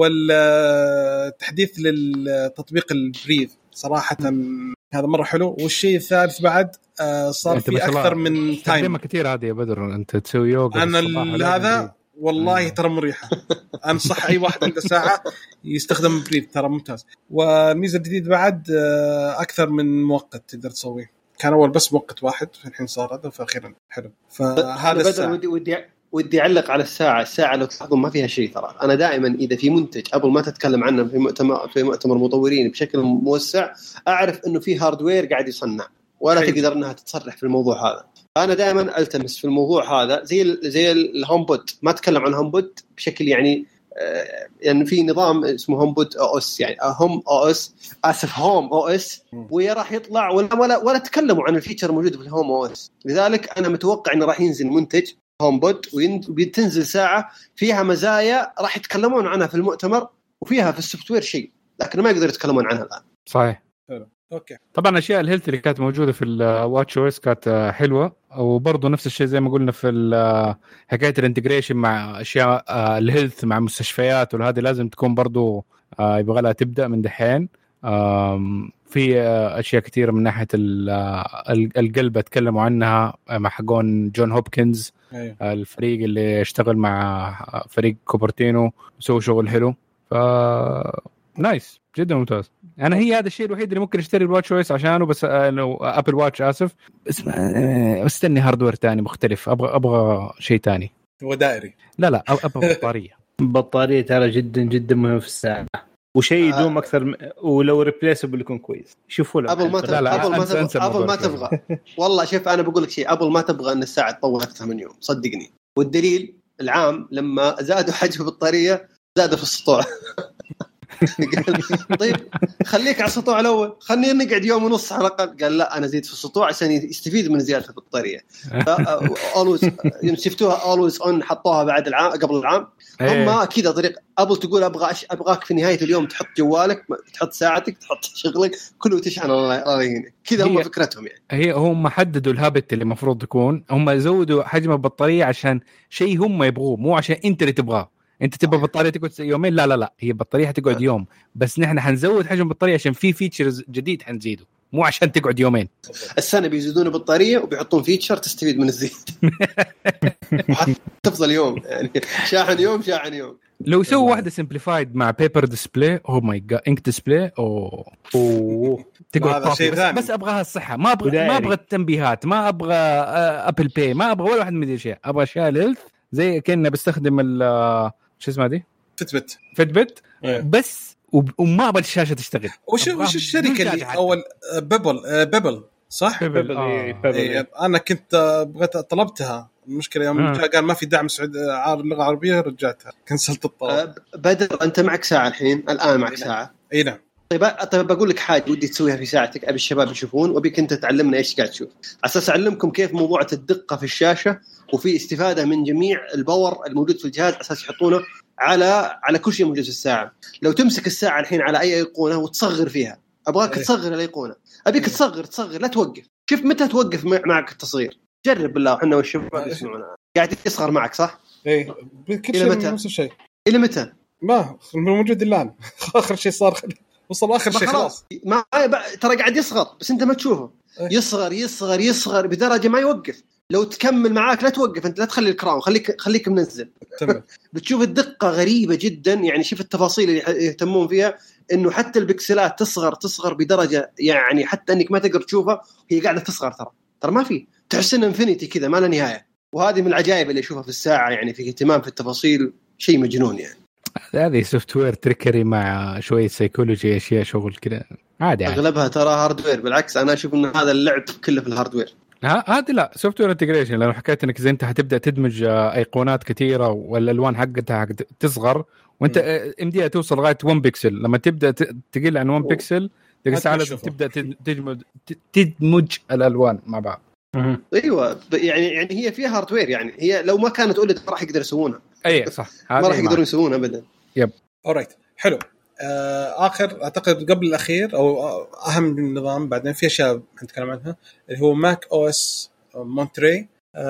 والتحديث للتطبيق البريذ صراحة هذا مرة حلو. والشيء الثالث بعد آه صار في أكثر من تايم كثير. هذا يا بدر أنت تسوي يوغا أنا هذا والله ترى مريحة. أنصح أي واحد عنده ساعة يستخدم بريد، ترى ممتاز. والميزة الجديدة بعد آه أكثر من موقت تقدر تسويه. كان أول بس موقت واحد، الحين صار هذا، فأخيرا حلو. فهذا بدر ودي ودي ودي أعلق على الساعة. الساعة لو تلاحظون ما فيها شيء ترى. أنا دائما إذا في منتج أبل ما تتكلم عنه في مؤتمر في مؤتمر مطورين بشكل موسع، أعرف إنه في هاردوير قاعد يصنع ولا حلو. تقدر إنها تتصرح في الموضوع هذا. أنا دائما ألتمس في الموضوع هذا زي زي الهوم بود. ما أتكلم عن هوم بود بشكل يعني آه يعني في نظام اسمه هوم بود او اس، يعني هوم او اس اسف هوم او اس، وراح يطلع ولا ولا ولا تكلموا عن الفيتشر موجود في الهوم او اس. لذلك أنا متوقع إنه راح ينزل منتج هوم بود وبتنزل ساعة فيها مزايا راح يتكلمون عنها في المؤتمر، وفيها في السوفت وير شيء لكن ما يقدروا يتكلمون عنها الآن. صحيح. اوكي. طبعا اشياء الهيلث اللي كانت موجوده في الواتش او اس كانت حلوه، وبرضه نفس الشيء زي ما قلنا في حكايه الانتجريشن مع اشياء الهيلث مع مستشفيات، وهذه لازم تكون برضه يبغى لها تبدا من دحين. في اشياء كثيره من ناحيه القلب اتكلموا عنها مع حقون جون هوبكنز. أيوه. الفريق اللي اشتغل مع فريق كوبرتينو وسووا شغل حلو. ف نايس جدا ممتاز. انا هي هذا الشيء الوحيد اللي ممكن اشتري الواتش اويس عشانه، بس انه ابل واتش اسف بس استني هاردوير تاني مختلف. ابغى ابغى شيء تاني ودائري. لا لا ابغى بطاريه. بطاريه ترى جدا جدا مهم في الساعه، وشيء يدوم اكثر م... ولو ريبليسبل يكون كويس. شوفوا له ابل ما تبغى ابل ما تبغى ابل ما تبغى والله شوف انا بقول لك شيء، ابل ما تبغى ان الساعه تطول اكثر من يوم صدقني. والدليل العام لما زادوا حجم البطاريه زادوا في السطوع. طيب خليك على السطوع الاول، خلينا نقعد يوم ونص على الاقل. قال لا انا زيد في السطوع عشان يستفيد من زياده البطاريه. اولويز يوم شفتوها اولويز اون حطوها بعد العام قبل العام. هم كذا طريق ابل تقول ابغى ابغاك في نهايه اليوم تحط جوالك، تحط ساعتك، تحط شغلك كله تشحن الله يهينك كذا. هم فكرتهم يعني هي هم حددوا الهابت اللي المفروض تكون، هم زودوا حجم البطاريه عشان شيء هم يبغوه، مو عشان انت اللي تبغاه. انت تبغى بطاريه تقعد يومين، لا لا لا هي بطاريه حتقعد يوم، بس نحن حنزود حجم البطاريه عشان في فيتشرز جديد حنزيده، مو عشان تقعد يومين. السنه بيزيدون البطاريه وبيحطون فيتشر تستفيد من الزيت. تفضل يوم يعني شاحن يوم شاحن يوم. لو سووا واحده سمبليفايد مع بيبر ديسبلاي، او ماي جاد انك ديسبلاي او اوه تقعد بس, بس ابغاها الصحه، ما ابغى ما ابغى التنبيهات، ما ابغى ابل باي، ما ابغى ولا واحد من ذي الاشياء. ابغى اشياء الهيلث زي كنا بستخدم ال شو اسمها دي فتبت فتبت بس، وما ابغى الشاشه تشتغل. وش وش الشركه اللي اول بيبل بيبل صح بيبل آه. بيبل. انا كنت بغيت طلبتها، المشكله يوم آه. قال ما في دعم سعودي اللغه العربيه رجعتها كنسلت الطلب. بدر انت معك ساعه الحين الان معك ساعه اي نعم. طيب طيب بقول لك حاجه ودي تسويها في ساعتك، ابي الشباب يشوفون وابيك انت تعلمنا ايش قاعد تشوف على اساس اعلمكم كيف موضوع الدقه في الشاشه وفي استفاده من جميع الباور الموجود في الجهاز على اساس يحطونه على على كل شيء موجود في الساعه. لو تمسك الساعه الحين على اي ايقونه وتصغر فيها، ابغاك تصغر الايقونه، ابيك تصغر تصغر لا توقف. شوف متى توقف معك التصغير، جرب بالله احنا والشباب يسمعونا. قاعد يصغر معك صح؟ ايه كل شيء نفس الشيء. الى متى؟ ما موجود الان. اخر شيء صار وصل اخر شيء خلاص. ما ترى قاعد يصغر بس انت ما تشوفه. يصغر يصغر يصغر بدرجه ما يوقف. لو تكمل معاك لا توقف انت، لا تخلي الكراون، خليك خليك منزل تمام. بتشوف الدقه غريبه جدا يعني. شوف التفاصيل اللي يهتمون فيها، انه حتى البكسلات تصغر تصغر بدرجه يعني حتى انك ما تقدر تشوفها هي قاعده تصغر. ترى ترى ما في، تحس انه انفينيتي كذا ما له نهايه. وهذه من العجائب اللي اشوفها في الساعه يعني، في اهتمام في التفاصيل شيء مجنون يعني. هذه سوفت وير تريكري مع شويه سيكولوجي، اشياء شغل كذا عادي عادي. اغلبها ترى هاردوير، بالعكس انا اشوف ان هذا اللعب كله في الهاردوير. هذه لا سوفت وير انتجريشن. لو حكيت انك زي انت حتبدا تدمج ايقونات كثيره والالوان حقتها تصغر وانت امديها توصل لغايه واحد بكسل، لما تبدا تقل عن واحد بكسل تقص على تبدا تدمج تدمج الالوان مع بعض. ايوه يعني يعني هي فيها هاردوير يعني. هي لو ما كانت اولد راح يقدر يسوونها. اي صح، ما راح يقدرون يسوونها ابدا. يب اورايت حلو. آه اخر اعتقد قبل الاخير او اهم النظام بعدين في اشياء نتكلم عنها اللي هو ماك او اس مونتري.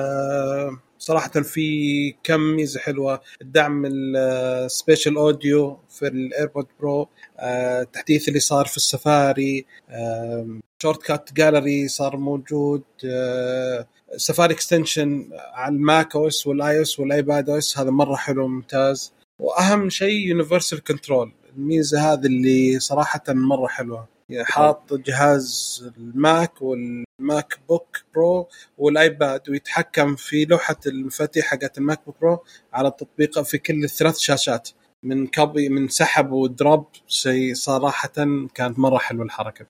آه صراحه في كم ميزه حلوه، الدعم السبيشال اوديو في الايربود برو، آه التحديث اللي صار في السفاري، آه شورت كات جاليري صار موجود، آه سفاري اكستنشن على الماك او اس والاي اس والايباد او اس، هذا مره حلو ممتاز. واهم شيء يونيفرسال كنترول، الميزه هذه اللي صراحه مره حلوه، يعني حاط جهاز الماك والماك بوك برو والايباد ويتحكم في لوحه المفاتيح حقت الماك بوك برو على التطبيق في كل الثلاث شاشات من كابي من سحب ودروب. شيء صراحه كانت مره حلوه الحركه.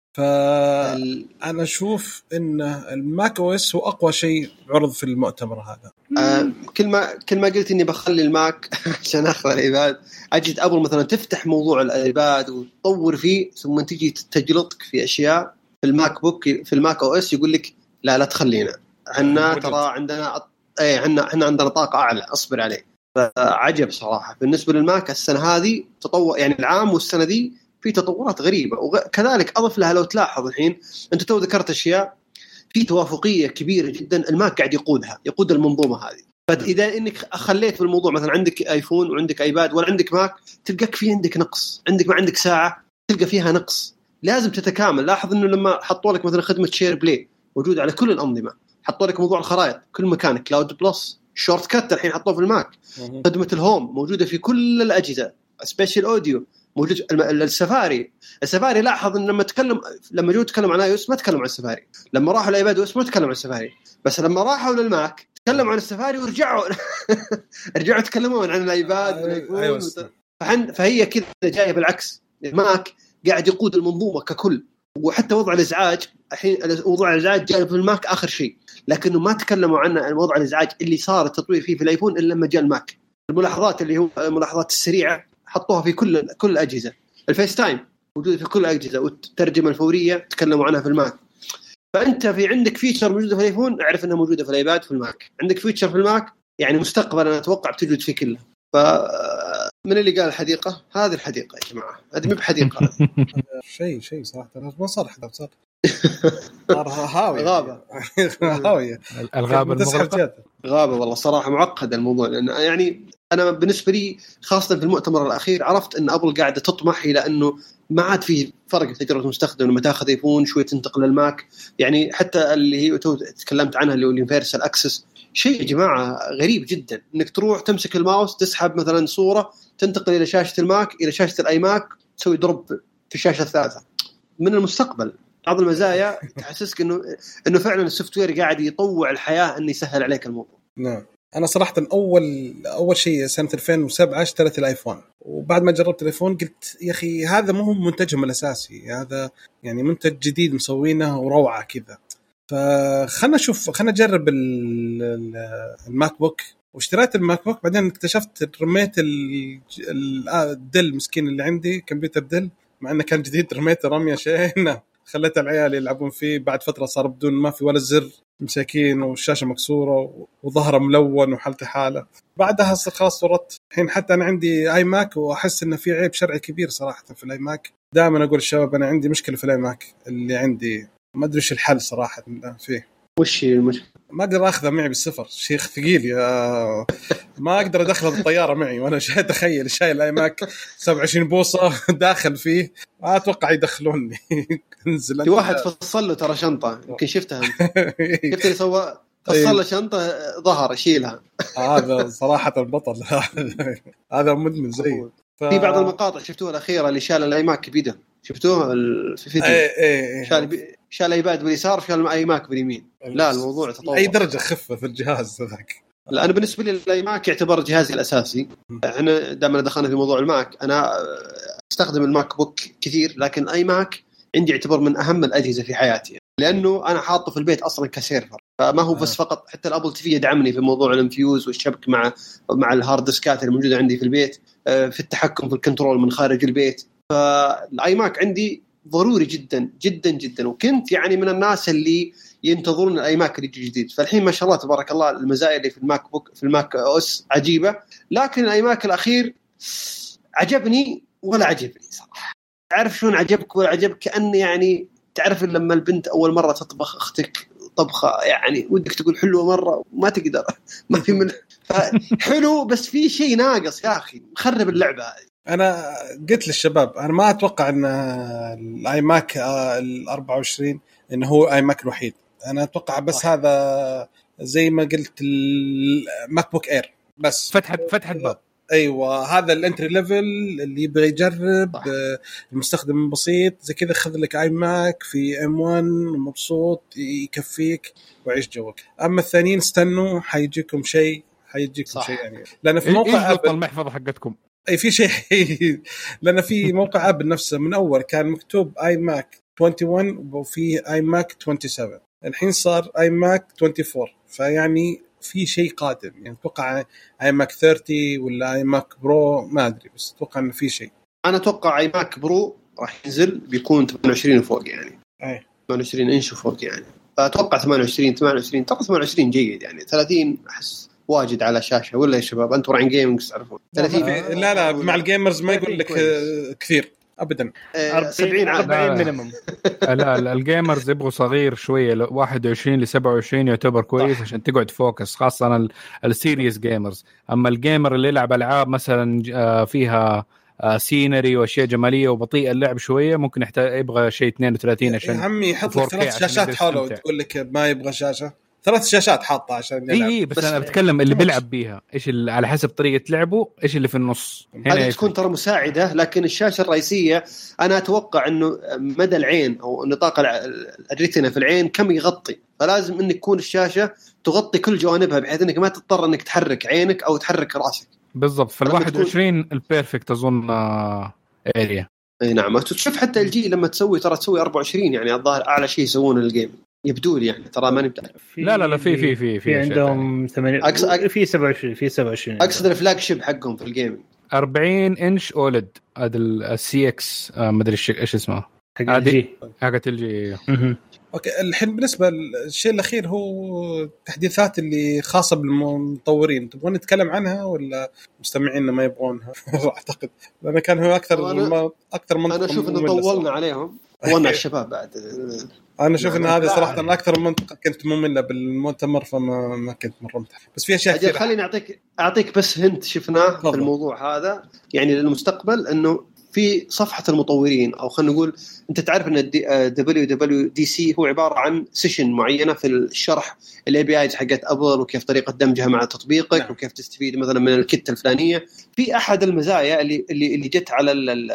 فانا اشوف ان الماك او اس هو اقوى شيء عرض في المؤتمر هذا. آه كل ما كل ما قلت اني بخلي الماك عشان اخذ الايباد، اجد ابل مثلا تفتح موضوع الايباد وتطور فيه ثم تجي تجلطك في اشياء في الماك بوك في الماك او اس يقول لك لا لا تخلينا عنا، ترى عندنا اي عندنا احنا عندنا طاقه اعلى اصبر عليه. فعجب صراحه بالنسبه للماك السنه هذه تطور يعني، العام والسنه دي في تطورات غريبه. وكذلك اضف لها لو تلاحظ الحين انت تو ذكرت اشياء في توافقيه كبيره جدا، الماك قاعد يقودها يقود المنظومه هذه. فاذا انك خليت في الموضوع مثلا عندك ايفون وعندك ايباد ولا عندك ماك تلقاك في عندك نقص، عندك ما عندك ساعه تلقى فيها نقص، لازم تتكامل. لاحظ انه لما حطوا لك مثلا خدمه شير بلاي موجوده على كل الانظمه، حطوا لك موضوع الخرائط كل مكان، كلاود بلس، شورت كات الحين حطوه في الماك، خدمه الهوم موجوده في كل الاجهزه، سبيشال اوديو موجود، السفاري السفاري لاحظ ان لما تكلم لما جو تكلم عن ايوس ما تكلم عن السفاري، لما راحوا الايباد اوس ما تكلم عن السفاري، بس لما راحوا للماك تكلموا عن السفاري ورجعوا رجعوا تكلمون عن الايباد والايفون. فحن فهي كذا جايه بالعكس، الماك قاعد يقود المنظومه ككل. وحتى وضع الازعاج الحين وضع الازعاج جاي في الماك اخر شيء، لكنه ما تكلموا عنه عن وضع الازعاج اللي صار التطوير فيه في الايفون الا لما جاء الماك. الملاحظات اللي هو الملاحظات السريعه حطوها في كل كل الاجهزه، الفيس تايم موجوده في كل الاجهزه، والترجمه الفوريه تكلموا عنها في الماك. فانت في عندك فيتشر موجوده في الايفون اعرف انها موجوده في الايباد في الماك، عندك فيتشر في الماك يعني مستقبلا انا اتوقع بتوجد في كله. ف من اللي قال الحديقه هذه الحديقه يا جماعه، هذه مو بحديقه شيء شيء صراحه ما صار حدا صار صار هاوي غابه هاويه الغابه المغلقه غابه. والله صراحه معقد الموضوع، لان يعني انا بالنسبه لي خاصه في المؤتمر الاخير عرفت ان ابل قاعده تطمح الى انه ما عاد في فرق في تجربه المستخدم لما تاخذ ايفون شوي تنتقل للماك. يعني حتى اللي هي تكلمت عنها اللي هو اليونيفرسال اكسس، شيء يا جماعه غريب جدا انك تروح تمسك الماوس تسحب مثلا صوره تنتقل الى شاشه الماك الى شاشه الاي ماك تسوي دروب في الشاشه الثالثه. من المستقبل بعض المزايا تحسسك انه انه فعلا السوفت وير قاعد يطوع الحياه انه يسهل عليك الموضوع. نعم انا صراحه اول اول شيء سنه ألفين وسبعة اشتريت الايفون، وبعد ما جربت الايفون قلت يا اخي هذا مو هو منتجهم الاساسي، هذا يعني منتج جديد مسوينه وروعه كذا. فخلنا نشوف خلنا نجرب الماك بوك، واشتريت الماك بوك بعدين اكتشفت رميت الدل مسكين اللي عندي كمبيوتر دل مع انه كان جديد، رميته رميه شينه خليت العيال يلعبون فيه. بعد فتره صار بدون ما في ولا زر مساكين والشاشه مكسوره وظهره ملون وحالته حاله. بعدها صار خلاص صرت الحين حتى انا عندي اي ماك واحس انه في عيب شرعي كبير صراحه في الاي ماك. دائما اقول الشباب انا عندي مشكله في الاي ماك اللي عندي ما ادري ايش الحل صراحه فيه. وش هي المشكله؟ ما اقدر اخذه معي بالسفر، شيخ ثقيل يا ما اقدر ادخله بالطياره معي وانا شاي تخيل شايل الاي ماك سبعة وعشرين بوصه داخل فيه، اتوقع يدخلوني انزل. في واحد فصل له ترى شنطه يمكن شفتها انت شفت اللي سوى خص له شنطه ظهر يشيلها. هذا صراحه البطل. هذا مدمن زي ف... في بعض المقاطع شفتوها الاخيره اللي شال الايماك بيده، شفتوه في فيديو اي اي شال بي... شال ايباد باليسار شال الايماك باليمين. لا الموضوع تطور اي درجه خفه في الجهاز ذاك. لا انا بالنسبه لي الايماك يعتبر جهازي الاساسي. احنا دائما دخلنا في موضوع الماك، انا استخدم الماك بوك كثير، لكن الايماك عندي يعتبر من اهم الاجهزه في حياتي، لانه انا حاطه في البيت اصلا كسيرفر، فما هو بس فقط، حتى الابل تي في يدعمني في موضوع الانفيوز والشبك مع مع الهارد ديسكات الموجوده عندي في البيت، في التحكم في الكنترول من خارج البيت. فالايماك عندي ضروري جدا جدا جدا، وكنت يعني من الناس اللي ينتظرون الايماك اللي جديد. فالحين ما شاء الله تبارك الله المزايا اللي في الماك بوك في الماك اوس عجيبه، لكن الايماك الاخير عجبني ولا عجبني صراحه. تعرف شلون عجبك ولا عجبك؟ كأن يعني تعرف لما البنت اول مره تطبخ اختك طبخه يعني ودك تقول حلوه مره ما تقدر، ما في من حلو بس في شيء ناقص يا اخي مخرب اللعبه هذه. انا قلت للشباب انا ما اتوقع ان الاي ماك ال أربعة وعشرين انه هو اي ماك الوحيد، انا اتوقع بس صح. هذا زي ما قلت الماك بوك اير بس فتحت فتحت باب. ايوه هذا الانتري ليفل اللي يبغى يجرب المستخدم بسيط زي كذا، خذ لك اي ماك في ام واحد مبسوط يكفيك وعيش جوك. اما الثانيين استنوا حيجيكم شيء حيجيكم شيء يعني، لان في موقع ابل المحفظه حقتكم اي في شيء لان في موقع ابل نفسه من اول كان مكتوب اي ماك واحد وعشرين وفي اي ماك سبعة وعشرين، الحين صار اي ماك أربعة وعشرين، فيعني في شيء قادم يعني. اتوقع اي ماك ثلاثين ولا اي ماك برو ما ادري، بس اتوقع انه في شيء. انا اتوقع اي ماك برو راح ينزل بيكون ثمانية وعشرين وفوق يعني، اي ثمانية وعشرين انش وفوق يعني، فاتوقع ثمانية وعشرين ثمانية وعشرين تقريبا ثمانية وعشرين جيد يعني. ثلاثين احس واجد على شاشه، ولا يا شباب انتم راعين جيمنج تعرفون ثلاثين؟ لا لا مع الجيمرز ما يقول لك كثير ابدا. سبعين أربعين مينيمم. لا الجيمرز يبغوا صغير شويه، واحد وعشرين ل سبعة وعشرين يعتبر كويس عشان تقعد فوكس، خاصه السيريس جيمرز. اما الجيمر اللي يلعب العاب مثلا فيها سينري واشياء جماليه وبطيئه اللعب شويه ممكن يحتاج يبغى شيء اثنين وثلاثين عشان يا عمي يحط لك ثلاث شاشات حوله وتقول لك ما يبغى شاشه، ثلاث شاشات حاطه عشان يلعب. اي بس, بس انا بتكلم اللي بيلعب بيها ايش على حسب طريقه لعبه، ايش اللي في النص هذه تكون ترى مساعده، لكن الشاشه الرئيسيه انا اتوقع انه مدى العين او نطاق الريتنا في العين كم يغطي، فلازم انك تكون الشاشه تغطي كل جوانبها بحيث انك ما تضطر انك تحرك عينك او تحرك راسك. بالضبط. فالواحد وعشرين البيرفكت اظن اريا. اي نعم. تشوف حتى الجي لما تسوي ترى تسوي أربعة وعشرين يعني الظاهر اعلى شيء يسوونه الجيم يبدو لي يعني، ترى ماني متعرف. لا لا لا في في في في عندهم ثمانية أكس... في سبعة وعشرين في سبعة وعشرين اقصد الفلاج شيب حقهم في الجيم أربعين انش اولد. هذا السي اكس ما ادري ايش اسمه حق الجي حق الجي. اوكي الحين بالنسبه للشيء الاخير هو التحديثات اللي خاصه بالمطورين، تبغون نتكلم عنها ولا مستمعيننا ما يبغونها؟ اعتقد لان كان هو اكثر أنا... اكثر منطقه انا اشوف انه طولنا عليهم طولنا الشباب بعد. انا اشوف ان هذه صراحه أنا اكثر منطقه كنت ممله بالمؤتمر فما ما كنت مرمت، بس في اشياء كثير. خليني اعطيك اعطيك بس هنت شفناه في الموضوع هذا يعني للمستقبل، انه في صفحة المطورين أو خلينا نقول أنت تعرف أن دبليو دبليو دي سي هو عبارة عن سيشن معينة في الشرح الاي بي ايز حقت ابل وكيف طريقة دمجها مع تطبيقك نعم. وكيف تستفيد مثلا من الكت الفلانية. في أحد المزايا اللي اللي اللي جت على ال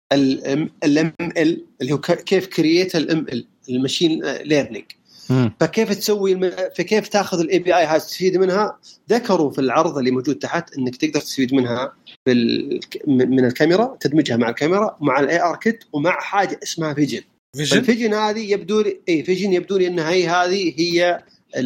ال الام ال اللي هو كيف كرييت الام ال الماشين ليرنينج، فكيف تسوي الم... فكيف تاخذ الاي بي اي هذه تستفيد منها. ذكروا في العرض اللي موجود تحت انك تقدر تستفيد منها بال... من الكاميرا، تدمجها مع الكاميرا مع الاي ار كيت ومع حاجه اسمها فيجن. الفيجن هذه يبدو لي اي فيجن يبدو لي انها هي هذه هي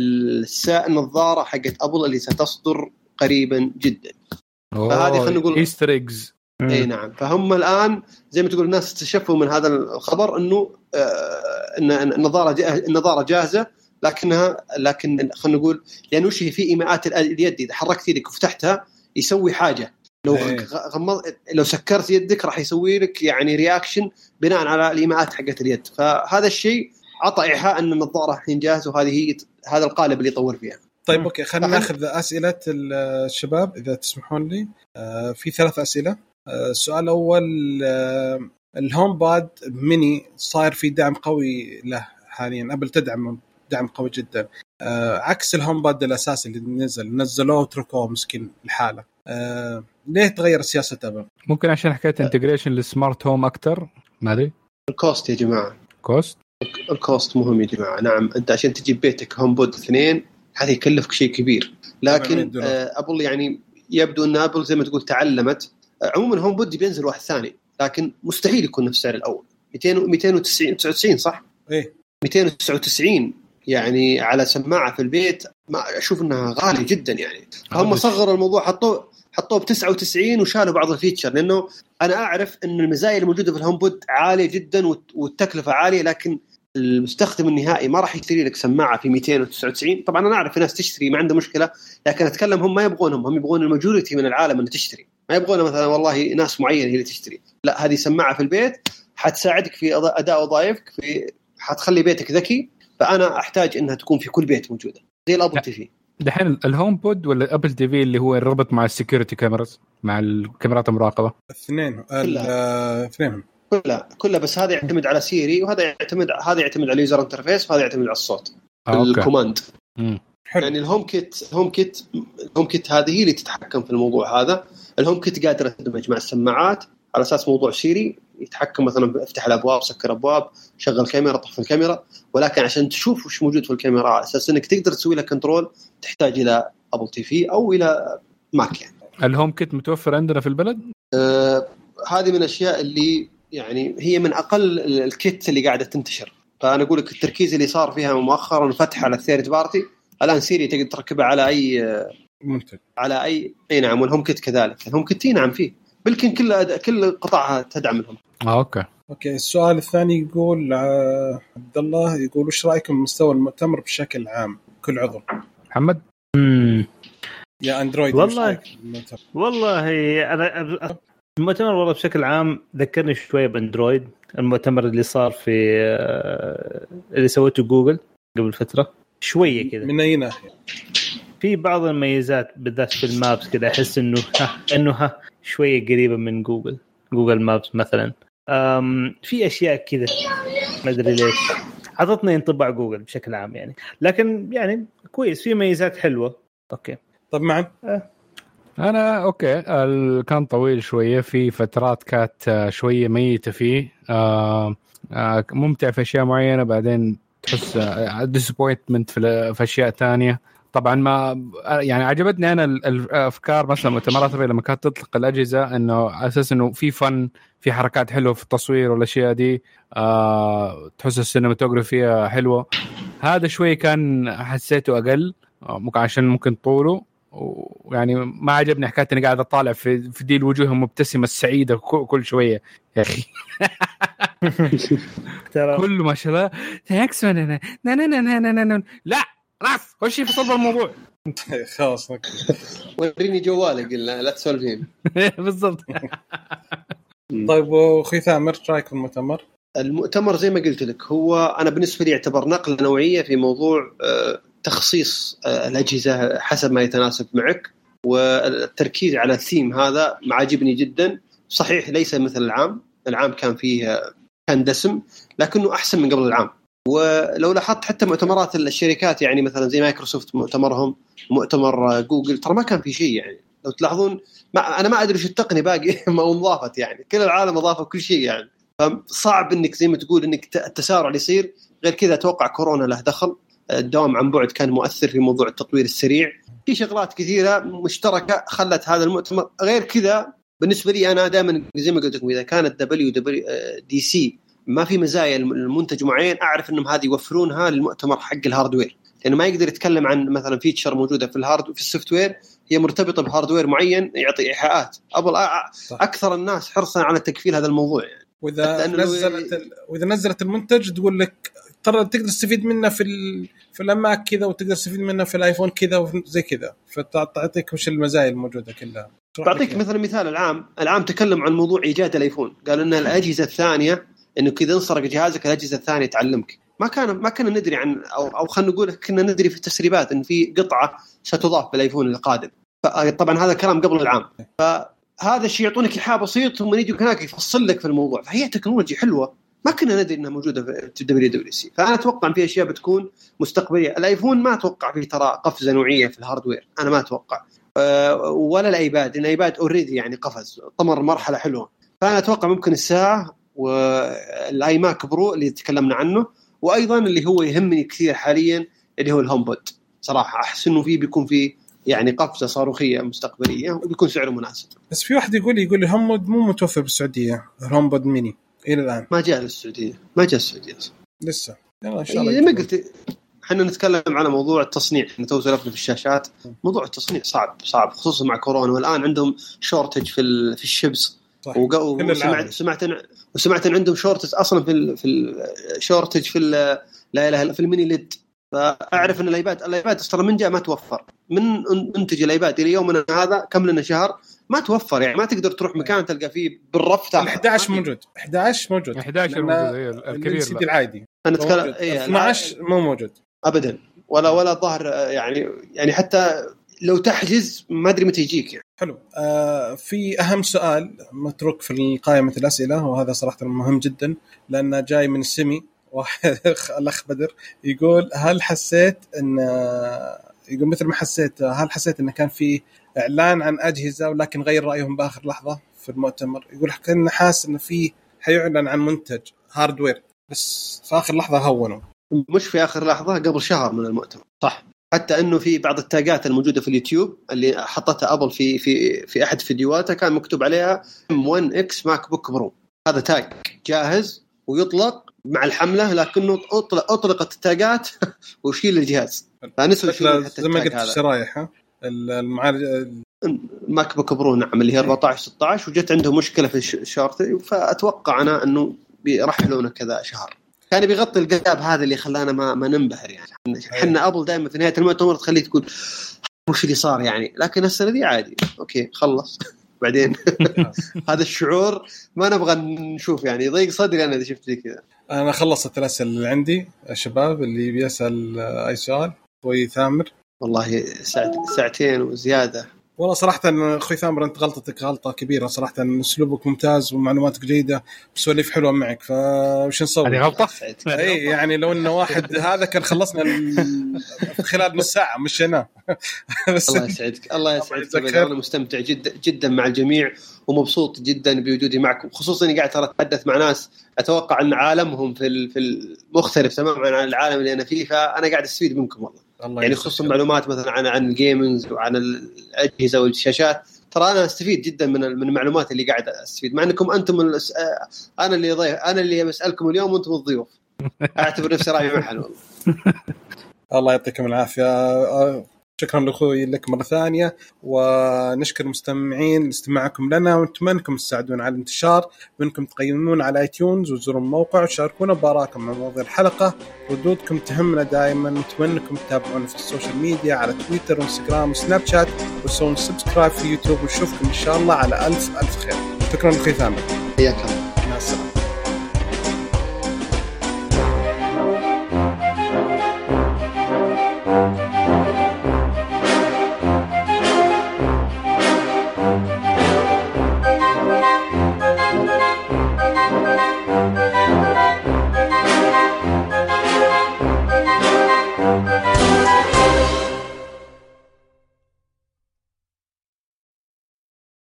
النظاره حقت ابل اللي ستصدر قريبا جدا. فهذه خلينا نقول ايستر ايجز. اي نعم. فهم الان زي ما تقول الناس استشفوا من هذا الخبر انه آه ان النظاره النظاره جاهزه، لكنها لكن خلينا نقول لانه وش هي في ايماءات اليد اذا حركت يدك وفتحتها يسوي حاجه، لو غمض لو سكرت يدك راح يسوي لك يعني رياكشن بناء على الايماءات حقت اليد. فهذا الشيء عطى ايحاء ان النظاره الحين جاهزه، وهذه هي هذا القالب اللي يطور فيها. طيب اوكي خلينا ناخذ اسئله الشباب اذا تسمحون لي. آه في ثلاث اسئله. السؤال الأول الهوم باد ميني صار في دعم قوي له حاليا، أبل تدعم دعم قوي جدا. آه عكس الهوم بود الاساسي اللي نزل نزلوه وتركوه مسكين الحاله. آه ليه تغير سياسه ابل؟ ممكن عشان حكايه انتجريشن للسمارت هوم اكتر، ما ادري. الكوست يا جماعه، كوست الكوست مهم يا جماعه. نعم انت عشان تجيب بيتك هوم بود اثنين هذا يكلفك شيء كبير، لكن آه ابل يعني يبدو ان ابل زي ما تقول تعلمت. آه عموما هوم بود بينزل واحد ثاني لكن مستحيل يكون نفس السعر الاول. مئتين وتسعين تسعة وتسعين صح؟ ايه مئتين وتسعة وتسعين يعني على سماعه في البيت، ما اشوف انها غالي جدا يعني. هم صغروا الموضوع، حطوه حطوه ب تسعة وتسعين وشالوا بعض الفيتشر، لانه انا اعرف ان المزايا الموجوده في الهوم بود عاليه جدا والتكلفه عاليه، لكن المستخدم النهائي ما راح يشتري لك سماعه في مئتين وتسعة وتسعين. طبعا انا اعرف في ناس تشتري ما عنده مشكله، لكن اتكلم هم ما يبغونهم، هم يبغون الماجوريتي من العالم اللي تشتري، ما يبغون مثلا والله ناس معينه هي اللي تشتري. لا، هذه سماعه في البيت حتساعدك في اداء وظائفك، في حتخلي بيتك ذكي. فانا احتاج انها تكون في كل بيت موجوده زي الابل تي في. دحين الهوم بود ولا ابل تي في اللي هو الربط مع السكيورتي كاميراز مع الكاميرات المراقبه؟ الاثنين الاثنين كلها كلها بس هذا يعتمد على سيري، وهذا يعتمد هذا يعتمد على اليوزر انترفيس، وهذا يعتمد على الصوت آه، الكوماند. يعني الهوم كيت الهوم كيت الهوم كيت هذه هي اللي تتحكم في الموضوع هذا. الهوم كيت قادره تدمج مع السماعات على اساس موضوع سيري، يتحكم مثلا افتح الابواب، سكر ابواب، شغل كاميرا، طفي الكاميرا. ولكن عشان تشوف وش موجود في الكاميرا على اساس انك تقدر تسوي لها كنترول تحتاج الى ابل تي في او الى ماك. يعني الهوم كيت متوفر عندنا في البلد. آه هذه من الاشياء اللي يعني هي من اقل الكيت اللي قاعده تنتشر. فانا اقول لك التركيز اللي صار فيها مؤخرا فتح على الثيرد بارتي. الان سيري تقدر تركبها على اي منتج، على اي اي نعم. والهوم كيت كذلك، الهوم كيت نعم فيه بلكن كل كل قطعها تدعم الهوم. آه، اوكي اوكي. السؤال الثاني يقول آه عبد الله يقول وش رايكم بمستوى المؤتمر بشكل عام كل عضو؟ محمد امم يا اندرويد. والله والله انا المؤتمر والله بشكل عام ذكرني شويه باندرويد، المؤتمر اللي صار في اللي سوته جوجل قبل فتره شويه كذا. من اي ناحيه؟ في بعض الميزات بالذات في المابس كذا احس انه ها انه ها شويه قريبه من جوجل جوجل مابس مثلا. أم في اشياء كذا ما ادري ليش عطتني انطباع جوجل بشكل عام يعني، لكن يعني كويس في ميزات حلوه. اوكي طب معا أه. انا اوكي كان طويل شويه، في فترات كانت شويه ميته فيه. آه آه ممتع في اشياء معينه، بعدين تحس ديسابوينتمنت في اشياء تانية. طبعا ما يعني عجبتني انا الافكار مثلا مؤتمرات لما كانت تطلق الاجهزه انه اساس انه في فن، في حركات حلوه في التصوير والاشياء دي. آه تحس السينماتوغرافيا حلوه. هذا شوي كان حسيته اقل ممكن عشان ممكن طوله، ويعني ما عجبني حكايه اني قاعد اطالع في في دي الوجوه المبتسمه السعيده كل شويه يا اخي. كل ما شاء الله ثانكس انا لا راف خشي في صلب الموضوع خلاص. وريني جوالك قلنا لا تسولفين. بالضبط. طيب واخوي ثامر رايك في المؤتمر؟ المؤتمر زي ما قلت لك هو انا بالنسبه لي يعتبر نقله نوعيه في موضوع تخصيص الاجهزه حسب ما يتناسب معك، والتركيز على الثيم هذا معجبني جدا. صحيح ليس مثل العام، العام كان فيه كان دسم لكنه احسن من قبل العام. ولو لاحظت حتى مؤتمرات الشركات يعني مثلا زي مايكروسوفت مؤتمرهم، مؤتمر جوجل، ترى ما كان في شيء. يعني لو تلاحظون ما انا ما ادري شو التقنيه باقي ما اضافت، يعني كل العالم اضافوا كل شيء يعني. فصعب انك زي ما تقول انك التسارع اللي يصير. غير كذا اتوقع كورونا له دخل، الدوام عن بعد كان مؤثر في موضوع التطوير السريع، في شغلات كثيره مشتركه خلت هذا المؤتمر. غير كذا بالنسبه لي انا دائما زي ما قلت لكم اذا كانت دبليو دبليو دي سي ما في مزايا المنتج معين اعرف انهم هذه يوفرونها للمؤتمر حق الهاردوير، لانه ما يقدر يتكلم عن مثلا فيتشر موجوده في الهارد في السوفت وير هي مرتبطه بهاردوير معين يعطي ايحاءات. ابل اكثر الناس حرصا على تكفيل هذا الموضوع يعني. واذا نزلت ال... واذا نزلت المنتج تقول لك ترى تقدر تستفيد منه في ال... في الاماك كذا، وتقدر تستفيد منه في الايفون كذا وزي كذا، فتعطيك وش المزايا الموجوده كلها. بعطيك مثلا مثال العام العام تكلم عن موضوع ايجاد الايفون، قال ان الاجهزه الثانيه انه كذا انسرق جهازك الاجهزه الثانيه تعلمك. ما كان ما كنا ندري عن او او خلينا نقول كنا ندري في التسريبات ان في قطعه ستضاف بالايفون القادم. طبعا هذا كلام قبل العام، فهذا الشيء يعطونك إيحاء بسيط ثم يجي هناك يفصل لك في الموضوع. فهي تكنولوجيا حلوه ما كنا ندري انها موجوده في دبليو دبليو سي. فانا اتوقع في اشياء بتكون مستقبليه. الايفون ما اتوقع فيه ترى قفزه نوعيه في الهاردوير، انا ما اتوقع أه ولا الايباد، الايباد اوريدي يعني قفز طمر مرحله حلوه. فانا اتوقع ممكن الساعه والاي ماك برو اللي تكلمنا عنه، وايضا اللي هو يهمني كثير حاليا اللي هو الهوم بود. صراحه احس انه فيه بيكون فيه يعني قفزه صاروخيه مستقبليه وبيكون سعره مناسب. بس في واحد يقول يقول الهوم بود مو متوفر بالسعوديه، الهوم بود ميني الى الان ما جاء للسعوديه، ما جاء السعوديه لسه. يلا ان شاء الله. زي ما قلت احنا نتكلم على موضوع التصنيع، احنا تو سولفنا في الشاشات، موضوع التصنيع صعب صعب خصوصا مع كورونا، والان عندهم شورتج في في الشيبس. وسمعت سمعت وسمعت ان عندهم شورتج اصلا في ال في الشورتج في لا اله الا في الميني ليد. فاعرف ان الايباد الايباد اصلا من جاء ما توفر، من منتج الايباد الى يومنا هذا كم لنا شهر ما توفر، يعني ما تقدر تروح مكان تلقى فيه بالرف تاع أحد عشر موجود أحد عشر موجود أحد عشر موجود الكبير السيدي العادي. انا اتكلم إيه اثنا عشر مو موجود ابدا ولا ولا ظهر يعني يعني حتى لو تحجز ما ادري متى يجيك يعني. حلو. آه في اهم سؤال متروك في قائمه الاسئله، وهذا صراحه مهم جدا لانه جاي من السمي واحد الاخ بدر يقول هل حسيت ان يقول مثل ما حسيت هل حسيت انه كان في اعلان عن اجهزه ولكن غير رايهم باخر لحظه في المؤتمر؟ يقول كان حاس انه في حيعلن عن منتج هاردوير بس في اخر لحظه هونوا. مش في آخر لحظة، قبل شهر من المؤتمر صح. حتى إنه في بعض التاجات الموجودة في اليوتيوب اللي حطتها أبل في في في أحد فيديوهاتها كان مكتوب عليها إم ون إكس ماك بوك برو. هذا تاج جاهز ويطلق مع الحملة، لكنه أطلق أطلقت التاجات وشيل الجهاز. فنسوا يشيلون حتى زي ما قلت الشرايح ها المعالج ماك بوك برو نعم اللي هي أربعة عشر ستة عشر، وجت عندهم مشكلة في الشارت. فأتوقع أنا إنه بيرحلونه كذا شهر. كان بيغطي الجاب هذا اللي خلانا ما ما ننبهر يعني. احنا ابل دائما في نهايه المؤتمر تخليه تقول وش اللي صار يعني، لكن السنه دي عادي اوكي خلص بعدين. هذا الشعور ما نبغى نشوف يعني، يضيق صدري انا اذا شفت زي كذا. انا خلصت الاسئله اللي عندي. الشباب اللي بيسال اي سؤال اخوي ثامر. والله ساعت ساعتين وزياده. والله صراحة أخوي ثامر أنت غلطتك غلطة كبيرة صراحة، أسلوبك ممتاز ومعلوماتك جيدة وسواليف حلوة معك، فوش نصور؟ هذه غلطة؟ أي يعني لو إنه واحد هذا كان خلصنا خلال نص ساعة مش أنا. الله يسعدك الله يسعدك. أنا مستمتع جدا جدا مع الجميع ومبسوط جدا بوجودي معكم، خصوصا إني قاعد أتحدث مع ناس أتوقع أن عالمهم في في المختلف تماما عن العالم اللي أنا فيه، فأنا قاعد أستفيد منكم والله. الله يعني خصوصا معلومات مثلا عن عن الجيمنز وعن الأجهزة والشاشات، ترى أنا أستفيد جدا من من المعلومات اللي قاعد أستفيد، مع أنكم أنتم الس... أنا اللي ضيف أنا اللي بسألكم اليوم وأنتم الضيوف. أعتبر نفسي راعي محل والله. الله يعطيكم العافية. شكرا لأخوي لك مرة ثانية، ونشكر المستمعين لاستماعكم لنا، ونتمنى انكم تساعدون على الانتشار، وانكم تقيمون على ايتيونز وتزورون الموقع وتشاركونا بآرائكم عن موضوع الحلقة. ردودكم تهمنا دائما، نتمنى انكم تتابعونا في السوشيال ميديا على تويتر وانستغرام وسناب شات، وتسوون سبسكرايب في يوتيوب، ونشوفكم ان شاء الله على الف الف خير. شكرا لأخوي ثامر. حياك الله.